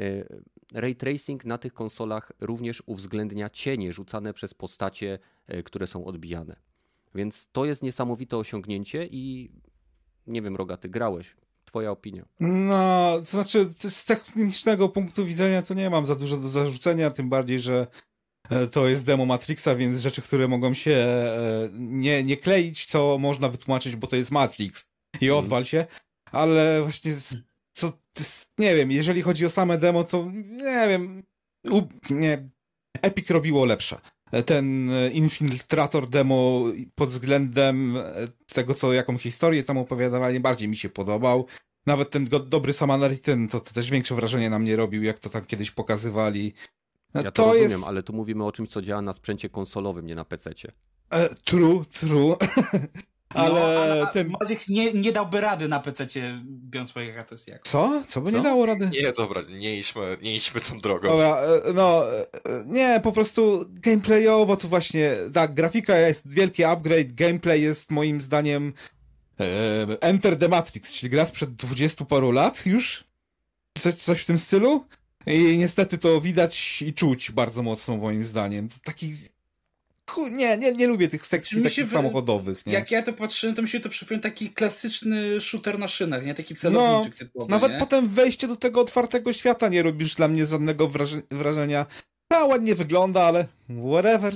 Ray tracing na tych konsolach również uwzględnia cienie rzucane przez postacie, które są odbijane. Więc to jest niesamowite osiągnięcie i nie wiem, Rogaty, grałeś. Twoja opinia. No, to znaczy z technicznego punktu widzenia to nie mam za dużo do zarzucenia, tym bardziej, że to jest demo Matrixa, więc rzeczy, które mogą się nie, nie kleić, co można wytłumaczyć, bo to jest Matrix i odwal się, ale właśnie co, nie wiem, jeżeli chodzi o same demo, to nie wiem, u, nie, Epic robiło lepsze. Ten Infiltrator demo pod względem tego, co jaką historię tam opowiadali, bardziej mi się podobał. Nawet ten go, dobry Samaritan to, to też większe wrażenie na mnie robił, jak to tam kiedyś pokazywali. Ja to, to rozumiem, jest... ale tu mówimy o czymś, co działa na sprzęcie konsolowym, nie na pececie. E, true, true. ale, no, ale ten... Matrix nie, nie dałby rady na pececie, biorąc pod uwagę, to jest jak. Co? Co by Co? nie dało rady? Nie, dobra, nie idźmy, nie idźmy tą drogą. Dobra, no, nie, po prostu gameplayowo to właśnie, tak, grafika jest wielki upgrade, gameplay jest moim zdaniem e, Enter the Matrix, czyli gra sprzed dwudziestu paru lat już, coś, coś w tym stylu i niestety to widać i czuć bardzo mocno moim zdaniem. To taki... Nie, nie, nie lubię tych sekcji Mi takich się, samochodowych. Nie? Jak ja to patrzyłem, to mi się to przypomina taki klasyczny shooter na szynach, nie? Taki celowniczek no, typowy, nawet nie? potem wejście do tego otwartego świata nie robisz dla mnie żadnego wraże- wrażenia. A, ładnie wygląda, ale whatever.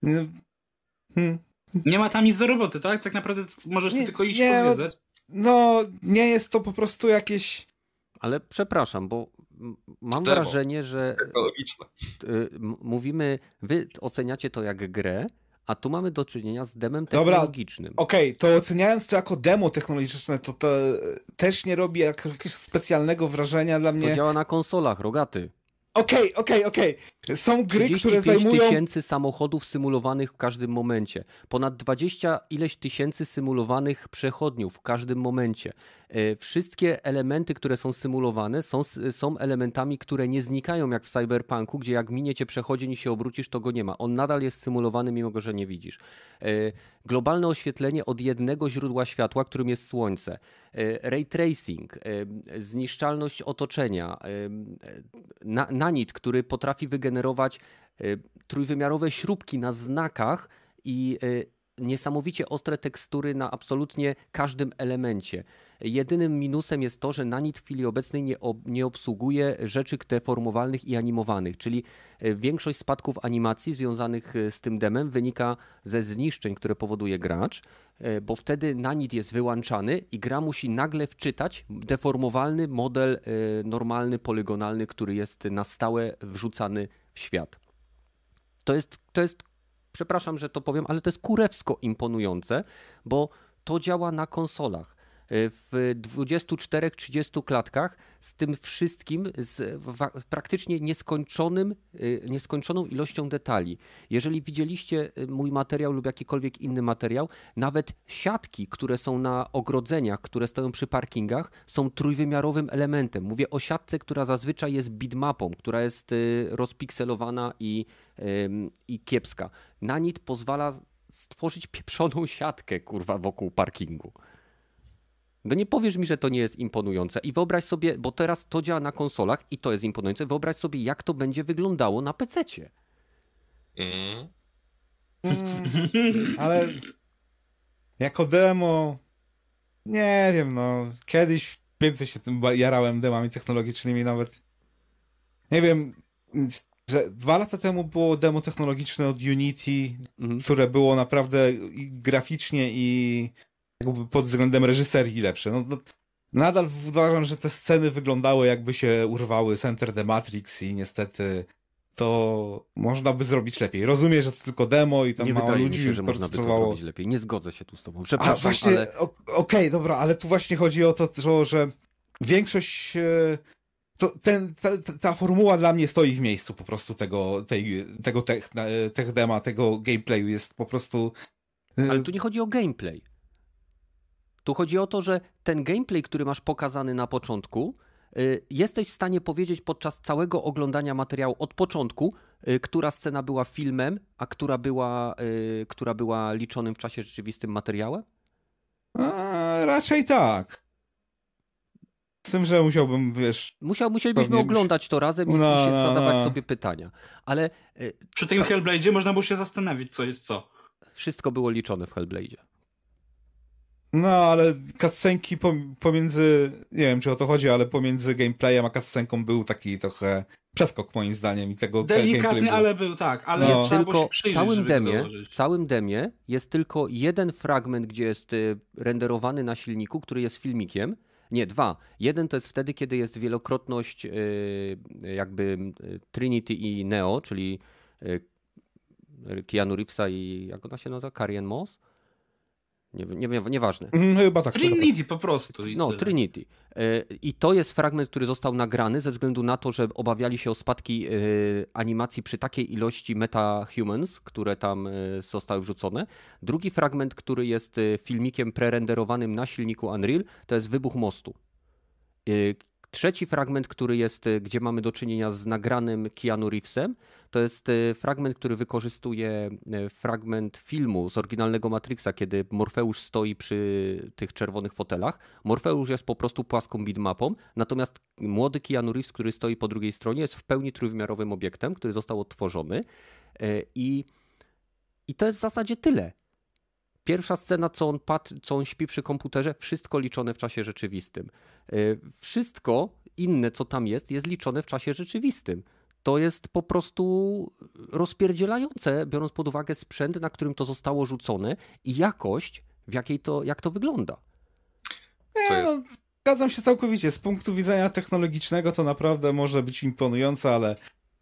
Hmm. Nie ma tam nic do roboty, tak? Tak naprawdę możesz Nie, tylko iść nie, pozwiedzać. No, nie jest to po prostu jakieś... Ale przepraszam, bo mam Demo. wrażenie, że Technologiczne. y, mówimy, wy oceniacie to jak grę, a tu mamy do czynienia z demem Dobra, technologicznym. Okej, okay, to oceniając to jako demo technologiczne, to to też nie robi jakiegoś specjalnego wrażenia dla mnie. To działa na konsolach, Rogaty. Okej, okej, okej. Są gry, które trzydzieści pięć zajmują... tysięcy samochodów symulowanych w każdym momencie. Ponad dwadzieścia ileś tysięcy symulowanych przechodniów w każdym momencie. Wszystkie elementy, które są symulowane, są, są elementami, które nie znikają jak w Cyberpunku, gdzie jak minie cię przechodzień i się obrócisz, to go nie ma. On nadal jest symulowany, mimo go, że nie widzisz. Globalne oświetlenie od jednego źródła światła, którym jest słońce. Ray tracing, zniszczalność otoczenia, nanit, który potrafi wygenerować trójwymiarowe śrubki na znakach i niesamowicie ostre tekstury na absolutnie każdym elemencie. Jedynym minusem jest to, że nanit w chwili obecnej nie, ob, nie obsługuje rzeczy deformowalnych i animowanych, czyli większość spadków animacji związanych z tym demem wynika ze zniszczeń, które powoduje gracz, bo wtedy nanit jest wyłączany i gra musi nagle wczytać deformowalny model normalny, polygonalny, który jest na stałe wrzucany w świat. To jest, to jest przepraszam, że to powiem, ale to jest kurewsko imponujące, bo to działa na konsolach. w dwudziestu czterech trzydziestu klatkach z tym wszystkim, z praktycznie nieskończonym, nieskończoną ilością detali. Jeżeli widzieliście mój materiał lub jakikolwiek inny materiał, nawet siatki, które są na ogrodzeniach, które stoją przy parkingach, są trójwymiarowym elementem. Mówię o siatce, która zazwyczaj jest bitmapą, która jest rozpikselowana i, i kiepska. Nanit pozwala stworzyć pieprzoną siatkę, kurwa, wokół parkingu. No nie powiesz mi, że to nie jest imponujące. I wyobraź sobie, bo teraz to działa na konsolach i to jest imponujące, wyobraź sobie, jak to będzie wyglądało na pececie. Mm. Mm, ale jako demo, nie wiem, no, kiedyś więcej się tym jarałem demami technologicznymi, nawet nie wiem, że dwa lata temu było demo technologiczne od Unity, mhm. które było naprawdę i graficznie i jakby pod względem reżyserii lepsze. No, no, nadal uważam, że te sceny wyglądały, jakby się urwały z Enter the Matrix i niestety to można by zrobić lepiej. Rozumiem, że to tylko demo i tam nie mało ludzi ludzi mi się, że można by to zrobić lepiej. Nie zgodzę się tu z tobą. Przepraszam, A właśnie, ale... Okej, okay, dobra, ale tu właśnie chodzi o to, że większość... To ten, ta, ta formuła dla mnie stoi w miejscu po prostu tego, tej, tego tech, tech dema, tego gameplayu jest po prostu... Ale tu nie chodzi o gameplay. Tu chodzi o to, że ten gameplay, który masz pokazany na początku, jesteś w stanie powiedzieć podczas całego oglądania materiału od początku, która scena była filmem, a która była, która była liczonym w czasie rzeczywistym materiałem? A, raczej tak. Z tym, że musiałbym, wiesz... Musiał, musielibyśmy oglądać to razem i no, się zadawać no. sobie pytania. Ale... Przy tym Hellblade'zie można było się zastanowić, co jest co. Wszystko było liczone w Hellblade'zie. No, ale cutscenki pomiędzy... Nie wiem, czy o to chodzi, ale pomiędzy gameplayem a cutscenką był taki trochę przeskok, moim zdaniem. I tego delikatny, ale był, tak. Ale no. jest tylko w całym demie, w całym demie jest tylko jeden fragment, gdzie jest renderowany na silniku, który jest filmikiem. Nie, dwa. Jeden to jest wtedy, kiedy jest wielokrotność jakby Trinity i Neo, czyli Keanu Reevesa i jak ona się nazywa? Carrie-Anne Moss? Nie, nie, nie, nieważne. Mm, chyba tak. Trinity po prostu. No, tyle. Trinity. I to jest fragment, który został nagrany ze względu na to, że obawiali się o spadki animacji przy takiej ilości meta-humans, które tam zostały wrzucone. Drugi fragment, który jest filmikiem prerenderowanym na silniku Unreal, to jest wybuch mostu. Trzeci fragment, który jest, gdzie mamy do czynienia z nagranym Keanu Reevesem, to jest fragment, który wykorzystuje fragment filmu z oryginalnego Matrixa, kiedy Morfeusz stoi przy tych czerwonych fotelach. Morfeusz jest po prostu płaską bitmapą, natomiast młody Keanu Reeves, który stoi po drugiej stronie, jest w pełni trójwymiarowym obiektem, który został odtworzony i, i to jest w zasadzie tyle. Pierwsza scena, co on, pat, co on śpi przy komputerze, wszystko liczone w czasie rzeczywistym. Wszystko inne, co tam jest, jest liczone w czasie rzeczywistym. To jest po prostu rozpierdzielające, biorąc pod uwagę sprzęt, na którym to zostało rzucone i jakość, w jakiej to, jak to wygląda. To jest... no, zgadzam się całkowicie. Z punktu widzenia technologicznego to naprawdę może być imponujące, ale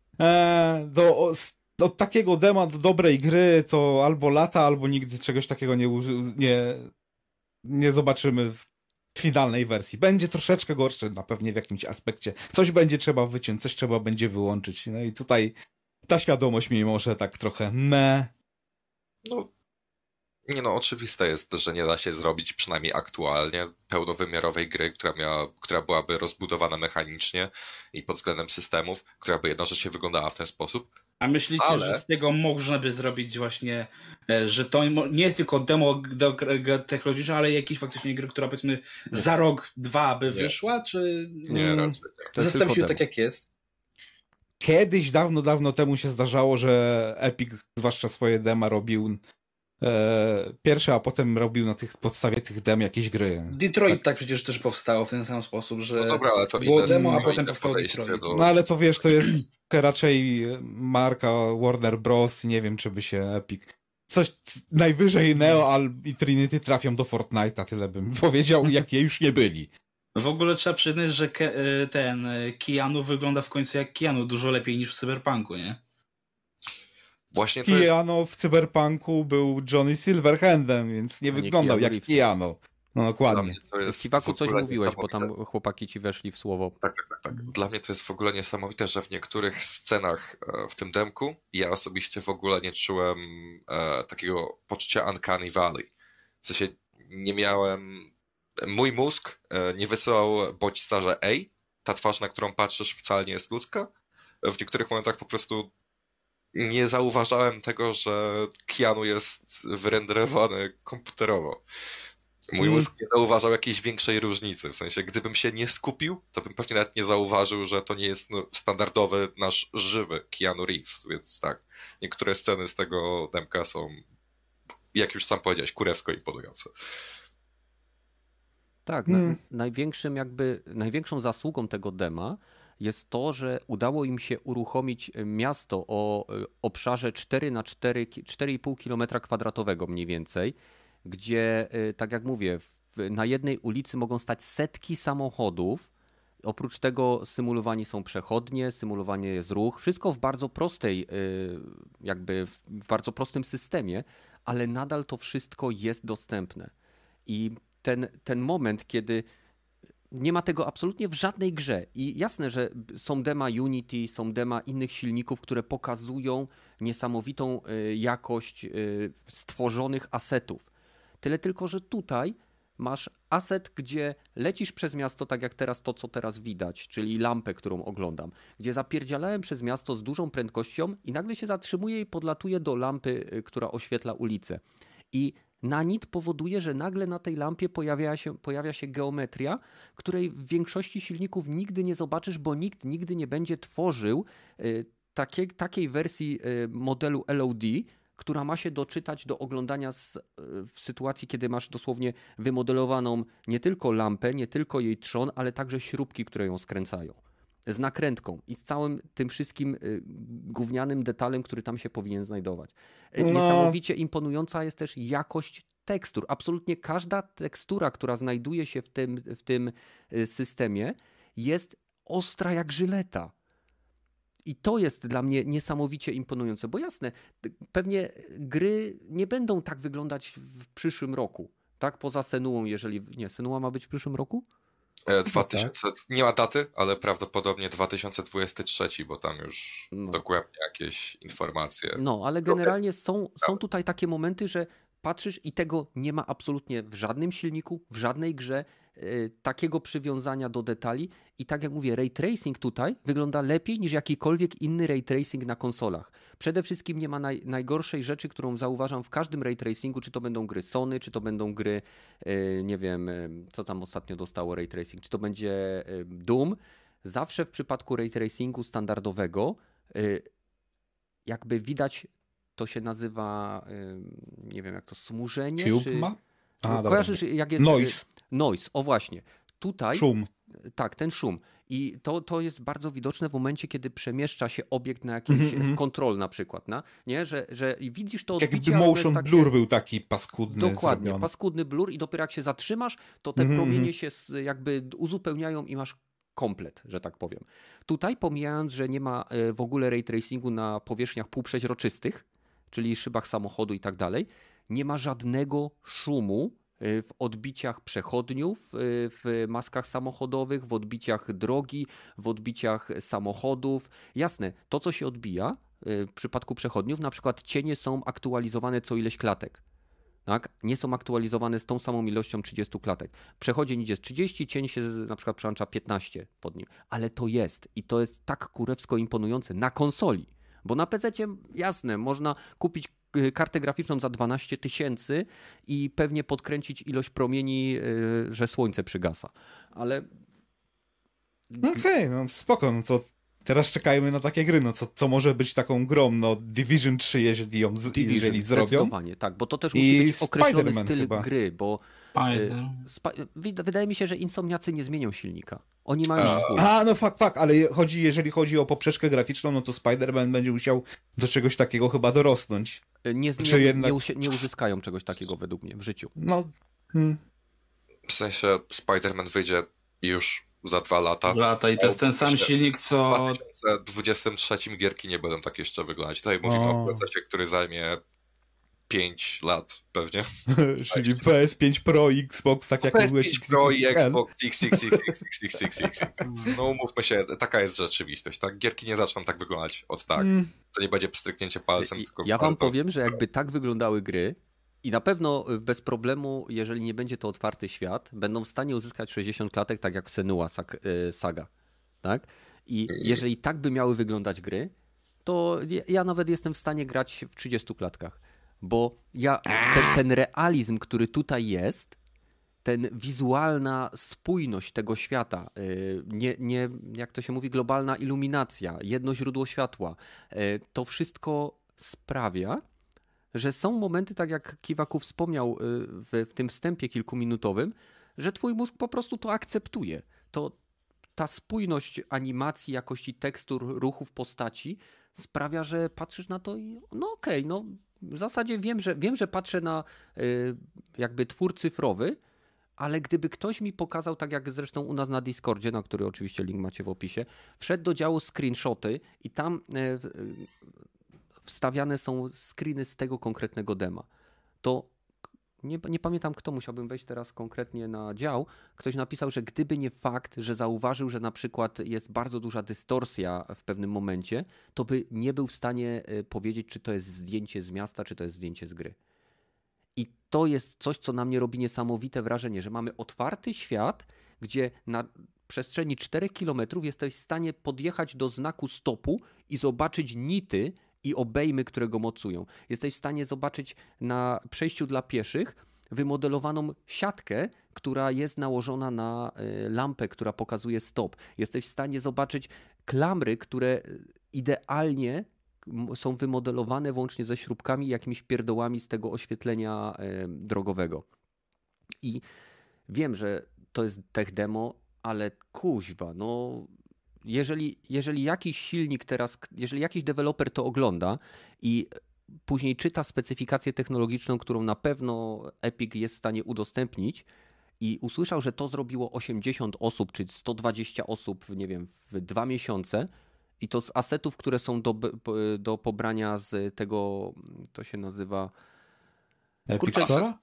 e, do... od takiego dema do dobrej gry to albo lata, albo nigdy czegoś takiego nie, nie, nie zobaczymy w finalnej wersji. Będzie troszeczkę gorsze na pewnie w jakimś aspekcie. Coś będzie trzeba wyciąć, coś trzeba będzie wyłączyć. No i tutaj ta świadomość mi może tak trochę me. No, nie no, oczywiste jest, że nie da się zrobić przynajmniej aktualnie pełnowymiarowej gry, która miała, która byłaby rozbudowana mechanicznie i pod względem systemów, która by jednocześnie wyglądała w ten sposób. A myślicie, ale... że z tego można by zrobić właśnie, że to nie jest tylko demo technologiczne, ale jakiś faktycznie gry, która powiedzmy za rok, dwa by nie. wyszła, czy nie, raczej nie. Zostawił tak jak jest? Kiedyś, dawno, dawno temu się zdarzało, że Epic, zwłaszcza swoje dema, robił e, pierwsze, a potem robił na tych podstawie tych dem jakieś gry. Detroit tak, tak przecież też powstało w ten sam sposób, że no dobra, ale to było demo, a potem powstało Detroit. Do... No ale to wiesz, to jest raczej marka Warner Bros. Nie wiem, czy by się Epic... Coś najwyżej Neo i Trinity trafią do Fortnite'a, tyle bym powiedział, jakie już nie byli. W ogóle trzeba przyznać, że ke, ten Keanu wygląda w końcu jak Keanu, dużo lepiej niż w Cyberpunku, nie? Właśnie to Keanu jest... w Cyberpunku był Johnny Silverhandem, więc nie, nie wyglądał Keanu jak Keanu. No dokładnie. Kiwaku, coś mówiłeś, bo tam chłopaki ci weszli w słowo. Tak, tak, tak, tak. Dla mnie to jest w ogóle niesamowite, że w niektórych scenach w tym demku ja osobiście w ogóle nie czułem e, takiego poczucia Uncanny Valley. W sensie nie miałem... Mój mózg e, nie wysyłał bodźca, że ej, ta twarz, na którą patrzysz, wcale nie jest ludzka. W niektórych momentach po prostu nie zauważałem tego, że Keanu jest wyrenderowany komputerowo. Mój mózg nie zauważał jakiejś większej różnicy. W sensie, gdybym się nie skupił, to bym pewnie nawet nie zauważył, że to nie jest no, standardowy, nasz żywy Keanu Reeves. Więc tak, niektóre sceny z tego demka są, jak już sam powiedziałeś, kurewsko imponujące. Tak, hmm. na, największym jakby, największą zasługą tego dema jest to, że udało im się uruchomić miasto o obszarze cztery na cztery, cztery i pół kilometra kwadratowego mniej więcej, gdzie, tak jak mówię, na jednej ulicy mogą stać setki samochodów. Oprócz tego symulowani są przechodnie, symulowany jest ruch. Wszystko w bardzo prostej, jakby w bardzo prostym systemie, ale nadal to wszystko jest dostępne. I ten, ten moment, kiedy nie ma tego absolutnie w żadnej grze. I jasne, że są dema Unity, są dema innych silników, które pokazują niesamowitą jakość stworzonych asetów. Tyle tylko, że tutaj masz aset, gdzie lecisz przez miasto, tak jak teraz to, co teraz widać, czyli lampę, którą oglądam, gdzie zapierdzielałem przez miasto z dużą prędkością i nagle się zatrzymuję i podlatuję do lampy, która oświetla ulicę. I nanit powoduje, że nagle na tej lampie pojawia się, pojawia się geometria, której w większości silników nigdy nie zobaczysz, bo nikt nigdy nie będzie tworzył y, takiej, takiej wersji y, modelu L O D, która ma się doczytać do oglądania z, w sytuacji, kiedy masz dosłownie wymodelowaną nie tylko lampę, nie tylko jej trzon, ale także śrubki, które ją skręcają. Z nakrętką i z całym tym wszystkim y, gównianym detalem, który tam się powinien znajdować. No. Niesamowicie imponująca jest też jakość tekstur. Absolutnie każda tekstura, która znajduje się w tym, w tym systemie, jest ostra jak żyleta. I to jest dla mnie niesamowicie imponujące, bo jasne, pewnie gry nie będą tak wyglądać w przyszłym roku, tak? Poza Senuą, jeżeli... Nie, Senua ma być w przyszłym roku? dwa tysiące, nie ma daty, ale prawdopodobnie dwa tysiące dwudziesty trzeci, bo tam już no. dogłębnie jakieś informacje. No, ale generalnie są, są tutaj takie momenty, że patrzysz i tego nie ma absolutnie w żadnym silniku, w żadnej grze, yy, takiego przywiązania do detali. I tak jak mówię, ray tracing tutaj wygląda lepiej niż jakikolwiek inny ray tracing na konsolach. Przede wszystkim nie ma naj, najgorszej rzeczy, którą zauważam w każdym ray tracingu, czy to będą gry Sony, czy to będą gry, yy, nie wiem, yy, co tam ostatnio dostało ray tracing, czy to będzie yy, Doom. Zawsze w przypadku ray tracingu standardowego yy, jakby widać, to się nazywa, nie wiem jak to, smużenie? Cube czy... ma? A, kojarzysz jak jest... Noise. Noise, o właśnie. Tutaj... Szum. Tak, ten szum. I to, to jest bardzo widoczne w momencie, kiedy przemieszcza się obiekt na jakiś mm-hmm. kontrol na przykład. Na, nie? Że, że widzisz to odbicie... Jakby motion takie... blur był taki paskudny. Dokładnie, zrobiony. Paskudny blur i dopiero jak się zatrzymasz, to te mm-hmm. promienie się jakby uzupełniają i masz komplet, że tak powiem. Tutaj pomijając, że nie ma w ogóle ray tracingu na powierzchniach półprzeźroczystych, czyli szybach samochodu i tak dalej, nie ma żadnego szumu w odbiciach przechodniów, w maskach samochodowych, w odbiciach drogi, w odbiciach samochodów. Jasne, to co się odbija w przypadku przechodniów, na przykład cienie są aktualizowane co ileś klatek. Tak? Nie są aktualizowane z tą samą ilością trzydziestu klatek. Przechodzień idzie z trzydziestu, cień się na przykład przełącza piętnaście pod nim. Ale to jest i to jest tak kurewsko imponujące na konsoli. Bo na pececie, jasne, można kupić kartę graficzną za dwanaście tysięcy i pewnie podkręcić ilość promieni, że słońce przygasa. Ale... Okej, okay, no spoko, no to teraz czekajmy na takie gry, no co, co może być taką grą, no Division trzy, jeżeli ją z, Division, jeżeli zrobią. Zdecydowanie, tak, bo to też musi I być określony styl chyba. gry, bo Sp- wydaje mi się, że Insomniacy nie zmienią silnika. Oni mają swój. A, no fakt, fakt, ale chodzi, jeżeli chodzi o poprzeczkę graficzną, no to Spider-Man będzie musiał do czegoś takiego chyba dorosnąć. Nie, nie, jednak... nie, nie uzyskają czegoś takiego według mnie w życiu. No. Hmm. W sensie Spider-Man wyjdzie już za dwa lata. Lata i to jest ten sam silnik, co... W dwa tysiące dwudziestym trzecim gierki nie będą tak jeszcze wyglądać. Tutaj mówimy o, o procesie, który zajmie pięć lat pewnie. Czyli P S pięć Pro i Xbox, tak jak P S mówiłeś. pięć Pro i Xbox X, X, X, X, X, X, X, X. No umówmy się, taka jest rzeczywistość, tak? Gierki nie zaczną tak wyglądać od tak. To nie będzie pstryknięcie palcem, I, tylko... Ja wam bardzo... powiem, że jakby tak wyglądały gry i na pewno bez problemu, jeżeli nie będzie to otwarty świat, będą w stanie uzyskać sześćdziesiąt klatek, tak jak Senua Saga, tak? I jeżeli tak by miały wyglądać gry, to ja nawet jestem w stanie grać w trzydziestu klatkach, bo ja, ten, ten realizm, który tutaj jest, ten wizualna spójność tego świata, nie, nie, jak to się mówi, globalna iluminacja, jedno źródło światła, to wszystko sprawia, że są momenty, tak jak Kiwaku wspomniał w, w tym wstępie kilkuminutowym, że twój mózg po prostu to akceptuje. To ta spójność animacji, jakości tekstur, ruchów postaci sprawia, że patrzysz na to i no okej, okay, no w zasadzie wiem, że, wiem, że patrzę na y, jakby twór cyfrowy, ale gdyby ktoś mi pokazał, tak jak zresztą u nas na Discordzie, na który oczywiście link macie w opisie, wszedł do działu screenshoty i tam y, y, wstawiane są screeny z tego konkretnego dema, to Nie, nie pamiętam kto, musiałbym wejść teraz konkretnie na dział. Ktoś napisał, że gdyby nie fakt, że zauważył, że na przykład jest bardzo duża dystorsja w pewnym momencie, to by nie był w stanie powiedzieć, czy to jest zdjęcie z miasta, czy to jest zdjęcie z gry. I to jest coś, co na mnie robi niesamowite wrażenie, że mamy otwarty świat, gdzie na przestrzeni czterech kilometrów jesteś w stanie podjechać do znaku stopu i zobaczyć nity i obejmy, które go mocują. Jesteś w stanie zobaczyć na przejściu dla pieszych wymodelowaną siatkę, która jest nałożona na lampę, która pokazuje stop. Jesteś w stanie zobaczyć klamry, które idealnie są wymodelowane włącznie ze śrubkami i jakimiś pierdołami z tego oświetlenia drogowego. I wiem, że to jest tech demo, ale kuźwa, no... Jeżeli, jeżeli jakiś silnik teraz, jeżeli jakiś deweloper to ogląda i później czyta specyfikację technologiczną, którą na pewno Epic jest w stanie udostępnić i usłyszał, że to zrobiło osiemdziesiąt osób, czy sto dwadzieścia osób, nie wiem, w dwa miesiące i to z asetów, które są do, do pobrania z tego, to się nazywa... Epic Store?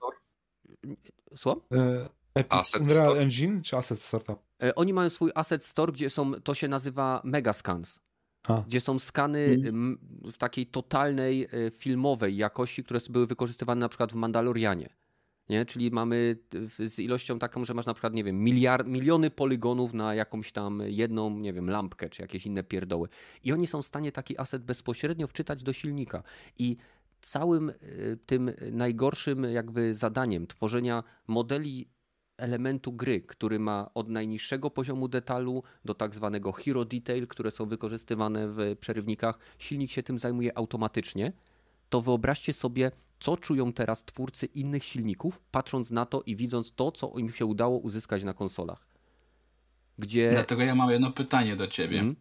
Słucham? Epic Asset Unreal Store? Engine czy Asset Startup? Oni mają swój Asset Store, gdzie są, to się nazywa Megascans, A. gdzie są skany hmm. w takiej totalnej filmowej jakości, które były wykorzystywane na przykład w Mandalorianie. Nie? Czyli mamy z ilością taką, że masz na przykład, nie wiem, miliard, miliony poligonów na jakąś tam jedną, nie wiem, lampkę, czy jakieś inne pierdoły. I oni są w stanie taki aset bezpośrednio wczytać do silnika. I całym tym najgorszym jakby zadaniem tworzenia modeli elementu gry, który ma od najniższego poziomu detalu do tak zwanego hero detail, które są wykorzystywane w przerywnikach, silnik się tym zajmuje automatycznie, to wyobraźcie sobie, co czują teraz twórcy innych silników, patrząc na to i widząc to, co im się udało uzyskać na konsolach. Gdzie... Dlatego ja mam jedno pytanie do ciebie. Hmm?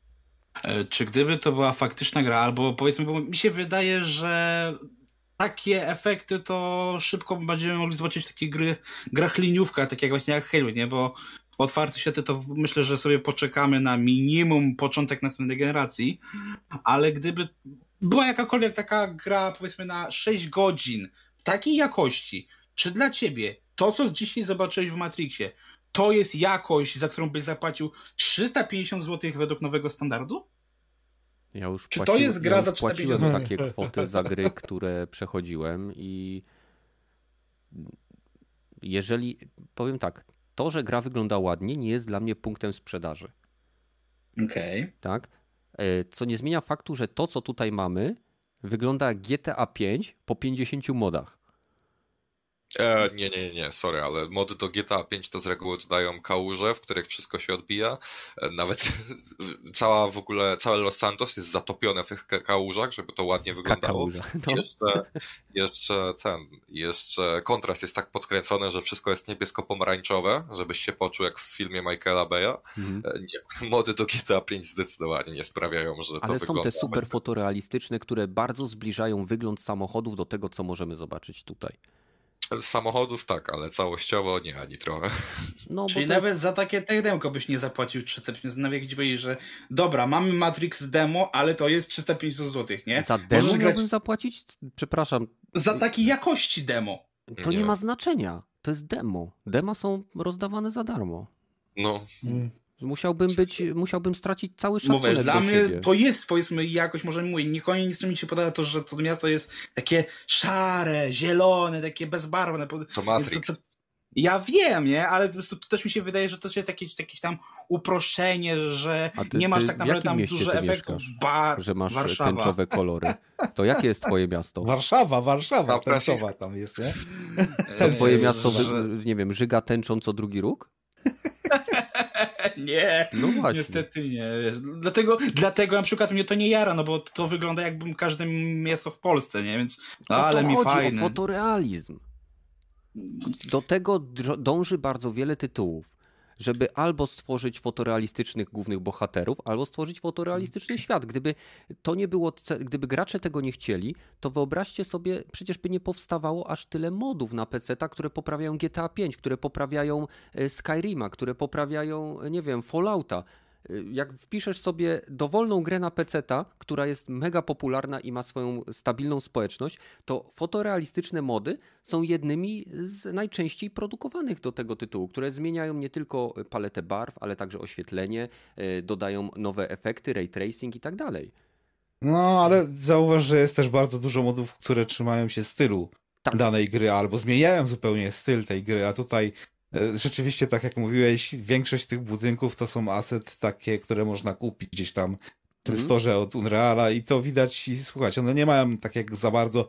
Czy gdyby to była faktyczna gra, albo powiedzmy, bo mi się wydaje, że takie efekty to szybko będziemy mogli zobaczyć w takich gry, grach liniówkach, tak jak właśnie jak Halo, nie? Bo otwarte światy to myślę, że sobie poczekamy na minimum początek następnej generacji, ale gdyby była jakakolwiek taka gra, powiedzmy na sześć godzin, takiej jakości, czy dla ciebie to, co dzisiaj zobaczyłeś w Matrixie, to jest jakość, za którą byś zapłacił trzysta pięćdziesiąt złotych według nowego standardu? Ja już Czy płaciłem, to jest gra ja za płaciłem takie kwoty za gry, które przechodziłem i jeżeli, powiem tak, to, że gra wygląda ładnie, nie jest dla mnie punktem sprzedaży. Okej. Okay. Tak? Co nie zmienia faktu, że to, co tutaj mamy, wygląda jak G T A pięć po pięćdziesięciu modach. E, nie, nie, nie, sorry, ale mody do G T A pięć to z reguły dodają kałuże, w których wszystko się odbija. E, nawet cała w ogóle, całe Los Santos jest zatopione w tych kałużach, żeby to ładnie wyglądało. No. Jeszcze, jeszcze ten, jeszcze kontrast jest tak podkręcony, że wszystko jest niebiesko-pomarańczowe, żebyś się poczuł jak w filmie Michaela Bay'a. Mhm. E, nie, mody do G T A pięć zdecydowanie nie sprawiają, że to ale wygląda. Ale są te super fotorealistyczne, które bardzo zbliżają wygląd samochodów do tego, co możemy zobaczyć tutaj. Z samochodów tak, ale całościowo nie, ani trochę. No, Czyli bo nawet jest... za takie demko byś nie zapłacił trzysta pięćdziesiąt, nawet jak ci powiedzieć, że dobra, mamy Matrix demo, ale to jest trzysta pięćdziesiąt złotych, nie? Za demo Możesz miałbym grać zapłacić? Przepraszam. za takiej jakości demo. To nie, Nie. ma znaczenia. To jest demo. Dema są rozdawane za darmo. No, Musiałbym być, musiałbym stracić cały szacunek Mówię, do dla mnie siebie. to jest, powiedzmy, jakoś, może mówię, nikomu nic mi się podoba to, że to miasto jest takie szare, zielone, takie bezbarwne. to Matrix. To, to, ja wiem, nie? Ale po prostu to też mi się wydaje, że to jest jakieś, jakieś tam uproszczenie, że A ty- nie masz ty tak w naprawdę jakim tam mieście dużo ty efektów. mieszkasz? Ba, Że masz Warszawa. tęczowe kolory. To jakie jest twoje miasto? Warszawa, Warszawa, San Francisco. tęczowa tam jest, nie? To twoje Eee, miasto, że- wy, nie wiem, żyga tęczą co drugi róg? Nie, No właśnie. niestety nie. Wiesz. Dlatego, dlatego na przykład mnie to nie jara, no bo to wygląda jakbym każde miasto w Polsce, nie? Więc No ale to mi chodzi fajne. o fotorealizm. Do tego dr- dąży bardzo wiele tytułów, żeby albo stworzyć fotorealistycznych głównych bohaterów, albo stworzyć fotorealistyczny świat. Gdyby to nie było, ce- gdyby gracze tego nie chcieli, to wyobraźcie sobie, przecież by nie powstawało aż tyle modów na peceta, które poprawiają G T A pięć, które poprawiają e, Skyrima, które poprawiają, nie wiem, Fallouta. E, Jak wpiszesz sobie dowolną grę na peceta, która jest mega popularna i ma swoją stabilną społeczność, to fotorealistyczne mody są jednymi z najczęściej produkowanych do tego tytułu, które zmieniają nie tylko paletę barw, ale także oświetlenie, e, dodają nowe efekty, ray tracing i tak dalej. No, ale zauważ, że jest też bardzo dużo modów, które trzymają się stylu Tak. danej gry, albo zmieniają zupełnie styl tej gry, a tutaj e, rzeczywiście, tak jak mówiłeś, większość tych budynków to są asset takie, które można kupić gdzieś tam w tym Mhm. storze od Unreala i to widać i słuchać, one nie mają tak jak za bardzo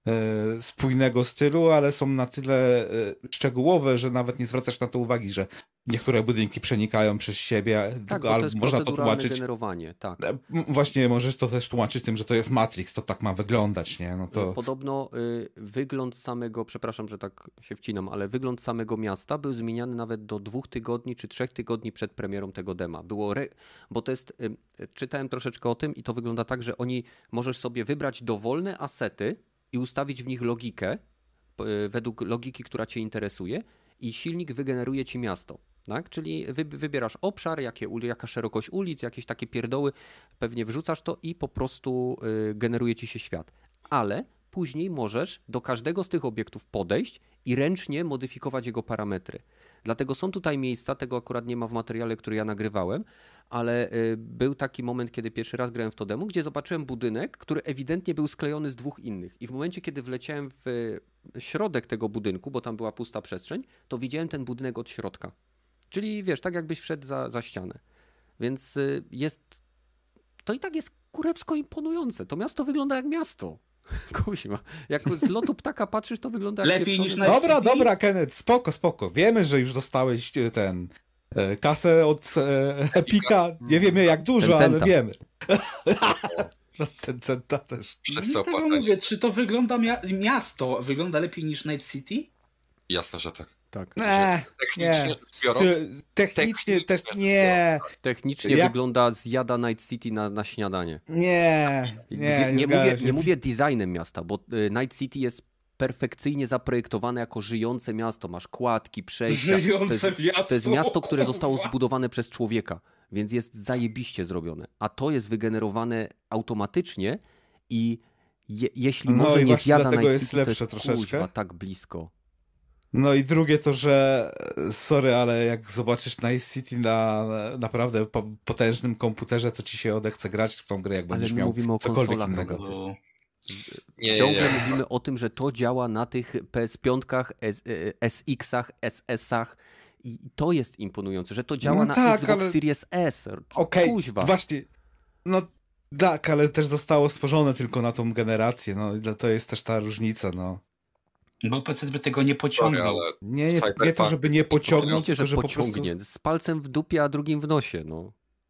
e, spójnego stylu, ale są na tyle e, szczegółowe, że nawet nie zwracasz na to uwagi, że niektóre budynki przenikają przez siebie, Tak, tylko bo to albo jest można to proceduralne tłumaczyć. generowanie, tak. E, m, Właśnie możesz to też tłumaczyć tym, że to jest Matrix, to tak ma wyglądać, nie? No to... Podobno y, wygląd samego, przepraszam, że tak się wcinam, ale wygląd samego miasta był zmieniany nawet do dwóch tygodni czy trzech tygodni przed premierą tego dema. Było re... Bo to jest, y, czytałem troszeczkę o tym i to wygląda tak, że oni, możesz sobie wybrać dowolne asety i ustawić w nich logikę, y, według logiki, która cię interesuje i silnik wygeneruje ci miasto. Tak? Czyli wy, wybierasz obszar, jakie, uli- jaka szerokość ulic, jakieś takie pierdoły, pewnie wrzucasz to i po prostu y, generuje ci się świat. Ale później możesz do każdego z tych obiektów podejść i ręcznie modyfikować jego parametry. Dlatego są tutaj miejsca, tego akurat nie ma w materiale, który ja nagrywałem, ale y, był taki moment, kiedy pierwszy raz grałem w to demo, gdzie zobaczyłem budynek, który ewidentnie był sklejony z dwóch innych. I w momencie, kiedy wleciałem w środek tego budynku, bo tam była pusta przestrzeń, to widziałem ten budynek od środka. Czyli wiesz, tak jakbyś wszedł za, za ścianę. Więc y, jest... To i tak jest kurewsko imponujące. To miasto wygląda jak miasto. Kuźma. Jak z lotu ptaka patrzysz, to wygląda jak... Lepiej niż pieprzony- na- Dobra, City? dobra, Kenneth, spoko, spoko. Wiemy, że już dostałeś e, ten e, kasę od e, Epika. Nie wiemy jak dużo, ale Tencenta. wiemy. No, Tencenta też. Wszyscy No, tego opłaceni. mówię, czy to wygląda mia- miasto wygląda lepiej niż Night City? Jasne, że tak. Tak. Nie, Technicznie nie. rzecz biorąc, Ty- Technicznie też technicznie nie, Technicznie Jak- wygląda zjada Night City na, na śniadanie. nie, nie. nie, nie, zgadzam mówię, się. nie mówię designem miasta, bo y, Night City jest perfekcyjnie zaprojektowane jako żyjące miasto. Masz kładki, przejścia. To Żyjące jest, miasto. to jest miasto, które zostało zbudowane przez człowieka, więc jest zajebiście zrobione. A to jest wygenerowane automatycznie i je, jeśli No może i nie właśnie zjada dlatego Night jest City, lepsze to jest troszeczkę. kuźwa, tak blisko. No i drugie to, że e, sorry, ale jak zobaczysz Night City na na naprawdę po, potężnym komputerze, to ci się odechce grać w tą grę, jak Ale będziesz my miał mówimy o cokolwiek konsolach, innego. Rogaty. No. nie, nie, Ciągle nie. mówimy o tym, że to działa na tych P S pięć, S, S X-ach, S S-ach i to jest imponujące, że to działa No na tak, Xbox ale- Series S. Okej, Kuźwa. właśnie. No tak, ale też zostało stworzone tylko na tą generację, no i dla- to jest też ta różnica, no. Bo P C by tego nie Sorry, pociągnął. ale Nie, nie, nie to, Cyberpunk. żeby nie pociągnął, Oczywiście, tylko że że po pociągnie. prostu... Z palcem w dupie, a drugim w nosie. No.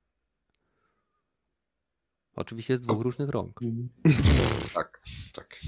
Oczywiście z dwóch różnych rąk. tak, tak.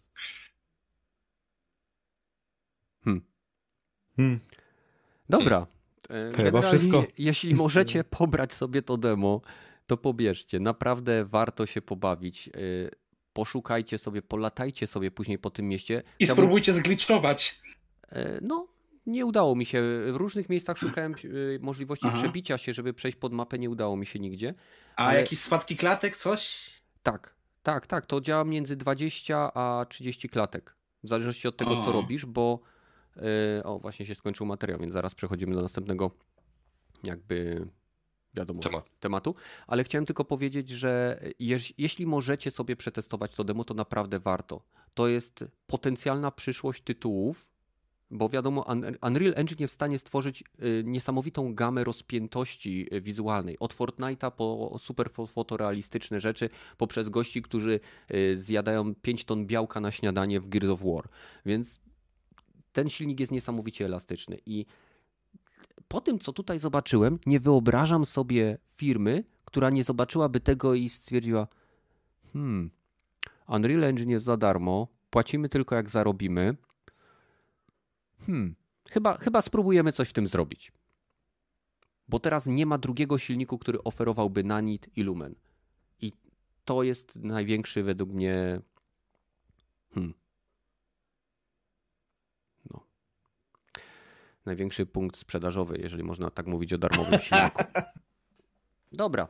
Hmm. Dobra. E, Chyba generalnie, wszystko. Jeśli możecie pobrać sobie to demo, to pobierzcie. Naprawdę warto się pobawić. E, poszukajcie sobie, polatajcie sobie później po tym mieście. I Chciałbym... spróbujcie zgliczkować. No, nie udało mi się. W różnych miejscach szukałem możliwości Aha. przebicia się, żeby przejść pod mapę, nie udało mi się nigdzie. A ale... jakieś spadki klatek, coś? Tak, tak, tak. To działa między dwadzieścia a trzydzieści klatek. W zależności od tego, O. co robisz, bo yy, o, właśnie się skończył materiał, więc zaraz przechodzimy do następnego jakby wiadomo, Temat. tematu. Ale chciałem tylko powiedzieć, że jeż, jeśli możecie sobie przetestować to demo, to naprawdę warto. To jest potencjalna przyszłość tytułów, bo wiadomo, Unreal Engine jest w stanie stworzyć niesamowitą gamę rozpiętości wizualnej. Od Fortnite'a po super fotorealistyczne rzeczy, poprzez gości, którzy zjadają pięć ton białka na śniadanie w Gears of War. Więc ten silnik jest niesamowicie elastyczny. I po tym, co tutaj zobaczyłem, nie wyobrażam sobie firmy, która nie zobaczyłaby tego i stwierdziła hmm, Unreal Engine jest za darmo, płacimy tylko jak zarobimy. Hmm, chyba, chyba spróbujemy coś w tym zrobić. Bo teraz nie ma drugiego silniku, który oferowałby Nanit i Lumen. I to jest największy według mnie... Hmm. No. Największy punkt sprzedażowy, jeżeli można tak mówić o darmowym silniku. Dobra.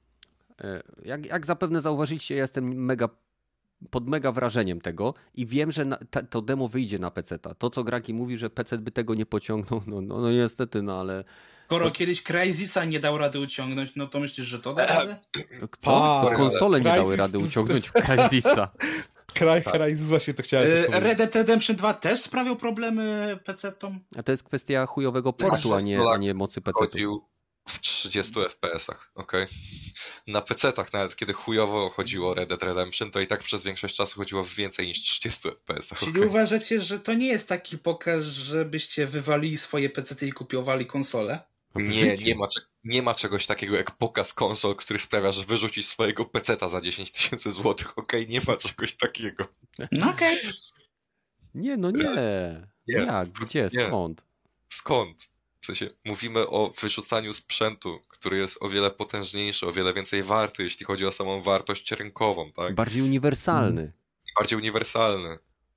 Jak, jak zapewne zauważyliście, ja jestem mega pod mega wrażeniem tego i wiem, że na, ta, to demo wyjdzie na peceta. To, co Gragi mówi, że pecet by tego nie pociągnął, no, no, no niestety, no ale... Skoro to... kiedyś Crysisa nie dał rady uciągnąć, no to myślisz, że to da radę? Co? A, Konsole nie dały rady uciągnąć Crysisa. Crysis właśnie to chciałem też Red Dead Redemption dwa też sprawiał problemy pecetom? A to jest kwestia chujowego portu, a nie, a nie mocy pecetu. W trzydziestu ef pe esach, okej. Okay. Na pecetach nawet, kiedy chujowo chodziło Red Dead Redemption, to i tak przez większość czasu chodziło w więcej niż trzydziestu ef pe esach. Czyli okay. uważacie, że to nie jest taki pokaz, żebyście wywalili swoje pecety i kupiowali konsole? Nie, nie ma, nie ma czegoś takiego jak pokaz konsol, który sprawia, że wyrzucisz swojego peceta za dziesięć tysięcy złotych. Okej, okay, nie ma czegoś takiego. No okej. Okay. Nie, no nie. nie. Jak? Gdzie? Skąd? Nie. Skąd? W sensie mówimy o wyrzucaniu sprzętu, który jest o wiele potężniejszy, o wiele więcej warty, jeśli chodzi o samą wartość rynkową, tak? Bardziej uniwersalny. Bardziej uniwersalny.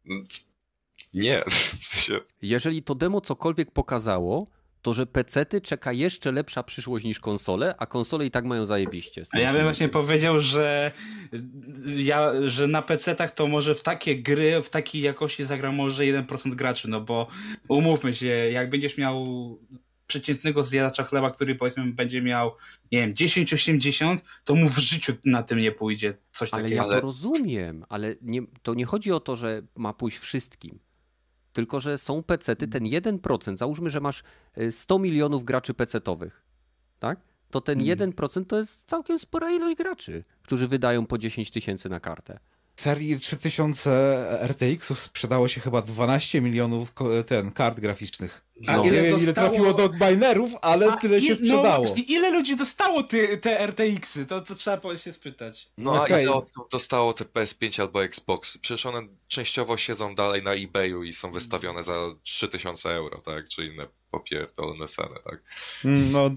Nie. W sensie... Jeżeli to demo cokolwiek pokazało, to że pecety czeka jeszcze lepsza przyszłość niż konsole, a konsole i tak mają zajebiście. A ja bym właśnie powiedział, że ja, że na pecetach to może w takie gry, w takiej jakości zagra może jeden procent graczy, no bo umówmy się, jak będziesz miał przeciętnego zjadacza chleba, który powiedzmy będzie miał, nie wiem, dziesięć osiemdziesiąt, to mu w życiu na tym nie pójdzie coś ale takiego. Ale ja to rozumiem, ale nie, to nie chodzi o to, że ma pójść wszystkim. Tylko że są pecety, ten jeden procent, załóżmy, że masz sto milionów graczy pecetowych, tak? To ten jeden procent to jest całkiem spora ilość graczy, którzy wydają po dziesięć tysięcy na kartę. W serii trzy tysiące R T X-ów sprzedało się chyba dwanaście milionów ten, kart graficznych. A no. ile Nie wiem, dostało... ile trafiło do minerów, ale a tyle się sprzedało. No właśnie, ile ludzi dostało te, te R T X-y? To, to trzeba się spytać. No okay. A ile osób dostało te P S pięć albo Xbox? Przecież one częściowo siedzą dalej na eBayu i są wystawione za trzy tysiące euro, tak? Czy inne popierdolone ceny, tak? No,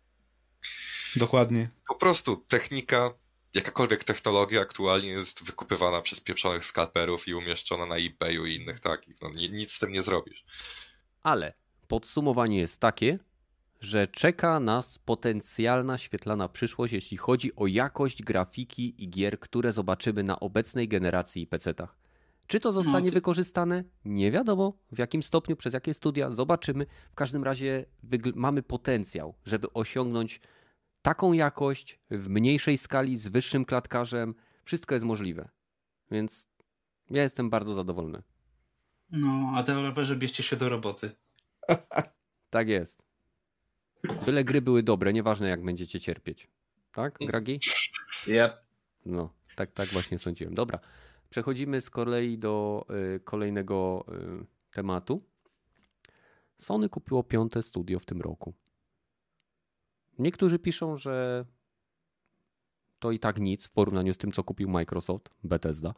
dokładnie. Po prostu technika, jakakolwiek technologia aktualnie jest wykupywana przez pieprzonych skalperów i umieszczona na eBayu i innych takich. No, nic z tym nie zrobisz. Ale podsumowanie jest takie, że czeka nas potencjalna świetlana przyszłość, jeśli chodzi o jakość grafiki i gier, które zobaczymy na obecnej generacji pecetach. Czy to zostanie no, ty... wykorzystane? Nie wiadomo w jakim stopniu, przez jakie studia, zobaczymy. W każdym razie wygl- mamy potencjał, żeby osiągnąć taką jakość w mniejszej skali, z wyższym klatkarzem. Wszystko jest możliwe. Więc ja jestem bardzo zadowolony. No, a deweloperzy bierzcie się do roboty. Tak jest. Byle gry były dobre, nieważne jak będziecie cierpieć. Tak, Gragi? Yep. No, tak, tak właśnie sądziłem. Dobra, przechodzimy z kolei do y, kolejnego y, tematu. Sony kupiło piąte studio w tym roku. Niektórzy piszą, że to i tak nic w porównaniu z tym, co kupił Microsoft, Bethesda.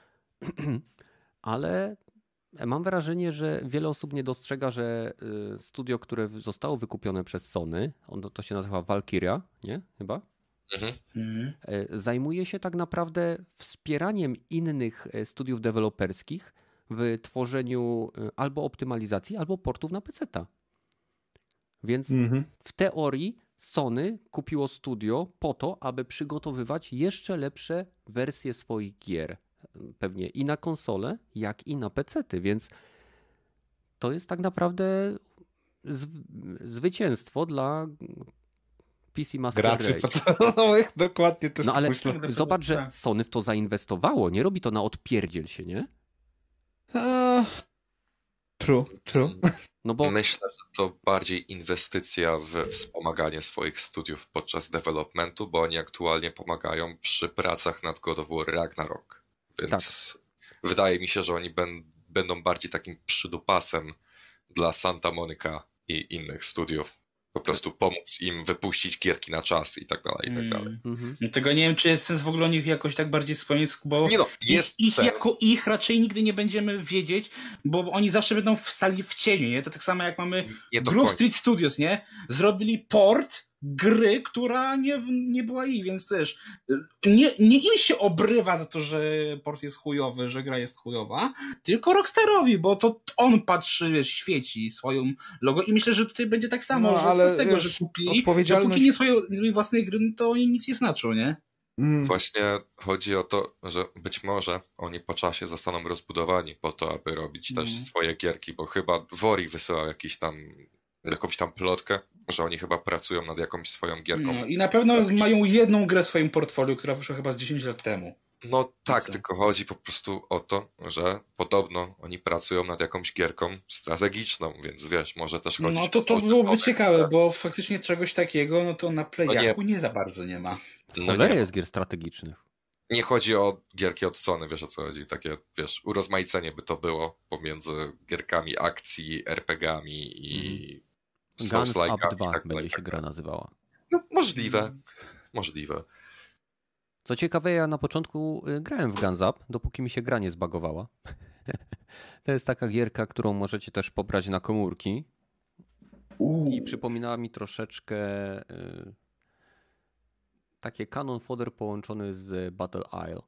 Ale mam wrażenie, że wiele osób nie dostrzega, że studio, które zostało wykupione przez Sony, ono to się nazywa Valkyria, nie? Chyba? Mhm. Zajmuje się tak naprawdę wspieraniem innych studiów deweloperskich w tworzeniu albo optymalizacji, albo portów na peceta. Więc mhm. w teorii Sony kupiło studio po to, aby przygotowywać jeszcze lepsze wersje swoich gier. Pewnie i na konsole, jak i na pecety, więc to jest tak naprawdę zwycięstwo dla P C Master Graczy podstawowych, dokładnie też no ale myślę. Zobacz, że Sony w to zainwestowało, nie robi to na odpierdziel się, nie? Uh, true, true. No bo... Myślę, że to bardziej inwestycja w wspomaganie swoich studiów podczas developmentu, bo oni aktualnie pomagają przy pracach nad God of War Ragnarok. Więc tak. Wydaje mi się, że oni ben, będą bardziej takim przydupasem dla Santa Monica i innych studiów. Po prostu pomóc im wypuścić gierki na czas i tak dalej, i tak dalej. Mm. Tego nie wiem, czy jest sens w ogóle o nich jakoś tak bardziej wspomnieć, bo nie no, jest ich, ich jako ich raczej nigdy nie będziemy wiedzieć, bo oni zawsze będą stali w cieniu, nie? To tak samo jak mamy Grove Street Studios, nie? Zrobili port gry, która nie, nie była ich, więc też nie, nie im się obrywa za to, że port jest chujowy, że gra jest chujowa, tylko Rockstarowi, bo to on patrzy, wiesz, świeci swoją logo i myślę, że tutaj będzie tak samo, no, że ale co z tego, wiesz, że kupili, odpowiedzialność... dopóki nie swoje własnej gry, to oni nic nie znaczą, nie? Mm. Właśnie chodzi o to, że być może oni po czasie zostaną rozbudowani po to, aby robić mm. też swoje gierki, bo chyba Wori wysyłał jakiś tam jakąś tam plotkę, że oni chyba pracują nad jakąś swoją gierką. No, i na pewno mają jedną grę w swoim portfolio, która wyszła chyba z dziesięć lat temu. No tak, co? Tylko chodzi po prostu o to, że podobno oni pracują nad jakąś gierką strategiczną, więc wiesz, może też chodzi... No to to byłoby ciekawe, bo faktycznie czegoś takiego, no to na Playaku no nie. nie za bardzo nie ma. No nie jest gier strategicznych. Nie chodzi o gierki od Sony, wiesz o co chodzi, takie, wiesz, urozmaicenie by to było pomiędzy gierkami akcji, er pe gami i... Mm. Guns Up dwa tak będzie się gra nazywała. No, możliwe, hmm. możliwe. Co ciekawe, ja na początku grałem w Guns Up, dopóki mi się gra nie zbagowała. To jest taka gierka, którą możecie też pobrać na komórki. Uh. I przypominała mi troszeczkę y, takie Cannon Fodder połączony z Battle Isle.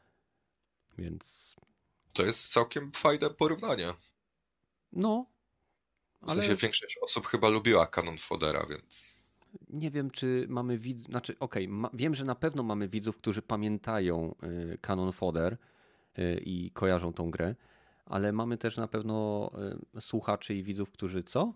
Więc... To jest całkiem fajne porównanie. No. W sensie ale... większość osób chyba lubiła Cannon Foddera, więc... Nie wiem, czy mamy widzów... Znaczy, okej, okay, wiem, że na pewno mamy widzów, którzy pamiętają y, Cannon Fodder y, i kojarzą tą grę, ale mamy też na pewno y, słuchaczy i widzów, którzy co?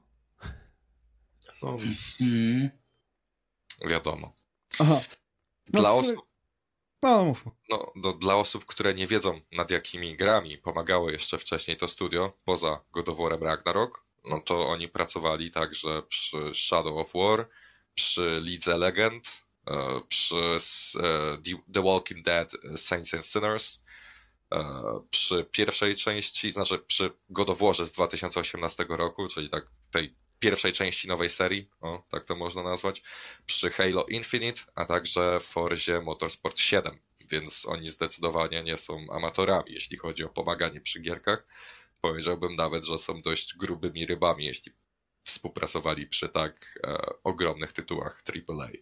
No, mm. wiadomo. Aha. No, dla osób... No, mów. No, do, dla osób, które nie wiedzą, nad jakimi grami pomagało jeszcze wcześniej to studio, poza God of War'em Ragnarok, no to oni pracowali także przy Shadow of War, przy Lidze Legend, przy The Walking Dead Saints and Sinners, przy pierwszej części, znaczy przy God of Warze z dwa tysiące osiemnastego roku, czyli tak tej pierwszej części nowej serii, o, tak to można nazwać, przy Halo Infinite, a także Forzie Motorsport siedem, więc oni zdecydowanie nie są amatorami, jeśli chodzi o pomaganie przy gierkach. Powiedziałbym nawet, że są dość grubymi rybami, jeśli współpracowali przy tak e, ogromnych tytułach triple A.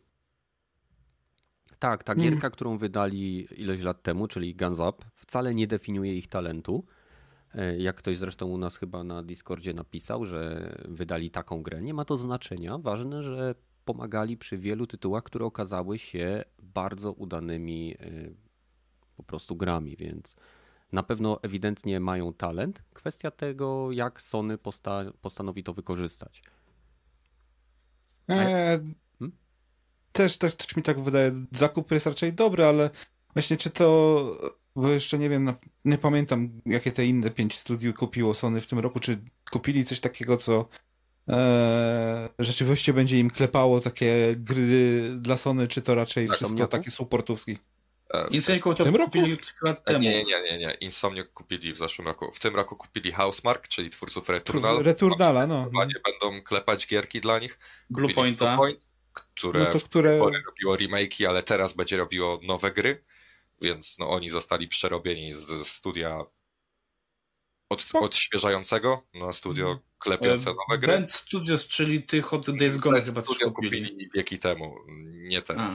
Tak, ta gierka, mm. którą wydali ileś lat temu, czyli Guns Up, wcale nie definiuje ich talentu. Jak ktoś zresztą u nas chyba na Discordzie napisał, że wydali taką grę. Nie ma to znaczenia. Ważne, że pomagali przy wielu tytułach, które okazały się bardzo udanymi po prostu grami, więc na pewno ewidentnie mają talent. Kwestia tego, jak Sony posta- postanowi to wykorzystać. Eee, hmm? też, też, też mi tak wydaje. Zakup jest raczej dobry, ale właśnie czy to... Bo jeszcze nie wiem, nie pamiętam, jakie te inne pięć studiów kupiło Sony w tym roku, czy kupili coś takiego, co e, rzeczywiście będzie im klepało takie gry dla Sony, czy to raczej tak, wszystko takie supportówki? E, Insomniac to w tym roku? Lat temu. Nie, nie, nie, nie. Insomniac kupili w zeszłym roku. W tym roku kupili Housemarque, czyli twórców Returnal. Returnala, no. Będą klepać gierki dla nich. Blue Pointa. Blue Point, które, no to, które... robiło remake'i, ale teraz będzie robiło nowe gry. Więc no, oni zostali przerobieni z studia od, odświeżającego na studio klepiące nowe gry. Band Studios, czyli tych od Days Gone chyba studio kupili. kupili wieki temu, nie teraz.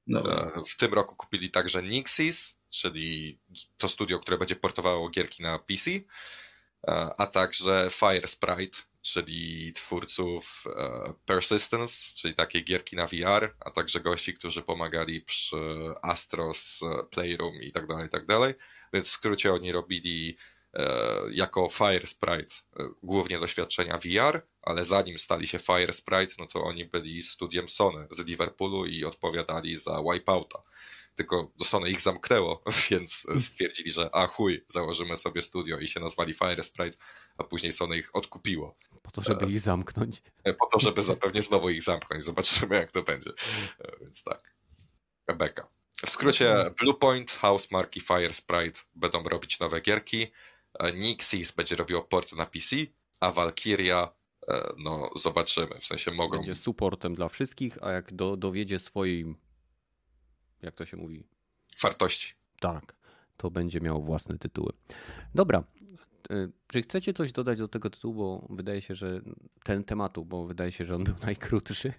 Dobra. W tym roku kupili także Nixxes, czyli to studio, które będzie portowało gierki na P C, a także Fire Sprite, czyli twórców Persistence, czyli takie gierki na V R, a także gości, którzy pomagali przy Astros, Playroom i tak dalej, i tak dalej. Więc w skrócie oni robili jako Fire Sprite głównie doświadczenia V R, ale zanim stali się Fire Sprite, no to oni byli studiem Sony z Liverpoolu i odpowiadali za Wipeouta. Tylko Sony ich zamknęło, więc stwierdzili, że a chuj, założymy sobie studio i się nazwali Fire Sprite, a później Sony ich odkupiło. Po to, żeby ich zamknąć. Po to, żeby zapewne znowu ich zamknąć. Zobaczymy, jak to będzie. Więc tak. Beka. W skrócie Bluepoint, Housemarque i Fire Sprite będą robić nowe gierki. Nixxes będzie robiło porty na P C, a Valkyria, no zobaczymy, w sensie mogą... Będzie supportem dla wszystkich, a jak do, dowiedzie swojej, jak to się mówi? Wartości. Tak, to będzie miało własne tytuły. Dobra, czy chcecie coś dodać do tego tytułu, bo wydaje się, że ten tematu, bo wydaje się, że on był najkrótszy.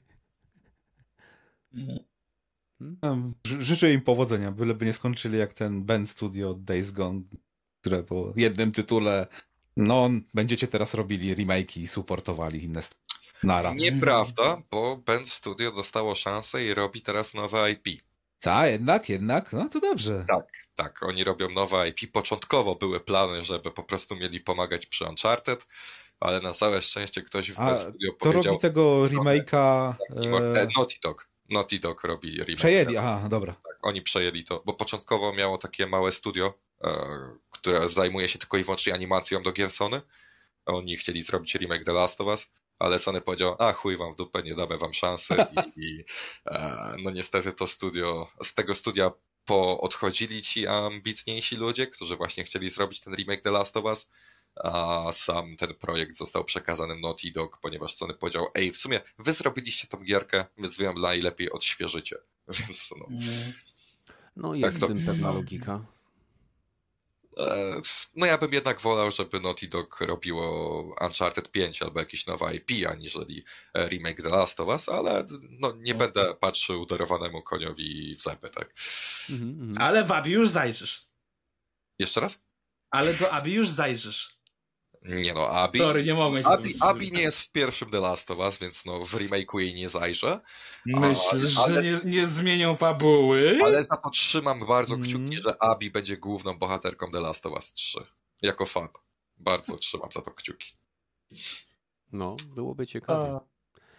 Hmm? Życzę im powodzenia, byleby nie skończyli jak ten Bend Studio Days Gone, które po jednym tytule, no będziecie teraz robili remake'i i supportowali inne nara. Nieprawda, bo Bend Studio dostało szansę i robi teraz nowe I P. Tak, jednak, jednak, no to dobrze. Tak, tak, oni robią nowe I P. Początkowo były plany, żeby po prostu mieli pomagać przy Uncharted, ale na całe szczęście ktoś w Bend Studio to powiedział... To robi tego remake'a... E... Naughty Dog. Naughty Dog robi remake. Przejęli, aha, dobra. Tak, oni przejęli to, bo początkowo miało takie małe studio, e, które zajmuje się tylko i wyłącznie animacją do gier Sony. Oni chcieli zrobić remake The Last of Us, ale Sony powiedział, a chuj wam w dupę, nie damy wam szansy i, i e, no niestety to studio, z tego studia po odchodzili ci ambitniejsi ludzie, którzy właśnie chcieli zrobić ten remake The Last of Us, a sam ten projekt został przekazany Naughty Dog, ponieważ Sony powiedział, ej, w sumie wy zrobiliście tą gierkę, więc wy ją najlepiej odświeżycie. Więc no. No jest tak w tym pewna logika. No ja bym jednak wolał, żeby Naughty Dog robiło Uncharted pięć albo jakieś nowe I P, aniżeli remake The Last of Us, ale no nie okay. będę patrzył darowanemu koniowi w zęby, tak? Mm-hmm. Ale w Abi już zajrzysz. Jeszcze raz? Ale do Abi już zajrzysz. Nie no, Abi... Sorry, nie mogę się Abi, Abi nie jest w pierwszym The Last of Us, więc no w remake'u jej nie zajrzę. Myślisz, ale... że nie, nie zmienią fabuły? Ale za to trzymam bardzo kciuki, mm. że Abi będzie główną bohaterką The Last of Us trzy. Jako fan. Bardzo trzymam za to kciuki. No, byłoby ciekawie. A...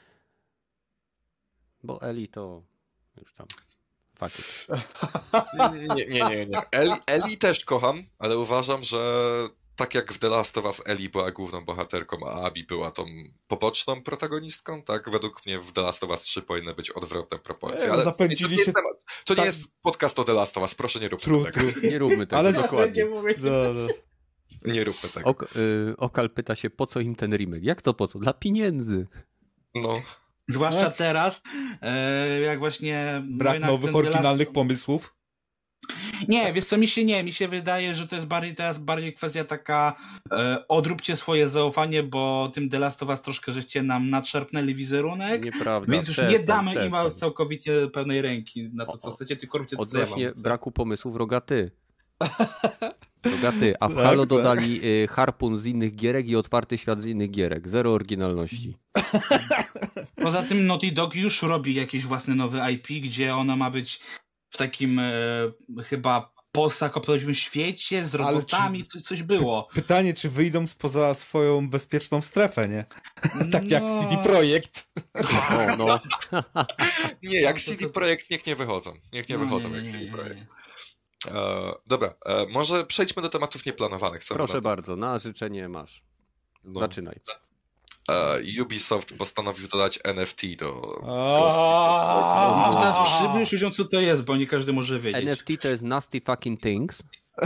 Bo Eli to już tam... Fuck nie, nie, nie, nie. Eli, Eli też kocham, ale uważam, że tak jak w The Last of Us Eli była główną bohaterką, a Abi była tą poboczną protagonistką, tak według mnie w The Last of Us trzy powinny być odwrotne proporcje. Ale zapędziliście... to, nie jest, temat, to tak... nie jest podcast o The Last of Us, proszę nie róbmy true, tego. True. Nie róbmy tego, ale dokładnie. No, no. Nie róbmy tego. Ok, y, Okal pyta się, po co im ten remake? Jak to po co? Dla pieniędzy. No. Zwłaszcza tak. teraz, e, jak właśnie... Brak nowych, oryginalnych Last... pomysłów. Nie, wiesz co, mi się nie, mi się wydaje, że to jest bardziej teraz bardziej kwestia taka e, odróbcie swoje zaufanie, bo tym The Last of Us troszkę żeście nam nadszarpnęli wizerunek, Nieprawda, więc już przestań, nie damy przestań. im całkowicie pełnej ręki na to, co chcecie, tylko róbcie to, co ja Odnośnie wam chcę. braku pomysłów, Rogaty. Rogaty, a w tak, Halo tak. dodali y, harpun z innych gierek i otwarty świat z innych gierek. Zero oryginalności. Poza tym Naughty Dog już robi jakieś własne nowe I P, gdzie ono ma być w takim e, chyba postapokaliptycznym świecie z robotami, czy, coś, coś było. Pytanie, czy wyjdą spoza swoją bezpieczną strefę, nie? tak no... jak C D Projekt. O, no. nie, jak C D Projekt niech nie wychodzą. Niech nie no, wychodzą nie, jak C D Projekt. E, dobra, e, może przejdźmy do tematów nieplanowanych. Co Proszę bardzo, na życzenie masz. No. Zaczynaj. E, Ubisoft postanowił dodać N F T do... Teraz przybliż ludziom, co to jest, bo nie każdy może wiedzieć. N F T to jest nasty fucking things.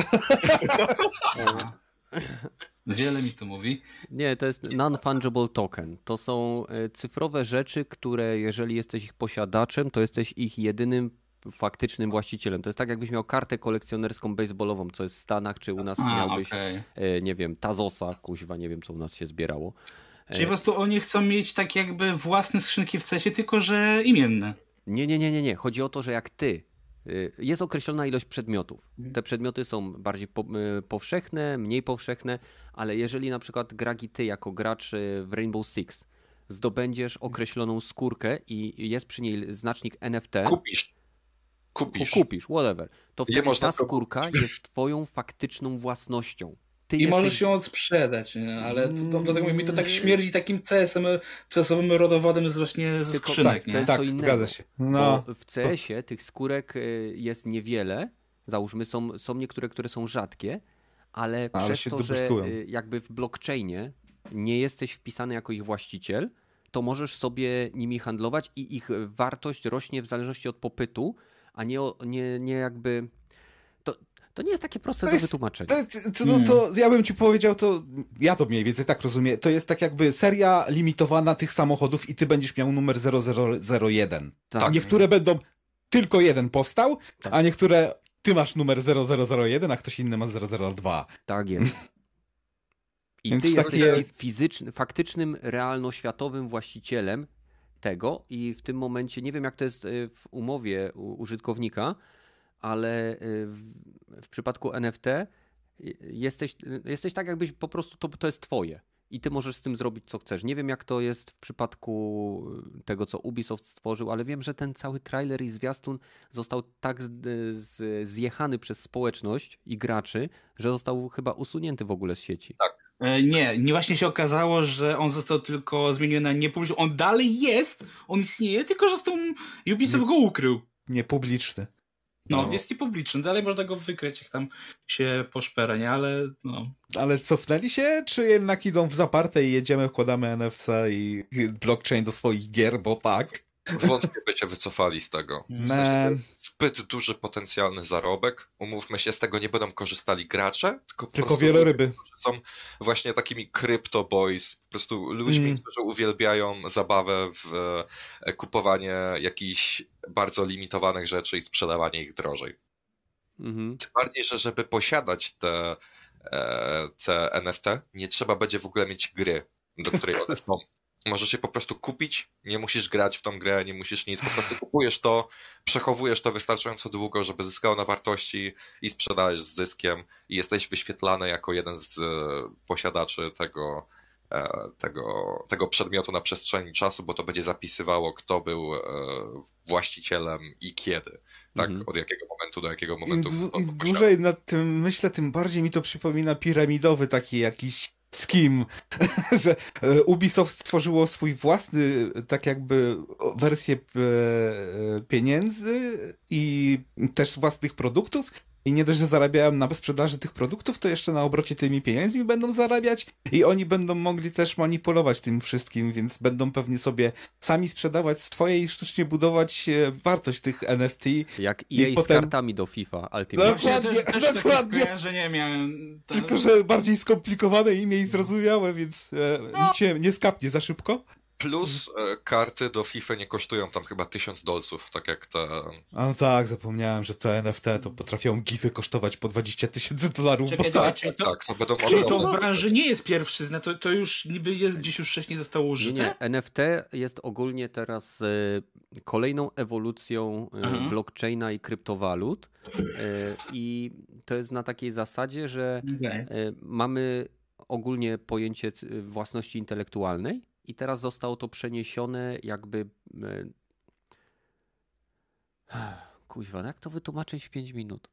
Wiele mi to mówi. Nie, to jest non-fungible token. To są cyfrowe rzeczy, które jeżeli jesteś ich posiadaczem, to jesteś ich jedynym faktycznym właścicielem. To jest tak, jakbyś miał kartę kolekcjonerską baseballową, co jest w Stanach, czy u nas A, miałbyś, okay. nie wiem, Tazosa, kuźwa, nie wiem, co u nas się zbierało. Czyli po prostu oni chcą mieć tak jakby własne skrzynki w cesie, tylko że imienne. Nie, nie, nie, nie, nie. Chodzi o to, że jak ty, jest określona ilość przedmiotów. Te przedmioty są bardziej po, powszechne, mniej powszechne, ale jeżeli na przykład Gragi, ty jako gracz w Rainbow Six zdobędziesz określoną skórkę i jest przy niej znacznik N F T. Kupisz. Kupisz. Kupisz, whatever. To wtedy można ta skórka jest twoją faktyczną własnością. Ty I jesteś... możesz ją sprzedać, nie? Ale to, to, dlatego mi to tak śmierdzi takim C S-em, C S-owym rodowodem z właśnie ze Tylko skrzynek, tak, nie? to jest Tak, co innego. zgadza się. No. Bo w C S-ie tych skórek jest niewiele. Załóżmy, są, są niektóre, które są rzadkie, ale, ale przez się to, że dubelkują. jakby w blockchainie nie jesteś wpisany jako ich właściciel, to możesz sobie nimi handlować i ich wartość rośnie w zależności od popytu, a nie, nie, nie jakby... To, to nie jest takie proste To do jest- wytłumaczenia. To, to, to, to ja bym ci powiedział, to ja to mniej więcej tak rozumiem. To jest tak jakby seria limitowana tych samochodów i ty będziesz miał numer zero zero zero jeden. Tak. Niektóre będą tylko jeden powstał, Tak. a niektóre ty masz numer zero zero zero jeden, a ktoś inny ma zero zero dwa. Tak jest. I Więc ty jesteś takie- fizyczny, faktycznym, realnoświatowym właścicielem tego i w tym momencie, nie wiem jak to jest y, w umowie u- użytkownika, ale y, w, w przypadku N F T y, jesteś, y, jesteś tak jakbyś po prostu, to, to jest twoje i ty możesz z tym zrobić co chcesz. Nie wiem jak to jest w przypadku tego, co Ubisoft stworzył, ale wiem, że ten cały trailer i zwiastun został tak z, z, zjechany przez społeczność i graczy, że został chyba usunięty w ogóle z sieci. E, Nie, nie właśnie się okazało, że on został tylko zmieniony na niepubliczny. On dalej jest, on istnieje, tylko że z tą Ubisoft go ukrył. Niepubliczny. No, No. jest niepubliczny, dalej można go wykryć, jak tam się poszpera, nie? Ale no. Ale cofnęli się, czy jednak idą w zaparte i jedziemy, wkładamy N F C i blockchain do swoich gier, bo tak. Wątpię, by się wycofali z tego. W sensie to Man. jest zbyt duży potencjalny zarobek. Umówmy się, z tego nie będą korzystali gracze, tylko, po Tylko prostu wieloryby. ludzie, którzy są właśnie takimi crypto boys, po prostu ludźmi, Mm. którzy uwielbiają zabawę w e, kupowanie jakichś bardzo limitowanych rzeczy i sprzedawanie ich drożej. Mhm. Tym bardziej, że żeby posiadać te, e, te N F T, nie trzeba będzie w ogóle mieć gry, do której one są. Możesz je po prostu kupić, nie musisz grać w tą grę, nie musisz nic, po prostu kupujesz to, przechowujesz to wystarczająco długo, żeby zyskało na wartości i sprzedałeś z zyskiem i jesteś wyświetlany jako jeden z e, posiadaczy tego, e, tego, tego przedmiotu na przestrzeni czasu, bo to będzie zapisywało, kto był e, właścicielem i kiedy. Tak, Mhm. od jakiego momentu do jakiego Im, momentu. dłu- on im to posiada. dłużej nad tym myślę, tym bardziej mi to przypomina piramidowy taki jakiś skim, że e, Ubisoft stworzyło swój własny, tak jakby o, wersję e, pieniędzy i też własnych produktów. I nie dość, że zarabiają na sprzedaży tych produktów, to jeszcze na obrocie tymi pieniędzmi będą zarabiać i oni będą mogli też manipulować tym wszystkim, więc będą pewnie sobie sami sprzedawać swoje i sztucznie budować e, wartość tych N F T. Jak E I A z potem- kartami do FIFA No, Ultimate. Właśnie ja też, Dokładnie, też takie dokładnie. skojarzenie miałem. Tak. Tylko, że bardziej skomplikowane i mniej zrozumiałe, więc e, nic się nie skapnie za szybko. Plus e, karty do FIFA nie kosztują tam chyba tysiąc dolców, tak jak te. A no tak, zapomniałem, że te N F T to potrafią gify kosztować po dwadzieścia tysięcy dolarów. Czekaj, bo tak. czekaj, czyli to, Tak, to będą czyli to ogromne. w branży nie jest pierwszyzna, to, to już niby jest gdzieś już wcześniej zostało Nie, użyte? nie. N F T jest ogólnie teraz e, kolejną ewolucją e, Mhm. blockchaina i kryptowalut. E, I to jest na takiej zasadzie, że Okej. e, mamy ogólnie pojęcie c- własności intelektualnej i teraz zostało to przeniesione jakby... e, Kuźwa, no jak to wytłumaczyć w pięć minut?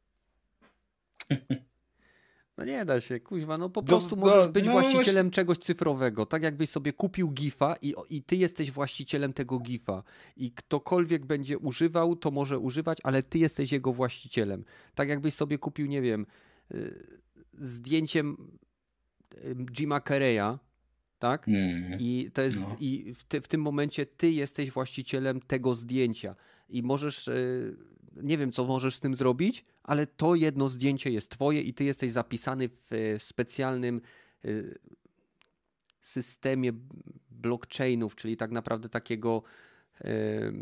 No nie da się, kuźwa, no po Do- prostu do- możesz być no właścicielem czegoś cyfrowego, tak jakbyś sobie kupił gifa i, i ty jesteś właścicielem tego gifa i ktokolwiek będzie używał, to może używać, ale ty jesteś jego właścicielem. Tak jakbyś sobie kupił, nie wiem, y, zdjęciem y, Jima Carreya, tak? Hmm. I to jest No. i w, ty, w tym momencie ty jesteś właścicielem tego zdjęcia i możesz, e, nie wiem co możesz z tym zrobić, ale to jedno zdjęcie jest twoje i ty jesteś zapisany w e, specjalnym e, systemie blockchainów, czyli tak naprawdę takiego e,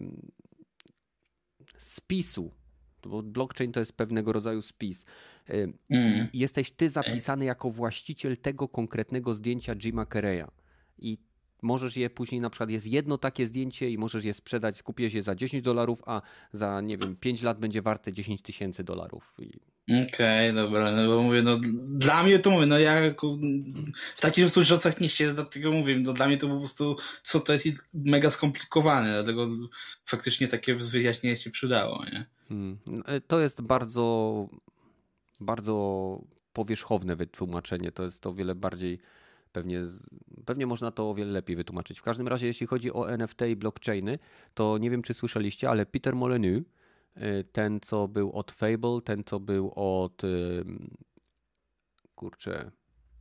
spisu. Bo blockchain to jest pewnego rodzaju spis. E, Mm. Jesteś ty zapisany jako właściciel tego konkretnego zdjęcia Jima Carreya. I możesz je później, na przykład jest jedno takie zdjęcie i możesz je sprzedać, kupiłeś je za dziesięć dolarów, a za, nie wiem, pięć lat będzie warte dziesięć tysięcy dolarów. I... Okej, okay, dobra, no bo mówię, no dla mnie to mówię, no ja w takich rzeczach nie się dlatego mówię, no dla mnie to po prostu, co to jest mega skomplikowane, dlatego faktycznie takie wyjaśnienie się przydało, nie? Hmm. To jest bardzo, bardzo powierzchowne wytłumaczenie, to jest o wiele bardziej, pewnie, pewnie można to o wiele lepiej wytłumaczyć. W każdym razie, jeśli chodzi o N F T i blockchainy, to nie wiem, czy słyszeliście, ale Peter Molyneux, ten, co był od Fable, ten, co był od kurczę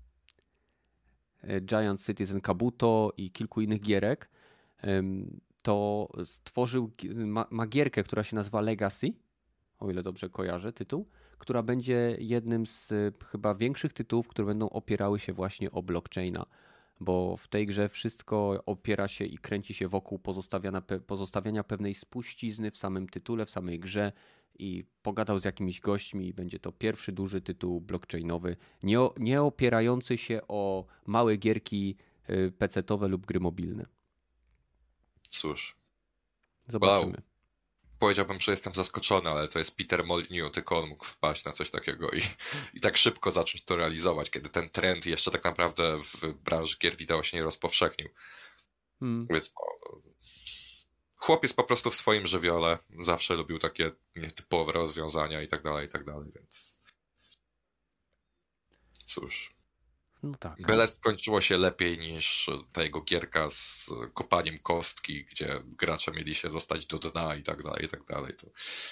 Giant Citizen Kabuto i kilku innych gierek, to stworzył, ma, ma gierkę, która się nazywa Legacy, o ile dobrze kojarzę tytuł, która będzie jednym z chyba większych tytułów, które będą opierały się właśnie o blockchaina, bo w tej grze wszystko opiera się i kręci się wokół pozostawiania, pozostawiania pewnej spuścizny w samym tytule, w samej grze i pogadał z jakimiś gośćmi i będzie to pierwszy duży tytuł blockchainowy, nie, nie opierający się o małe gierki pecetowe lub gry mobilne. Cóż. Zobaczymy. Wow. Powiedziałbym, że jestem zaskoczony, ale to jest Peter Molyneux, tylko on mógł wpaść na coś takiego i, i tak szybko zacząć to realizować, kiedy ten trend jeszcze tak naprawdę w branży gier wideo się nie rozpowszechnił. Hmm. Więc no, chłop jest po prostu w swoim żywiole, zawsze lubił takie nietypowe rozwiązania i tak dalej, i tak dalej, więc cóż. No tak. Byle skończyło się lepiej niż ta jego gierka z kopaniem kostki, gdzie gracze mieli się dostać do dna i tak dalej, i tak dalej. To...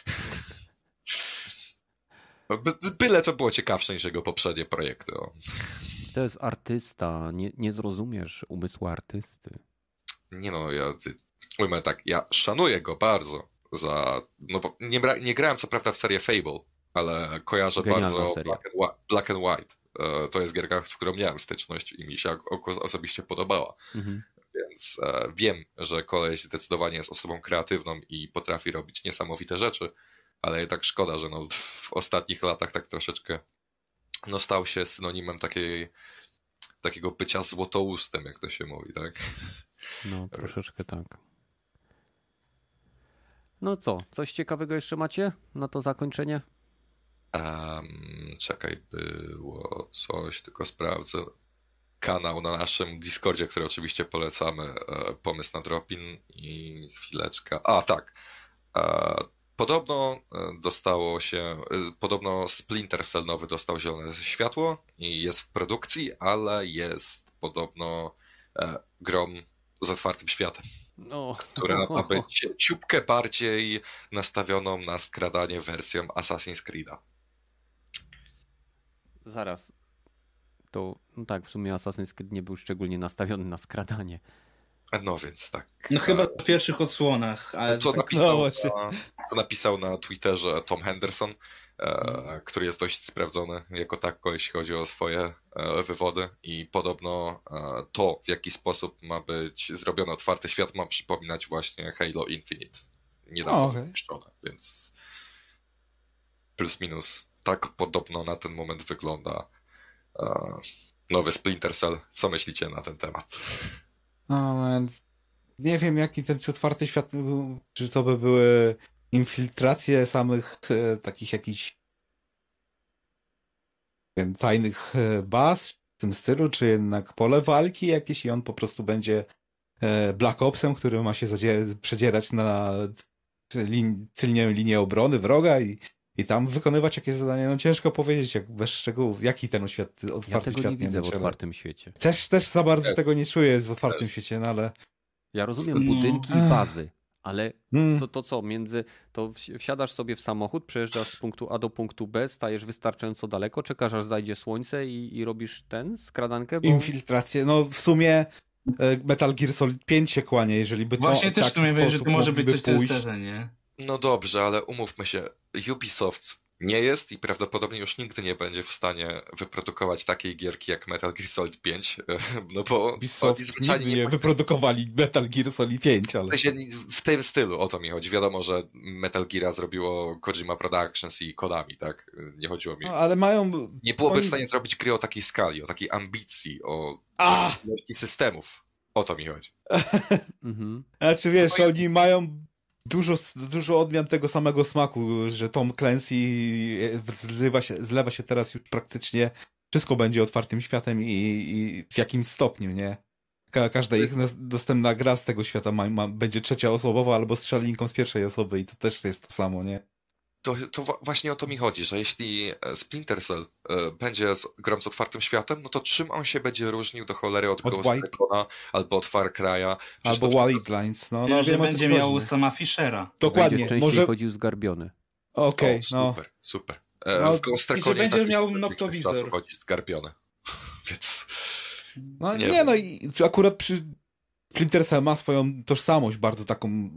By, byle to było ciekawsze niż jego poprzednie projekty. O. To jest artysta, nie, nie zrozumiesz umysłu artysty. Nie no, ja ujmę tak, ja szanuję go bardzo za, no bo nie, nie grałem co prawda w serię Fable, ale kojarzę Genialna bardzo Black and, Black and White. To jest gierka, z którą miałem styczność i mi się osobiście podobała. Mhm. Więc e, wiem, że koleś zdecydowanie jest osobą kreatywną i potrafi robić niesamowite rzeczy, ale jednak szkoda, że no, w ostatnich latach tak troszeczkę no, stał się synonimem takiej, takiego bycia złotoustem, jak to się mówi, tak? No, troszeczkę tak. No co, coś ciekawego jeszcze macie na to zakończenie? Um, czekaj, było coś, tylko sprawdzę. Kanał na naszym Discordzie, który oczywiście polecamy, pomysł na Dropin i chwileczka. A, tak. Podobno dostało się, podobno Splinter Cell nowy dostał zielone światło i jest w produkcji, ale jest podobno grą z otwartym światem. No. Która ma być ciupkę bardziej nastawioną na skradanie wersją Assassin's Creed'a. Zaraz. To, no tak, w sumie Assassin's Creed nie był szczególnie nastawiony na skradanie. No więc tak. No chyba w pierwszych odsłonach. Ale to, tak, napisał no na, to napisał na Twitterze Tom Henderson, e, który jest dość sprawdzony jako tako, jeśli chodzi o swoje e, wywody i podobno e, to, w jaki sposób ma być zrobiony otwarty świat, ma przypominać właśnie Halo Infinite. Niedawno wypuszczone, więc plus minus tak podobno na ten moment wygląda e, nowy Splinter Cell. Co myślicie na ten temat? No, nie wiem, jaki ten otwarty świat był, czy to by były infiltracje samych e, takich jakichś wiem, tajnych e, baz w tym stylu, czy jednak pole walki jakieś i on po prostu będzie e, Black Opsem, który ma się zadzie- przedzierać na lin- tylnią linię obrony wroga i, i tam wykonywać jakieś zadania. No ciężko powiedzieć, jak bez szczegółów, jaki ten świat, otwarty ja tego świat nie widzę w trzeba. otwartym świecie. Też, też za bardzo też. tego nie czuję w otwartym też. świecie, no ale... Ja rozumiem budynki i bazy, ale to, to co, między, to wsiadasz sobie w samochód, przejeżdżasz z punktu A do punktu B, stajesz wystarczająco daleko, czekasz aż zajdzie słońce i, i robisz ten, skradankę? Bo... Infiltrację, no w sumie Metal Gear Solid pięć się kłania, jeżeli by to Właśnie też to mówię, że to może być coś pójść. też zdarzenie. No dobrze, ale umówmy się, Ubisoft nie jest i prawdopodobnie już nigdy nie będzie w stanie wyprodukować takiej gierki jak Metal Gear Solid pięć, no bo Ubisoft oni zwyczajnie nie, nie wyprodukowali Metal Gear Solid pięć, ale... W tym stylu, o to mi chodzi. Wiadomo, że Metal Geara zrobiło Kojima Productions i Konami, tak? Nie chodziło mi... No, ale mają... Nie byłoby oni... w stanie zrobić gry o takiej skali, o takiej ambicji, o A! ilości systemów. O to mi chodzi. Mhm. Znaczy wiesz, oni mają dużo, dużo odmian tego samego smaku, że Tom Clancy zlewa się, zlewa się teraz już praktycznie, wszystko będzie otwartym światem i, i w jakimś stopniu, nie? Ka każda ich dostępna gra z tego świata ma, ma, będzie trzecioosobowa albo strzelaninką z pierwszej osoby i to też jest to samo, nie? To, to właśnie o to mi chodzi, że jeśli Splinter Cell y, będzie z, grą z otwartym światem, no to czym on się będzie różnił do cholery od, od Ghost Recona albo od Far Cry'a? Albo Wildlands, no, no że wiem, będzie miał sama Fischera. Dokładnie. Będzie częściej może chodził zgarbiony. Okej, okay, no. Super, super. E, no, w Ghost Reconie będzie tak miał noktowizor. Chodzić zgarbiony. Więc... No nie, nie no i akurat przy Splinter Cell ma swoją tożsamość bardzo taką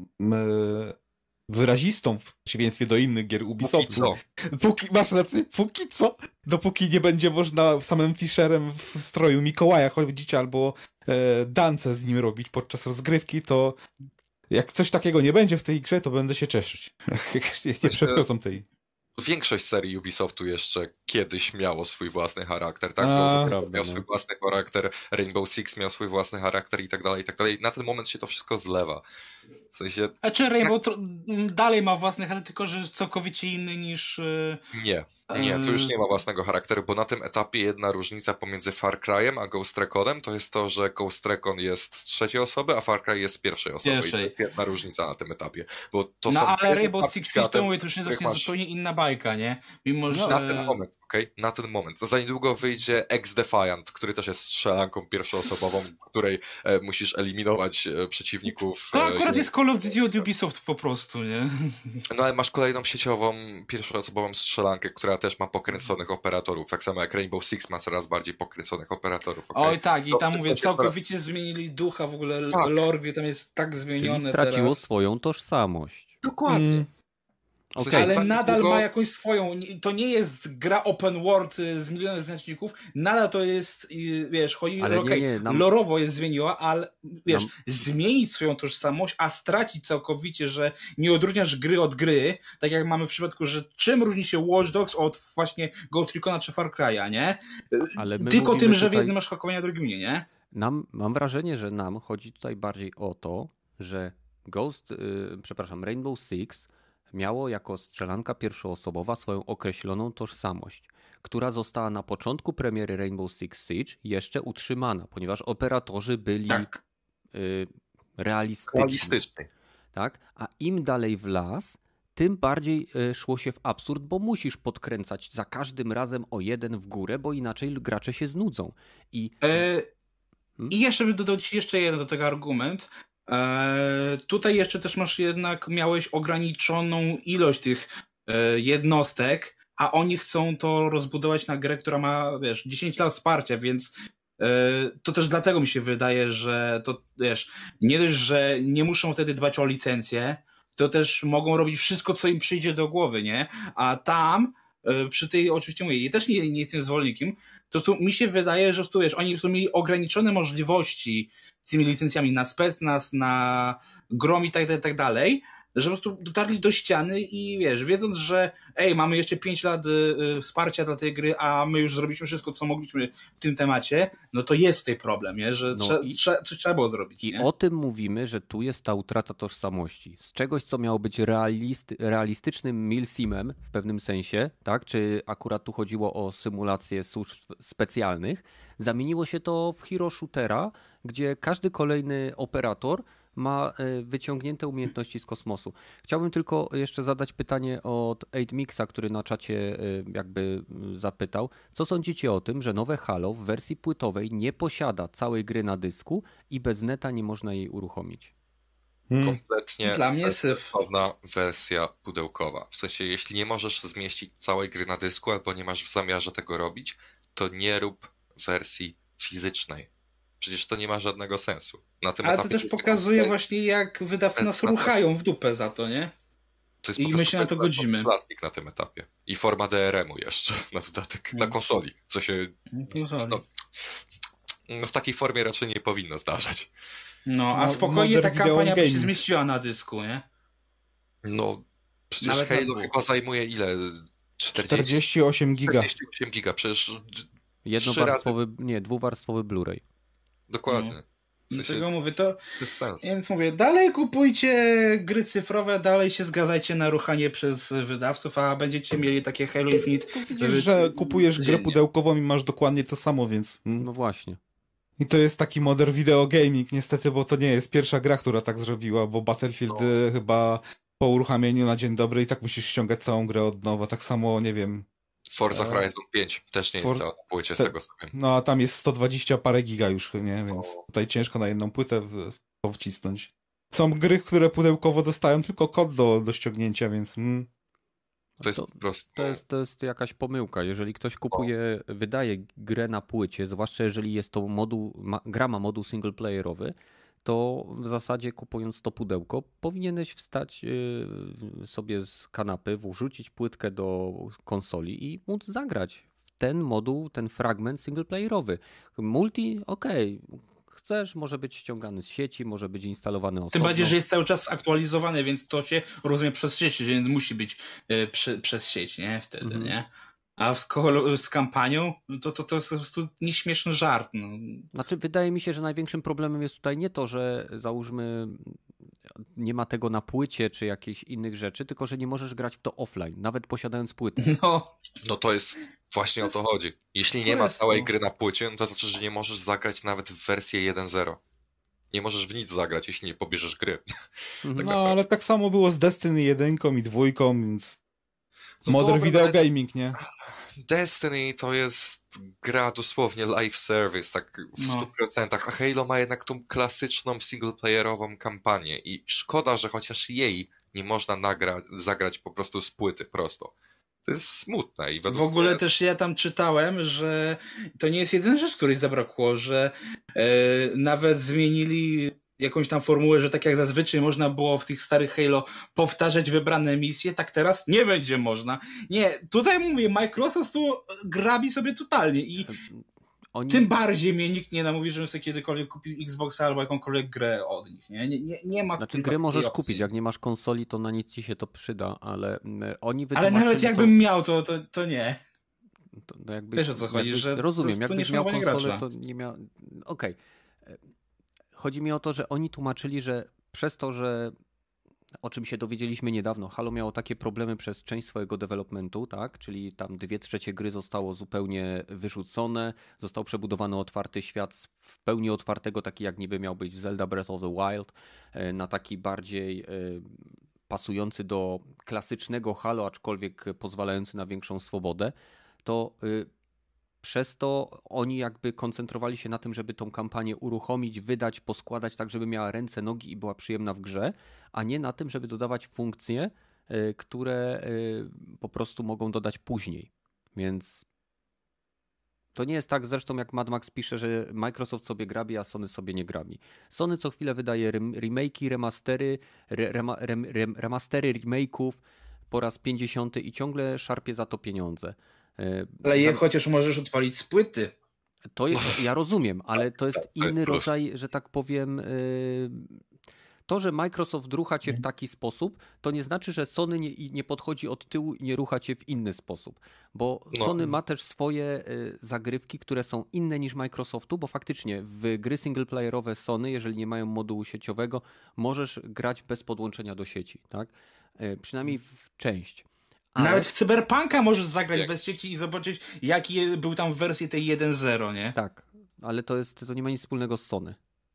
e, wyrazistą w przeciwieństwie do innych gier Ubisoftu. Póki co. Póki, masz rację, póki co. Dopóki nie będzie można samym Fisherem w stroju Mikołaja chodzić albo e, dance z nim robić podczas rozgrywki, to jak coś takiego nie będzie w tej grze, to będę się cieszyć. Jak nie przechodzą tej... Większość serii Ubisoftu jeszcze kiedyś miało swój własny charakter, tak? A, Ghost miał swój własny charakter, Rainbow Six miał swój własny charakter i tak dalej, i tak dalej. Na ten moment się to wszystko zlewa. W sensie... A czy Rainbow jak... dalej ma własny charakter, tylko że całkowicie inny niż... Nie, nie, to już nie ma własnego charakteru, bo na tym etapie jedna różnica pomiędzy Far Cry'em a Ghost Reconem to jest to, że Ghost Recon jest z trzeciej osoby, a Far Cry jest z pierwszej osoby. Pierwszej. I to jest jedna różnica na tym etapie. Bo to no są ale Rainbow Six Siege to mówię, to już jest masz... zupełnie inna bajka, nie? Mimo, że... Na ten moment, okej? Okay? Na ten moment. Za niedługo wyjdzie X-Defiant, który też jest strzelanką pierwszoosobową, w której e, musisz eliminować e, przeciwników. No akurat e, jest Call of Duty od Ubisoft po prostu, nie? No ale masz kolejną sieciową, pierwszoosobową strzelankę, która też ma pokręconych operatorów, tak samo jak Rainbow Six ma coraz bardziej pokręconych operatorów. Okay? Oj tak, i to tam mówię, całkowicie coraz... zmienili ducha, w ogóle tak. lore gry tam jest tak zmienione. Czyli straciło teraz. swoją tożsamość. Dokładnie. Mm. W sensie, ale nadal długo... ma jakąś swoją, to nie jest gra open world z milionem znaczników, nadal to jest, wiesz, chodzi, ale okej, nie, nie, nam... lorowo jest zmieniła, ale wiesz, nam... zmienić swoją tożsamość, a stracić całkowicie, że nie odróżniasz gry od gry, tak jak mamy w przypadku, że czym różni się Watch Dogs od właśnie Ghost Recona czy Far Cry'a, nie? Ale my tylko tym, że tutaj... w jednym masz hakowanie, a drugim nie, nie? Nam, mam wrażenie, że nam chodzi tutaj bardziej o to, że Ghost, yy, przepraszam, Rainbow Six miało jako strzelanka pierwszoosobowa swoją określoną tożsamość, która została na początku premiery Rainbow Six Siege jeszcze utrzymana, ponieważ operatorzy byli tak. y, realistyczni. realistyczni. Tak? A im dalej w las, tym bardziej y, szło się w absurd, bo musisz podkręcać za każdym razem o jeden w górę, bo inaczej gracze się znudzą. I, e, hmm? I jeszcze bym dodał ci jeszcze jeden do tego argument. Eee, tutaj jeszcze też masz jednak, miałeś ograniczoną ilość tych e, jednostek, a oni chcą to rozbudować na grę, która ma, wiesz, dziesięć lat wsparcia, więc e, to też dlatego mi się wydaje, że to, wiesz, nie dość, że nie muszą wtedy dbać o licencję, to też mogą robić wszystko, co im przyjdzie do głowy, nie? A tam przy tej, oczywiście mówię, ja też nie, nie jestem zwolennikiem, to tu mi się wydaje, że tu, wiesz, oni tu mieli ograniczone możliwości z tymi licencjami na Spetsnaz, na Grom i tak dalej, tak dalej, że po prostu dotarli do ściany i wiesz, wiedząc, że ej, mamy jeszcze pięć lat y, wsparcia dla tej gry, a my już zrobiliśmy wszystko, co mogliśmy w tym temacie, no to jest tutaj problem, nie? Że no trze, i, trze, coś trzeba było zrobić. I nie? o tym mówimy, że tu jest ta utrata tożsamości. Z czegoś, co miało być realisty, realistycznym milsimem w pewnym sensie, tak? Czy akurat tu chodziło o symulację służb specjalnych, zamieniło się to w hero shootera, gdzie każdy kolejny operator ma wyciągnięte umiejętności z kosmosu. Chciałbym tylko jeszcze zadać pytanie od osiem mixa, który na czacie jakby zapytał, co sądzicie o tym, że nowe Halo w wersji płytowej nie posiada całej gry na dysku i bez neta nie można jej uruchomić? Hmm. Kompletnie Dla mnie syf. sensowna wersja pudełkowa. W sensie, jeśli nie możesz zmieścić całej gry na dysku albo nie masz w zamiarze tego robić, to nie rób wersji fizycznej. Przecież to nie ma żadnego sensu. Na tym Ale to też pokazuje jest... właśnie, jak wydawcy nas ruchają w dupę za to, nie? To jest I my się na to godzimy. Plastik na tym etapie. I forma D R M-u jeszcze na dodatek. Na konsoli. Co się... No, no w takiej formie raczej nie powinno zdarzać. No, a spokojnie ta kampania by się zmieściła na dysku, nie? No, przecież nawet Halo chyba zajmuje ile? czterdzieści, czterdzieści osiem giga. czterdzieści osiem giga, przecież... Jednowarstwowy, razy... nie, dwuwarstwowy Blu-ray. Dokładnie. W sensie, Dlatego mówię to, bez sensu. więc mówię, dalej kupujcie gry cyfrowe, dalej się zgadzajcie na ruchanie przez wydawców, a będziecie mieli takie Halo Infinite. Widzisz, że kupujesz grę pudełkową i masz dokładnie to samo, więc... Hmm. No właśnie. I to jest taki modern video gaming, niestety, bo to nie jest pierwsza gra, która tak zrobiła, bo Battlefield no. chyba po uruchamieniu na dzień dobry i tak musisz ściągać całą grę od nowa, tak samo, nie wiem... Forza Horizon pięć też nie jest For... cała na płycie z Te... tego sobie. No a tam jest sto dwadzieścia parę giga już, nie? Więc o. tutaj ciężko na jedną płytę w... to wcisnąć. Są gry, które pudełkowo dostają tylko kod do, do ściągnięcia, więc... Mm. To jest, to, po prostu... to, jest, to jest jakaś pomyłka. Jeżeli ktoś kupuje, o. wydaje grę na płycie, zwłaszcza jeżeli jest to moduł, ma, gra ma moduł singleplayerowy, to w zasadzie kupując to pudełko powinieneś wstać sobie z kanapy, wrzucić płytkę do konsoli i móc zagrać w ten moduł, ten fragment singleplayerowy. Multi, okej, okay. Chcesz, może być ściągany z sieci, może być instalowany osobno. Tym bardziej, że jest cały czas aktualizowany, więc to się rozumie przez sieć, że musi być przy, przez sieć, nie? Wtedy, mhm. nie? A z, z kampanią, to, to, to jest po prostu nieśmieszny żart. No. Znaczy, wydaje mi się, że największym problemem jest tutaj nie to, że załóżmy nie ma tego na płycie czy jakichś innych rzeczy, tylko że nie możesz grać w to offline, nawet posiadając płytę. No, no to jest właśnie o to chodzi. Jeśli nie ma całej gry na płycie, no to znaczy, że nie możesz zagrać nawet w wersję jeden zero. Nie możesz w nic zagrać, jeśli nie pobierzesz gry. tak no, ale tak samo było z Destiny jeden i dwa, więc no modern dobra, video gaming, nie? Destiny to jest gra dosłownie live service, tak w stu procentach, a Halo ma jednak tą klasyczną singleplayerową kampanię i szkoda, że chociaż jej nie można nagra- zagrać po prostu z płyty prosto. To jest smutne. I w ogóle mnie... też ja tam czytałem, że to nie jest jedyna rzecz, której zabrakło, że e, nawet zmienili jakąś tam formułę, że tak jak zazwyczaj można było w tych starych Halo powtarzać wybrane misje, tak teraz nie będzie można. Nie, tutaj mówię, Microsoft tu grabi sobie totalnie i Oni... tym bardziej mnie nikt nie namówi, żebym sobie kiedykolwiek kupił Xboxa albo jakąkolwiek grę od nich. Nie, nie, nie, nie ma. Znaczy grę możesz opcji. kupić, jak nie masz konsoli, to na nic ci się to przyda, ale oni Ale nawet jakbym to... miał, to, to, to nie. To, no jakbyś, Wiesz o co chodzi, jakbyś, że rozumiem, to, to jakbyś miał konsolę, to nie miał... Okej. Okay. Chodzi mi o to, że oni tłumaczyli, że przez to, że o czym się dowiedzieliśmy niedawno, Halo miało takie problemy przez część swojego developmentu, tak? Czyli tam dwie trzecie gry zostało zupełnie wyrzucone, został przebudowany otwarty świat w pełni otwartego, taki jak niby miał być w Zelda Breath of the Wild, na taki bardziej pasujący do klasycznego Halo, aczkolwiek pozwalający na większą swobodę, to przez to oni jakby koncentrowali się na tym, żeby tą kampanię uruchomić, wydać, poskładać tak, żeby miała ręce, nogi i była przyjemna w grze, a nie na tym, żeby dodawać funkcje, które po prostu mogą dodać później. Więc to nie jest tak zresztą jak Mad Max pisze, że Microsoft sobie grabi, a Sony sobie nie grabi. Sony co chwilę wydaje remake'i, remastery, rem, rem, rem, remastery remake'ów po raz pięćdziesiąty i ciągle szarpie za to pieniądze. Ale je chociaż możesz odpalić z płyty. To jest, ja rozumiem, ale to jest inny rodzaj, że tak powiem. To, że Microsoft rucha cię w taki sposób, to nie znaczy, że Sony nie, nie podchodzi od tyłu i nie rucha cię w inny sposób. Bo no. Sony ma też swoje zagrywki, które są inne niż Microsoftu, bo faktycznie w gry singleplayerowe Sony, jeżeli nie mają modułu sieciowego, możesz grać bez podłączenia do sieci. Tak? Przynajmniej w część. Ale... Nawet w Cyberpunka możesz zagrać Jak? bez sieci i zobaczyć, jaki był tam w wersji tej jeden zero, nie? Tak, ale to jest to nie ma nic wspólnego z Sony.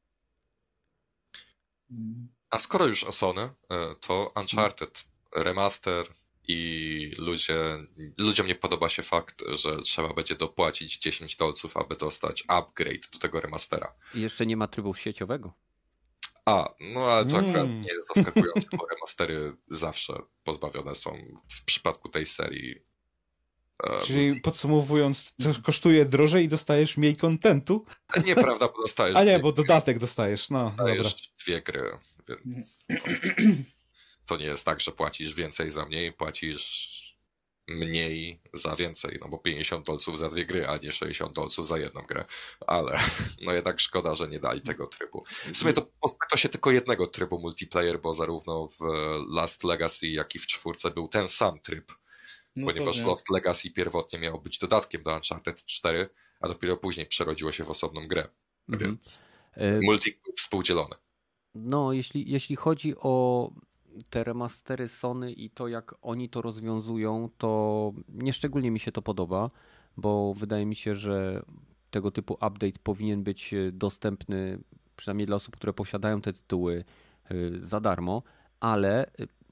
A skoro już o Sony, to Uncharted remaster i ludzie, ludziom nie podoba się fakt, że trzeba będzie dopłacić dziesięć dolców, aby dostać upgrade do tego remastera. I jeszcze nie ma trybu sieciowego. A, no ale to akurat mm. nie jest zaskakujące, bo remastery zawsze pozbawione są w przypadku tej serii. Czyli e, podsumowując, to kosztuje drożej i dostajesz mniej kontentu? Nieprawda, bo dostajesz... A nie, bo dodatek dostajesz, no Dostajesz dobra. dwie gry, więc to, to nie jest tak, że płacisz więcej za mniej, płacisz mniej za więcej, no bo pięćdziesiąt dolców za dwie gry, a nie sześćdziesiąt dolców za jedną grę, ale no jednak szkoda, że nie dali tego trybu. W sumie to pozbyto się tylko jednego trybu multiplayer, bo zarówno w Lost Legacy, jak i w czwórce był ten sam tryb, no ponieważ pewnie. Lost Legacy pierwotnie miało być dodatkiem do Uncharted cztery, a dopiero później przerodziło się w osobną grę, mhm. więc... Multi współdzielone. No, jeśli, jeśli chodzi o te remastery Sony i to, jak oni to rozwiązują, to nieszczególnie mi się to podoba, bo wydaje mi się, że tego typu update powinien być dostępny przynajmniej dla osób, które posiadają te tytuły za darmo, ale